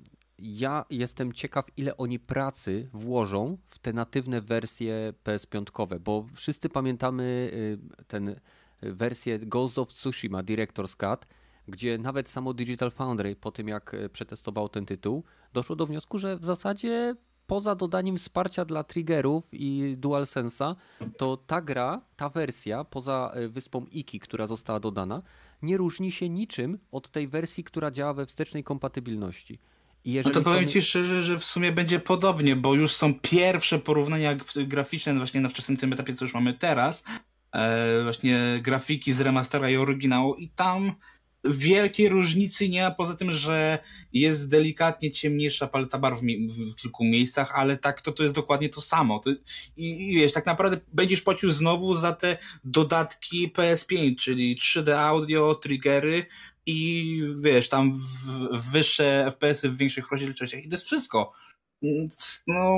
ja jestem ciekaw, ile oni pracy włożą w te natywne wersje P S pięć, bo wszyscy pamiętamy tę wersję Ghost of Tsushima Director's Cut, gdzie nawet samo Digital Foundry po tym, jak przetestował ten tytuł, doszło do wniosku, że w zasadzie poza dodaniem wsparcia dla triggerów i DualSense'a, to ta gra, ta wersja, poza wyspą Iki, która została dodana, nie różni się niczym od tej wersji, która działa we wstecznej kompatybilności. I jeżeli no to powiem są... ci szczerze, że w sumie będzie podobnie, bo już są pierwsze porównania graficzne właśnie na wczesnym tym etapie, co już mamy teraz, e, właśnie grafiki z remastera i oryginału i tam wielkiej różnicy nie ma, poza tym, że jest delikatnie ciemniejsza paleta barw w, w kilku miejscach, ale tak to to jest dokładnie to samo. To, i, I wiesz, tak naprawdę będziesz płacił znowu za te dodatki P S pięć, czyli trzy D audio, triggery i wiesz, tam w, w wyższe F P S-y w większych rozdzielczościach i to jest wszystko. No...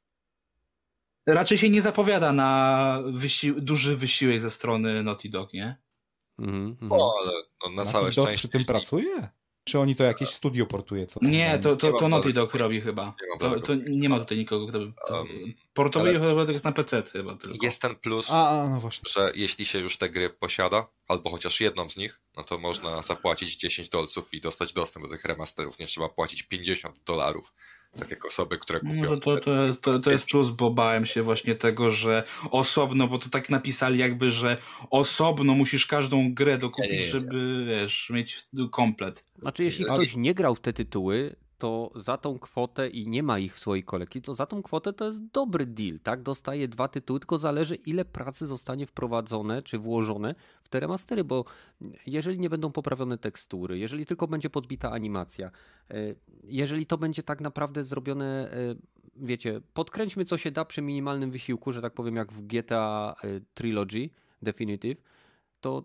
Raczej się nie zapowiada na wysi- duży wysiłek ze strony Naughty Dog, nie? Mm-hmm. No, ale no, na całe szczęście. przy tym pracuje? Czy oni to jakieś studio portuje? Co nie, to, to, nie to Naughty daleko, Dog robi chyba. Nie, to, to nie ma tutaj nikogo, kto by to... Um, portowuje ale... chyba tylko na P C chyba tylko. Jest ten plus, a, a, no właśnie. że jeśli się już te gry posiada, albo chociaż jedną z nich, no to można zapłacić dziesięć dolców i dostać dostęp do tych remasterów. Nie trzeba płacić pięćdziesiąt dolarów. Tak jak osoby, które kupią... No to, to, jest, to, to jest plus, bo bałem się właśnie tego, że osobno, bo to tak napisali jakby, że osobno musisz każdą grę dokupić, nie, nie, nie. żeby wiesz, mieć komplet. Znaczy jeśli ktoś nie grał w te tytuły, to za tą kwotę i nie ma ich w swojej kolekcji, to za tą kwotę to jest dobry deal, tak? Dostaje dwa tytuły, tylko zależy ile pracy zostanie wprowadzone czy włożone w te remastery, bo jeżeli nie będą poprawione tekstury, jeżeli tylko będzie podbita animacja, jeżeli to będzie tak naprawdę zrobione, wiecie, podkręćmy co się da przy minimalnym wysiłku, że tak powiem jak w G T A Trilogy Definitive, to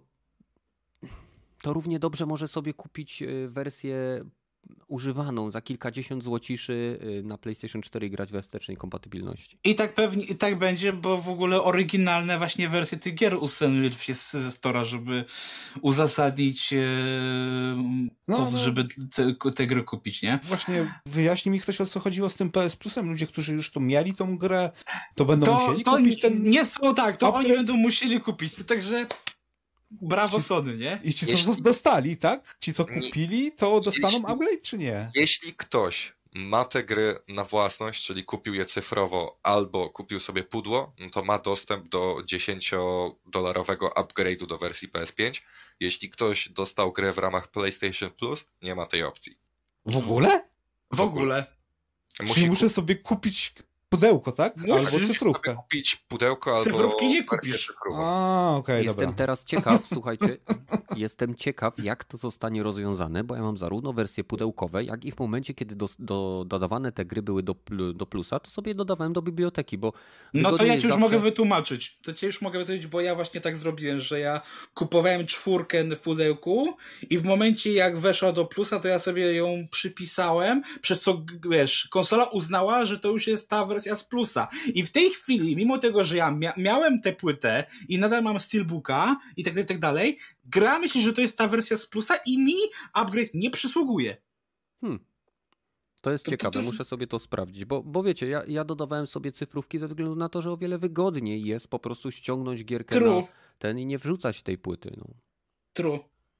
to równie dobrze może sobie kupić wersję używaną za kilkadziesiąt złociszy na PlayStation cztery i grać we wstecznej kompatybilności. I tak pewnie, i tak będzie, bo w ogóle oryginalne właśnie wersje tych gier usunęły się ze stora, żeby uzasadnić, e, no, no. żeby te, te gry kupić, nie? Właśnie wyjaśni mi ktoś, o co chodziło z tym P S Plusem. Ludzie, którzy już tu mieli tą grę, to będą to, musieli to kupić ten... Nie są tak, to upgrade? oni będą musieli kupić, także... Brawo ci, Sony, nie? I ci, co jeśli, dostali, tak? Ci, co kupili, to dostaną jeśli, upgrade, czy nie? Jeśli ktoś ma te gry na własność, czyli kupił je cyfrowo albo kupił sobie pudło, no to ma dostęp do dziesięciodolarowego upgrade'u do wersji P S pięć. Jeśli ktoś dostał grę w ramach PlayStation Plus, nie ma tej opcji. W ogóle? W ogóle. Musi czyli muszę sobie kupić... pudełko, tak? Musisz albo cyfrówkę. Kupić pudełko albo... Cyfrówki nie kupisz. A, okej, okay, Jestem dobra. teraz ciekaw, słuchajcie, jestem ciekaw, jak to zostanie rozwiązane, bo ja mam zarówno wersje pudełkowe, jak i w momencie, kiedy do, do, dodawane te gry były do, do plusa, to sobie dodawałem do biblioteki, bo... No to ja ci już zawsze... mogę wytłumaczyć. To ci już mogę wytłumaczyć, bo ja właśnie tak zrobiłem, że ja kupowałem czwórkę w pudełku i w momencie, jak weszła do plusa, to ja sobie ją przypisałem, przez co, wiesz, konsola uznała, że to już jest ta wersja z plusa. I w tej chwili, mimo tego, że ja mia- miałem tę płytę i nadal mam Steelbooka i tak dalej, tak dalej, gra myśli, że to jest ta wersja z plusa i mi upgrade nie przysługuje. Hmm. To jest to, ciekawe, to, to... muszę sobie to sprawdzić, bo, bo wiecie, ja, ja dodawałem sobie cyfrówki ze względu na to, że o wiele wygodniej jest po prostu ściągnąć gierkę True. na ten i nie wrzucać tej płyty. No. True.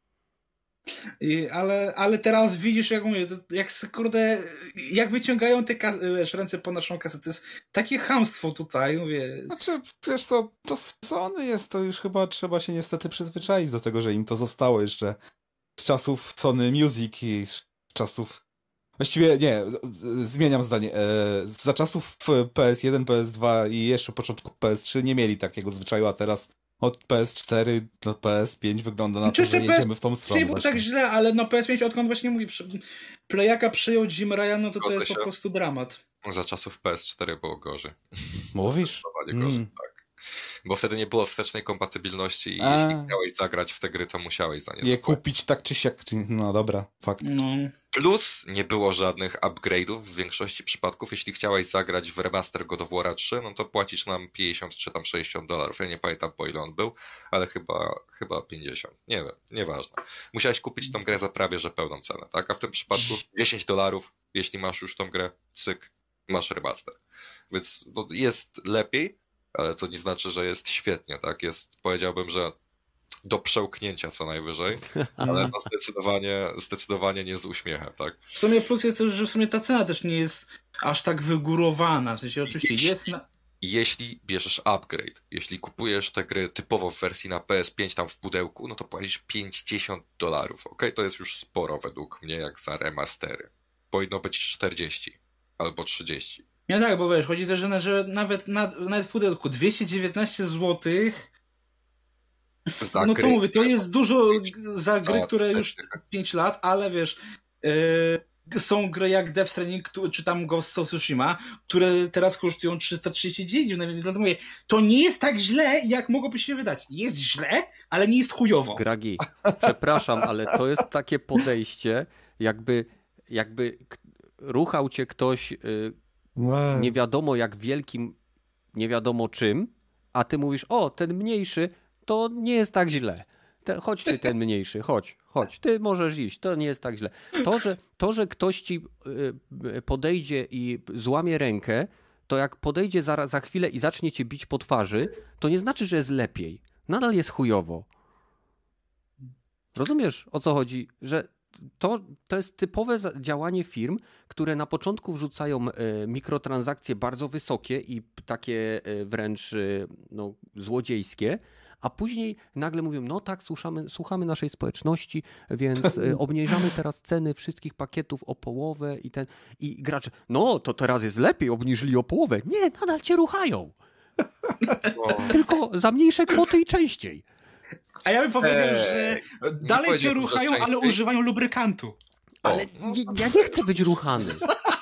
I, ale, ale teraz widzisz, jak mówię, to jak kurde, jak wyciągają te kas- wiesz, ręce po naszą kasę, to jest takie chamstwo tutaj, mówię. Znaczy, wiesz co, to Sony jest, to już chyba trzeba się niestety przyzwyczaić do tego, że im to zostało jeszcze z czasów Sony Music i z czasów, właściwie nie, zmieniam zdanie, e, za czasów P S jeden, P S dwa i jeszcze początku P S trzy nie mieli takiego zwyczaju, a teraz od P S cztery do P S pięć wygląda na to, że jedziemy w tą stronę. Nie było tak źle, ale no P S pięć odkąd właśnie mówi, Playaka przyjął Jim Ryan, no to to jest po prostu dramat. Za czasów P S cztery było gorzej. Mówisz? Gorzej, mm. tak. Bo wtedy nie było wstecznej kompatybilności i A. jeśli chciałeś zagrać w te gry, to musiałeś za nie Je zapłacić. kupić tak czy siak. No dobra, fakt. No. Plus nie było żadnych upgrade'ów w większości przypadków. Jeśli chciałeś zagrać w remaster God of War trzy, no to płacisz nam pięćdziesiąt czy tam sześćdziesiąt dolarów. Ja nie pamiętam, po ile on był, ale chyba, chyba pięćdziesiąt. Nie wiem, nieważne. Musiałeś kupić tą grę za prawie że pełną cenę, tak? A w tym przypadku dziesięć dolarów, jeśli masz już tą grę, cyk, masz remaster. Więc no, jest lepiej, ale to nie znaczy, że jest świetnie, tak? Jest, powiedziałbym, że do przełknięcia co najwyżej, ale no zdecydowanie, zdecydowanie nie z uśmiechem, tak? W sumie plus jest też, że w sumie ta cena też nie jest aż tak wygórowana. W sensie oczywiście Jeśli, jest na... jeśli bierzesz upgrade, jeśli kupujesz te gry typowo w wersji na P S pięć tam w pudełku, no to płacisz pięćdziesiąt dolarów, ok? To jest już sporo według mnie jak za remastery. Powinno być czterdzieści albo trzydzieści. Nie tak, bo wiesz, chodzi też, że, że nawet, na, nawet w pudełku dwieście dziewiętnaście złotych. Za No gry, to mówię, to które jest dużo za gry, cała które już estetyka. pięć lat, ale wiesz, yy, są gry jak Death Stranding, tu- czy tam Ghost of Tsushima, które teraz kosztują trzysta trzydzieści dziewięć, no więc dlatego mówię, to nie jest tak źle, jak mogłoby się wydać. Jest źle, ale nie jest chujowo. Gragi, przepraszam, ale to jest takie podejście, jakby, jakby k- ruchał cię ktoś y, Wow. nie wiadomo jak wielkim, nie wiadomo czym, a ty mówisz, o, ten mniejszy, to nie jest tak źle. Te, chodź ty, ten mniejszy, chodź, chodź, ty możesz iść, to nie jest tak źle. To, że, to, że ktoś ci y, podejdzie i złamie rękę, to jak podejdzie za, za chwilę i zacznie cię bić po twarzy, to nie znaczy, że jest lepiej. Nadal jest chujowo. Rozumiesz, o co chodzi? Że to, to jest typowe za- działanie firm, które na początku wrzucają e, mikrotransakcje bardzo wysokie i p- takie e, wręcz e, no, złodziejskie, a później nagle mówią, no tak, słuchamy, słuchamy naszej społeczności, więc e, obniżamy teraz ceny wszystkich pakietów o połowę i ten i gracze, no to teraz jest lepiej, obniżyli o połowę. Nie, nadal cię ruchają. No, Tylko za mniejsze kwoty i częściej. A ja bym powiedział, Eee, że nie dalej cię powiedziałbym, że ruchają, ale częściej. używają lubrykantu. Ale nie, ja nie chcę być ruchany.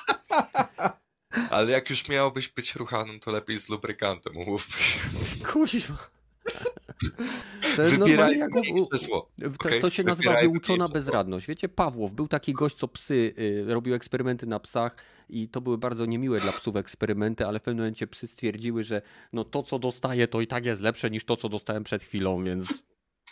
ale jak już miałbyś być ruchanym, to lepiej z lubrykantem, umówmy się. Kuźwa. To jest Wybieraj normalnie jak u, u, mniejsze zło. to, okej? to się nazywa Wybieraj wyuczona mniejsze zło. bezradność. Wiecie, Pawłow, był taki gość, co psy y, robił eksperymenty na psach i to były bardzo niemiłe dla psów eksperymenty, ale w pewnym momencie psy stwierdziły, że no to, co dostaję, to i tak jest lepsze niż to, co dostałem przed chwilą, więc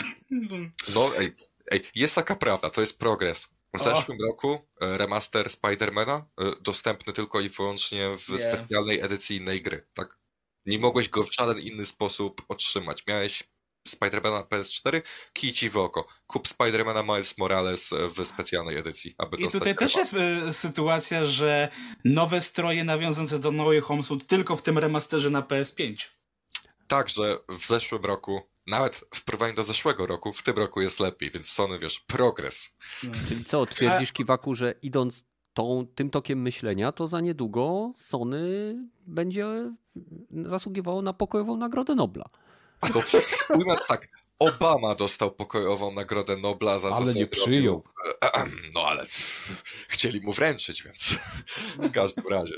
No ej, ej, jest taka prawda, to jest progres. W zeszłym roku e, remaster Spidermana e, dostępny tylko i wyłącznie w Nie. specjalnej edycji innej gry, tak? Nie mogłeś go w żaden inny sposób otrzymać. Miałeś Spidermana P S cztery, kij ci w oko. Kup Spidermana Miles Morales w specjalnej edycji, aby I dostać tutaj też remaster. jest y, sytuacja, że nowe stroje nawiązujące do No Way Home są tylko w tym remasterze na P S pięć. Także w zeszłym roku, nawet w porównaniu do zeszłego roku, w tym roku jest lepiej, więc Sony, wiesz, progres. czyli co, twierdzisz, Kiwaku, że idąc tą, tym tokiem myślenia, to za niedługo Sony będzie zasługiwało na pokojową Nagrodę Nobla. A to ujmę tak, Obama dostał pokojową Nagrodę Nobla za to, Ale co nie zrobił. przyjął. No ale chcieli mu wręczyć, więc w każdym razie.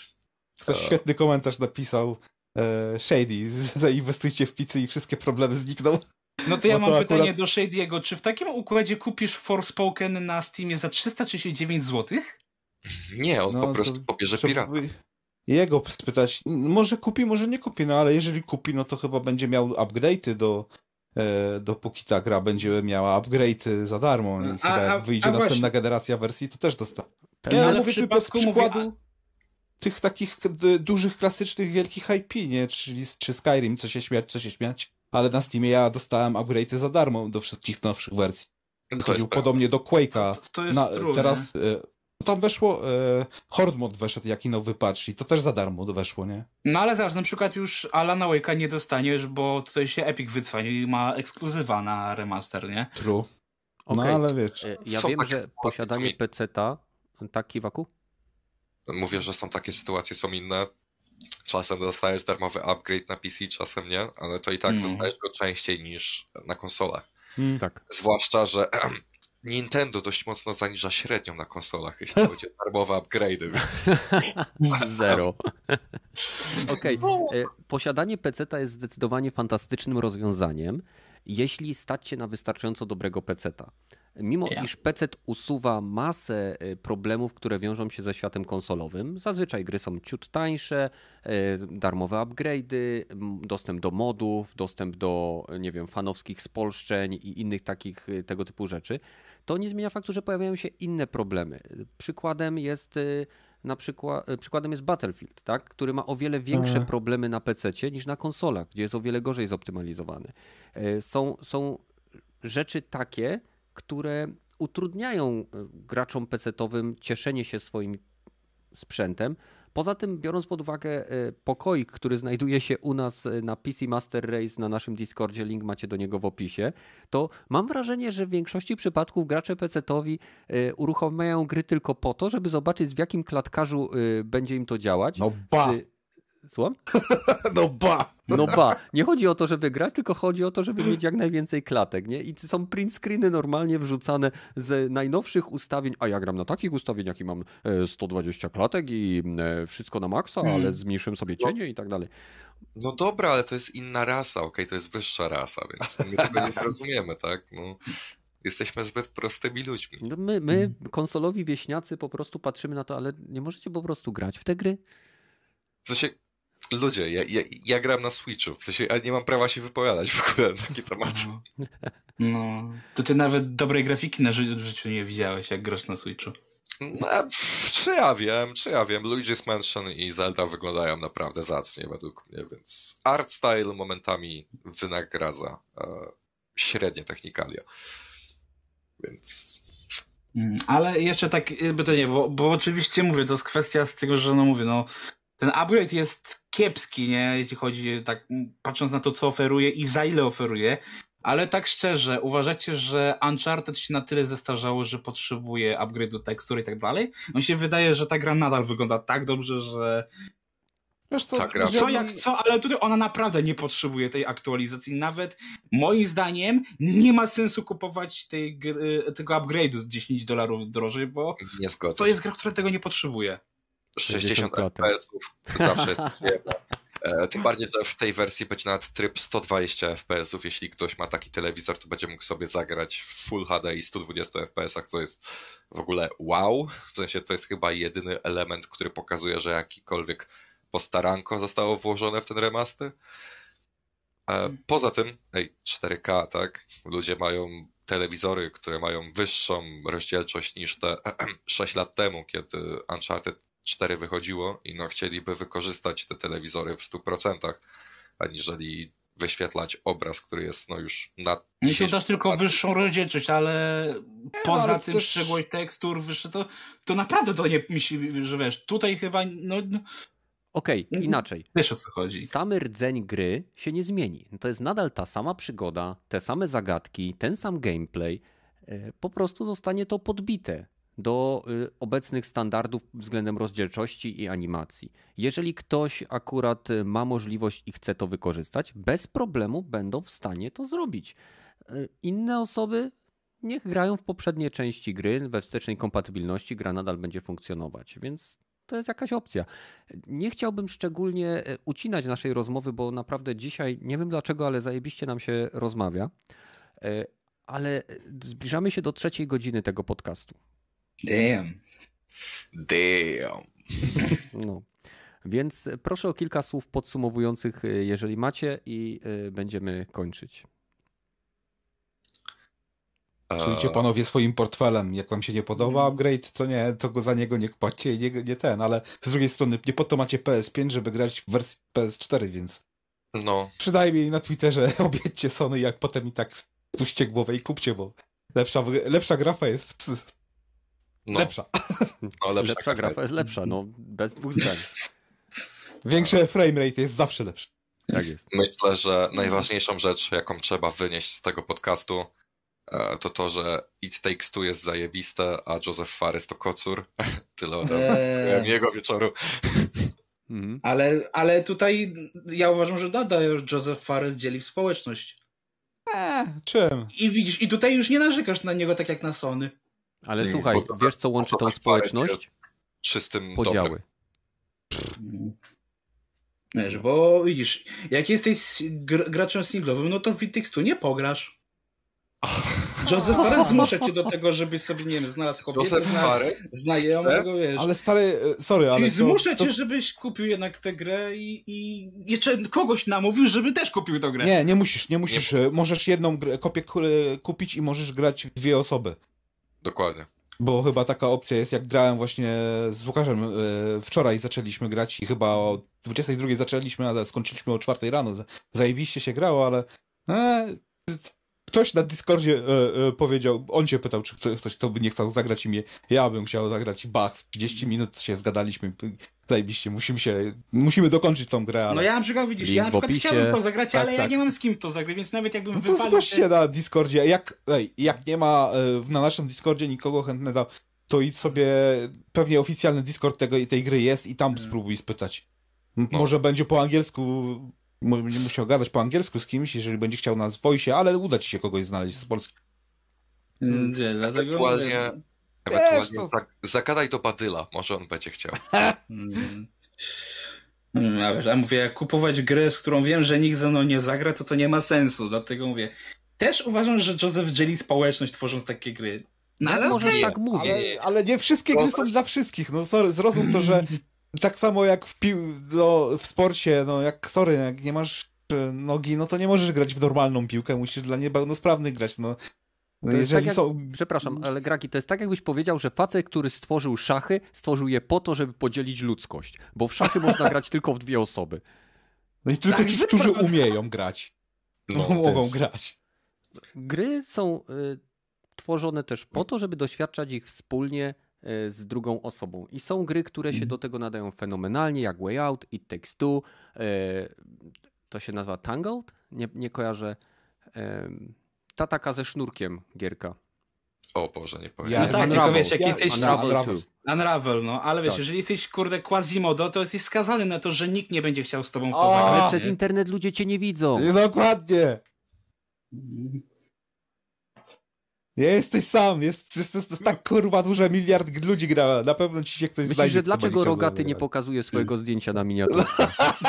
Ktoś świetny komentarz napisał. E, Shady, z- zainwestujcie w pizzę i wszystkie problemy znikną. No to ja Bo mam to pytanie akurat- do Shady'ego. Czy w takim układzie kupisz Forspoken na Steamie za trzysta trzydzieści dziewięć złotych? Nie, on No, po to prostu pobierze trzeba pirata. by Jego spytać, może kupi, może nie kupi, no ale jeżeli kupi, no to chyba będzie miał upgrade'y do, e, dopóki ta gra będzie miała upgrade'y za darmo. I A- chyba a- jak wyjdzie a następna właśnie. generacja wersji, to też dostanie. Pewnie, Nie, ale ale w mówię tylko z przypadku mówię- przykładu tych takich d- dużych, klasycznych, wielkich I P, nie? Czyli, czy Skyrim, co się śmiać, co się śmiać. Ale na Steamie ja dostałem upgrade'y za darmo do wszystkich nowszych wersji. To jest Chodził prawda. podobnie do Quake'a. To, to jest Na, trudne. teraz e, tam weszło, e, Horde Mod weszedł, jaki nowy patch i to też za darmo weszło, nie? No ale zaraz, na przykład już Alana Wake'a nie dostaniesz, bo tutaj się Epic wycwanił i ma ekskluzywa na remaster, nie? True. No Okej. ale wiesz. E, Ja Są wiem, takie że sytuacje, posiadanie są i- peceta, tak, Kiwaku? Mówię, że są takie sytuacje, są inne. Czasem dostajesz darmowy upgrade na P C, czasem nie, ale to i tak Mm. dostajesz go częściej niż na konsolach. Mm. Tak. Zwłaszcza, że Nintendo dość mocno zaniża średnią na konsolach, jeśli chodzi o darmowe upgrade'y. Zero. Okej. Okay. Posiadanie peceta jest zdecydowanie fantastycznym rozwiązaniem, jeśli stać się na wystarczająco dobrego peceta. Mimo yeah. iż pecet usuwa masę problemów, które wiążą się ze światem konsolowym, zazwyczaj gry są ciut tańsze, darmowe upgrade'y, dostęp do modów, dostęp do, nie wiem, fanowskich spolszczeń i innych takich tego typu rzeczy, to nie zmienia faktu, że pojawiają się inne problemy. Przykładem jest na przykład, przykładem jest Battlefield, tak? Który ma o wiele większe mm. problemy na pececie niż na konsolach, gdzie jest o wiele gorzej zoptymalizowany. Są, są rzeczy takie, które utrudniają graczom pecetowym cieszenie się swoim sprzętem. Poza tym, biorąc pod uwagę pokoik, który znajduje się u nas na P C Master Race na naszym Discordzie, link macie do niego w opisie, to mam wrażenie, że w większości przypadków gracze pecetowi uruchamiają gry tylko po to, żeby zobaczyć, w jakim klatkarzu będzie im to działać. No ba! Z... Słucham? No ba! No ba. Nie chodzi o to, żeby grać, tylko chodzi o to, żeby mieć jak najwięcej klatek, nie? I są print screeny normalnie wrzucane z najnowszych ustawień, a ja gram na takich ustawieniach i mam sto dwadzieścia klatek i wszystko na maksa, hmm. ale zmniejszyłem sobie cienie i tak dalej. No dobra, ale to jest inna rasa, okej, okay? To jest wyższa rasa, więc my tego nie rozumiemy, tak? No. Jesteśmy zbyt prostymi ludźmi. No my, my, konsolowi wieśniacy, po prostu patrzymy na to, ale nie możecie po prostu grać w te gry? W sensie, ludzie, ja, ja, ja gram na Switchu, w sensie ja nie mam prawa się wypowiadać w ogóle na takie tematy. No. no, to ty nawet dobrej grafiki na ży- w życiu nie widziałeś, jak grasz na Switchu. No, czy ja wiem, czy ja wiem. Luigi's Mansion i Zelda wyglądają naprawdę zacnie według mnie, więc art style momentami wynagradza e, średnie technikalia. Więc... Ale jeszcze tak pytanie, bo, bo oczywiście mówię, to jest kwestia z tego, że no mówię, no ten upgrade jest kiepski, nie? Jeśli chodzi, tak patrząc na to, co oferuje i za ile oferuje, ale tak szczerze, uważacie, że Uncharted się na tyle zestarzało, że potrzebuje upgrade'u tekstur i tak dalej? On się wydaje, że ta gra nadal wygląda tak dobrze, że wiesz co, ta gra... co jak co, ale tutaj ona naprawdę nie potrzebuje tej aktualizacji. Nawet moim zdaniem nie ma sensu kupować tej, tego upgrade'u z dziesięć dolarów drożej, bo nie zgodzę. To jest gra, która tego nie potrzebuje. sześćdziesiąt F P S-ów zawsze jest przyjemne. Tym bardziej, że w tej wersji będzie nawet tryb sto dwadzieścia F P S-ów. Jeśli ktoś ma taki telewizor, to będzie mógł sobie zagrać w Full H D i sto dwadzieścia F P S-ach, co jest w ogóle wow. W sensie to jest chyba jedyny element, który pokazuje, że jakikolwiek postaranko zostało włożone w ten remaster. Poza tym, ej, cztery K, tak? Ludzie mają telewizory, które mają wyższą rozdzielczość niż te sześć lat temu, kiedy Uncharted cztery wychodziło i no chcieliby wykorzystać te telewizory w stu procentach, aniżeli wyświetlać obraz, który jest no już na... Jeśli dasz tylko wyższą rozdzielczość, ale nie, poza ale tym też... szczegółowość tekstur wyższe, to, to naprawdę to nie myśli, że wiesz, tutaj chyba no... Okej, okay, inaczej. Wiesz, o co chodzi. Sam rdzeń gry się nie zmieni. To jest nadal ta sama przygoda, te same zagadki, ten sam gameplay. Po prostu zostanie to podbite do obecnych standardów względem rozdzielczości i animacji. Jeżeli ktoś akurat ma możliwość i chce to wykorzystać, bez problemu będą w stanie to zrobić. Inne osoby niech grają w poprzednie części gry, we wstecznej kompatybilności gra nadal będzie funkcjonować, więc to jest jakaś opcja. Nie chciałbym szczególnie ucinać naszej rozmowy, bo naprawdę dzisiaj, nie wiem dlaczego, ale zajebiście nam się rozmawia, ale zbliżamy się do trzeciej godziny tego podcastu. Damn. Damn. No. Więc proszę o kilka słów podsumowujących, jeżeli macie, i będziemy kończyć. Czujcie panowie swoim portfelem. Jak wam się nie podoba upgrade, to nie, to go za niego nie płacicie i nie, nie ten, ale z drugiej strony nie po to macie P S pięć, żeby grać w wersji P S cztery, więc no. Przynajmniej na Twitterze objedźcie Sony, jak potem i tak spuśćcie głowę i kupcie, bo lepsza, lepsza grafa jest no. lepsza. No, lepsza, lepsza grafa jest lepsza, no bez dwóch zdań. Większe framerate jest zawsze lepsze. Tak jest. Myślę, że najważniejszą rzecz, jaką trzeba wynieść z tego podcastu, to to, że It Takes Two jest zajebiste, a Joseph Fares to kocur. Tyle ode mnie. Eee. Jego wieczoru. Mhm. Ale, ale tutaj ja uważam, że nada Joseph Fares dzieli w społeczność. Eee, czym? I widzisz, i tutaj już nie narzekasz na niego tak jak na Sony. Ale Nie, słuchaj, bo to wiesz za- co łączy bo to tą za społeczność? jest czystym Podziały. dobrem. Wiesz, bo widzisz, jak jesteś gr- graczem singlowym, no to w It Takes Two nie pograsz. Joseph Fares zmusza cię do tego, żebyś sobie, nie wiem, znalazł kobietę, Joseph znalazł Fares? znajomego, wiesz. Ale stary, e, sorry, ale Czyli to, zmusza to... cię, żebyś kupił jednak tę grę i, i jeszcze kogoś namówił, żeby też kupił tę grę. Nie, nie musisz, nie musisz. Nie. Możesz jedną grę, kopię k- kupić i możesz grać w dwie osoby. Dokładnie. Bo chyba taka opcja jest, jak grałem właśnie z Łukaszem, e, wczoraj zaczęliśmy grać i chyba o dwudziestej drugiej zaczęliśmy, ale skończyliśmy o czwartej rano. Zajebiście się grało, ale e, ktoś na Discordzie e, e, powiedział, on cię pytał, czy ktoś, ktoś to by nie chciał zagrać i mnie, ja bym chciał zagrać i bach, w trzydzieści minut się zgadaliśmy. Zajebiście, musimy się, musimy dokończyć tą grę, ale... No ja na przykład, widzisz, Link ja na w przykład opisie. chciałbym w to zagrać, Tak, ale ja tak. nie mam z kim w to zagrać, więc nawet jakbym No to wypalił zgłoś się na Discordzie. Jak, ej, jak nie ma e, na naszym Discordzie nikogo chętnego, to idź sobie, pewnie oficjalny Discord tego, tej gry jest i tam Hmm. spróbuj spytać. M- No. Może będzie po angielsku, mo- będzie musiał gadać po angielsku z kimś, jeżeli będzie chciał nas w voice, ale uda ci się kogoś znaleźć z Polski. Mm, nie, dlatego... Ewentualnie, Wiesz, ewentualnie to- za, zagadaj do Badyla, może on będzie chciał. Mm. Mm, a wiesz, a mówię, jak kupować grę, z którą wiem, że nikt ze mną nie zagra, to to nie ma sensu, dlatego mówię. Też uważam, że Joseph dzieli społeczność, tworząc takie gry. No Jak ale możesz okej. tak mówić? Ale, ale nie wszystkie gry są dla wszystkich. No sorry, zrozum to, że tak samo jak w, pił- no, w sporcie, no jak sorry, jak nie masz e, nogi, no to nie możesz grać w normalną piłkę, musisz dla niepełnosprawnych grać, no. No To jest jeżeli tak jak, są... Przepraszam, ale Graki, to jest tak jakbyś powiedział, że facet, który stworzył szachy, stworzył je po to, żeby podzielić ludzkość. Bo w szachy można grać tylko w dwie osoby. No i tylko Tak, ci, że którzy prawda. umieją grać, No, mogą też. grać. Gry są y, tworzone też po to, żeby doświadczać ich wspólnie y, z drugą osobą. I są gry, które się do tego nadają fenomenalnie, jak Way Out, It Takes Two. Y, to się nazywa Tangled? Nie, nie kojarzę. Y, ta taka ze sznurkiem gierka. O Boże, nie powiem. Ja- No tak, Unravel. tylko wiesz, jak Ja- jesteś... Unravel Unravel. two. Unravel, no, ale wiesz, Tak. jeżeli jesteś, kurde, Quasimodo, to jesteś skazany na to, że nikt nie będzie chciał z tobą w to O! zagrać. Ale A, przez nie? internet ludzie cię nie widzą. Dokładnie. Nie jesteś sam, jest, jest, jest, jest tak kurwa duże, miliard ludzi gra, na pewno ci się ktoś Myślisz, znajdzie. że kto dlaczego będzie chciał Rogaty nie zagrać. pokazuje swojego zdjęcia na miniaturce?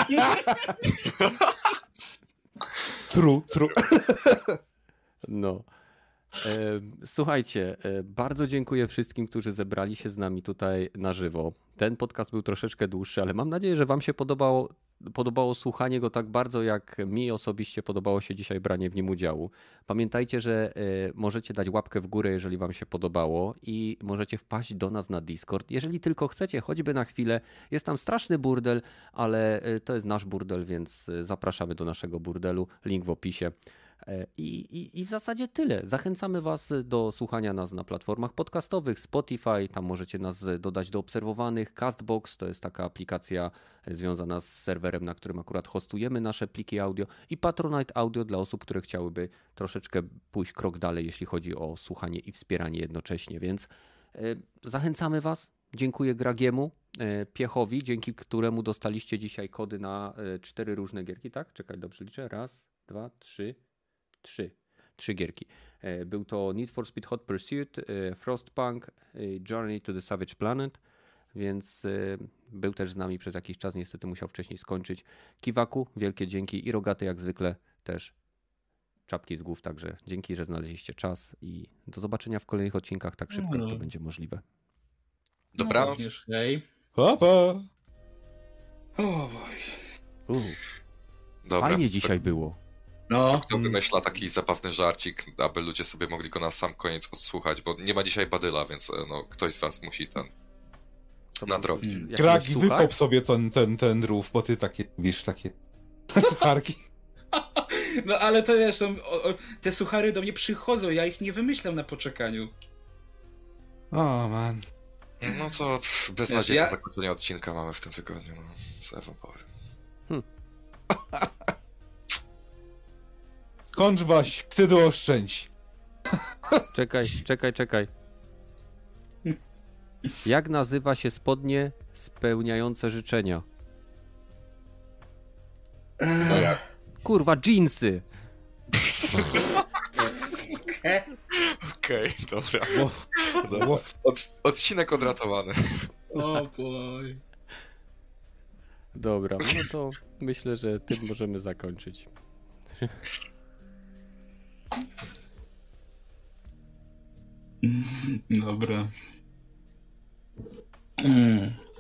True, true. No. E, słuchajcie, e, bardzo dziękuję wszystkim, którzy zebrali się z nami tutaj na żywo. Ten podcast był troszeczkę dłuższy, ale mam nadzieję, że wam się podobało, podobało słuchanie go tak bardzo, jak mi osobiście podobało się dzisiaj branie w nim udziału. Pamiętajcie, że e, możecie dać łapkę w górę, jeżeli wam się podobało i możecie wpaść do nas na Discord, jeżeli tylko chcecie, choćby na chwilę. Jest tam straszny burdel, ale e, to jest nasz burdel, więc e, zapraszamy do naszego burdelu. Link w opisie. I, i, I w zasadzie tyle. Zachęcamy Was do słuchania nas na platformach podcastowych, Spotify, tam możecie nas dodać do obserwowanych, Castbox to jest taka aplikacja związana z serwerem, na którym akurat hostujemy nasze pliki audio i Patronite Audio dla osób, które chciałyby troszeczkę pójść krok dalej, jeśli chodzi o słuchanie i wspieranie jednocześnie, więc zachęcamy Was. Dziękuję Gragiemu, Piechowi, dzięki któremu dostaliście dzisiaj kody na cztery różne gierki, tak? Czekaj, dobrze liczę. Raz, dwa, trzy. Trzy. Trzy gierki. Był to Need for Speed Hot Pursuit, Frostpunk, Journey to the Savage Planet, więc był też z nami przez jakiś czas, niestety musiał wcześniej skończyć. Kiwaku, wielkie dzięki i Rogaty jak zwykle też czapki z głów, także dzięki, że znaleźliście czas i do zobaczenia w kolejnych odcinkach tak szybko, jak to będzie możliwe. Dobranoc. No, również, hej. Pa, pa. O boj. Uh, Dobra. fajnie dzisiaj było. No. Kto wymyśla taki zabawny żarcik, aby ludzie sobie mogli go na sam koniec odsłuchać, bo nie ma dzisiaj Badyla, więc e, no, ktoś z was musi ten nadrobić. Jak Gragi, słuchać? wykop sobie ten, ten, ten rów, bo ty takie, wiesz, takie sucharki. No ale to wiesz, no, o, o, te suchary do mnie przychodzą, ja ich nie wymyślam na poczekaniu. O, man. No co, beznadziejne Wiesz, ja- zakończenie odcinka mamy w tym tygodniu, no, co ja wam powiem. Kończ waś, wstydu oszczędź. Czekaj, czekaj, czekaj. Jak nazywa się spodnie spełniające życzenia? No ja. Kurwa, dżinsy! Okej, okay, dobra. dobra. Od, odcinek odratowany. O boj. Dobra, no to myślę, że tym możemy zakończyć. Dobra. Mm.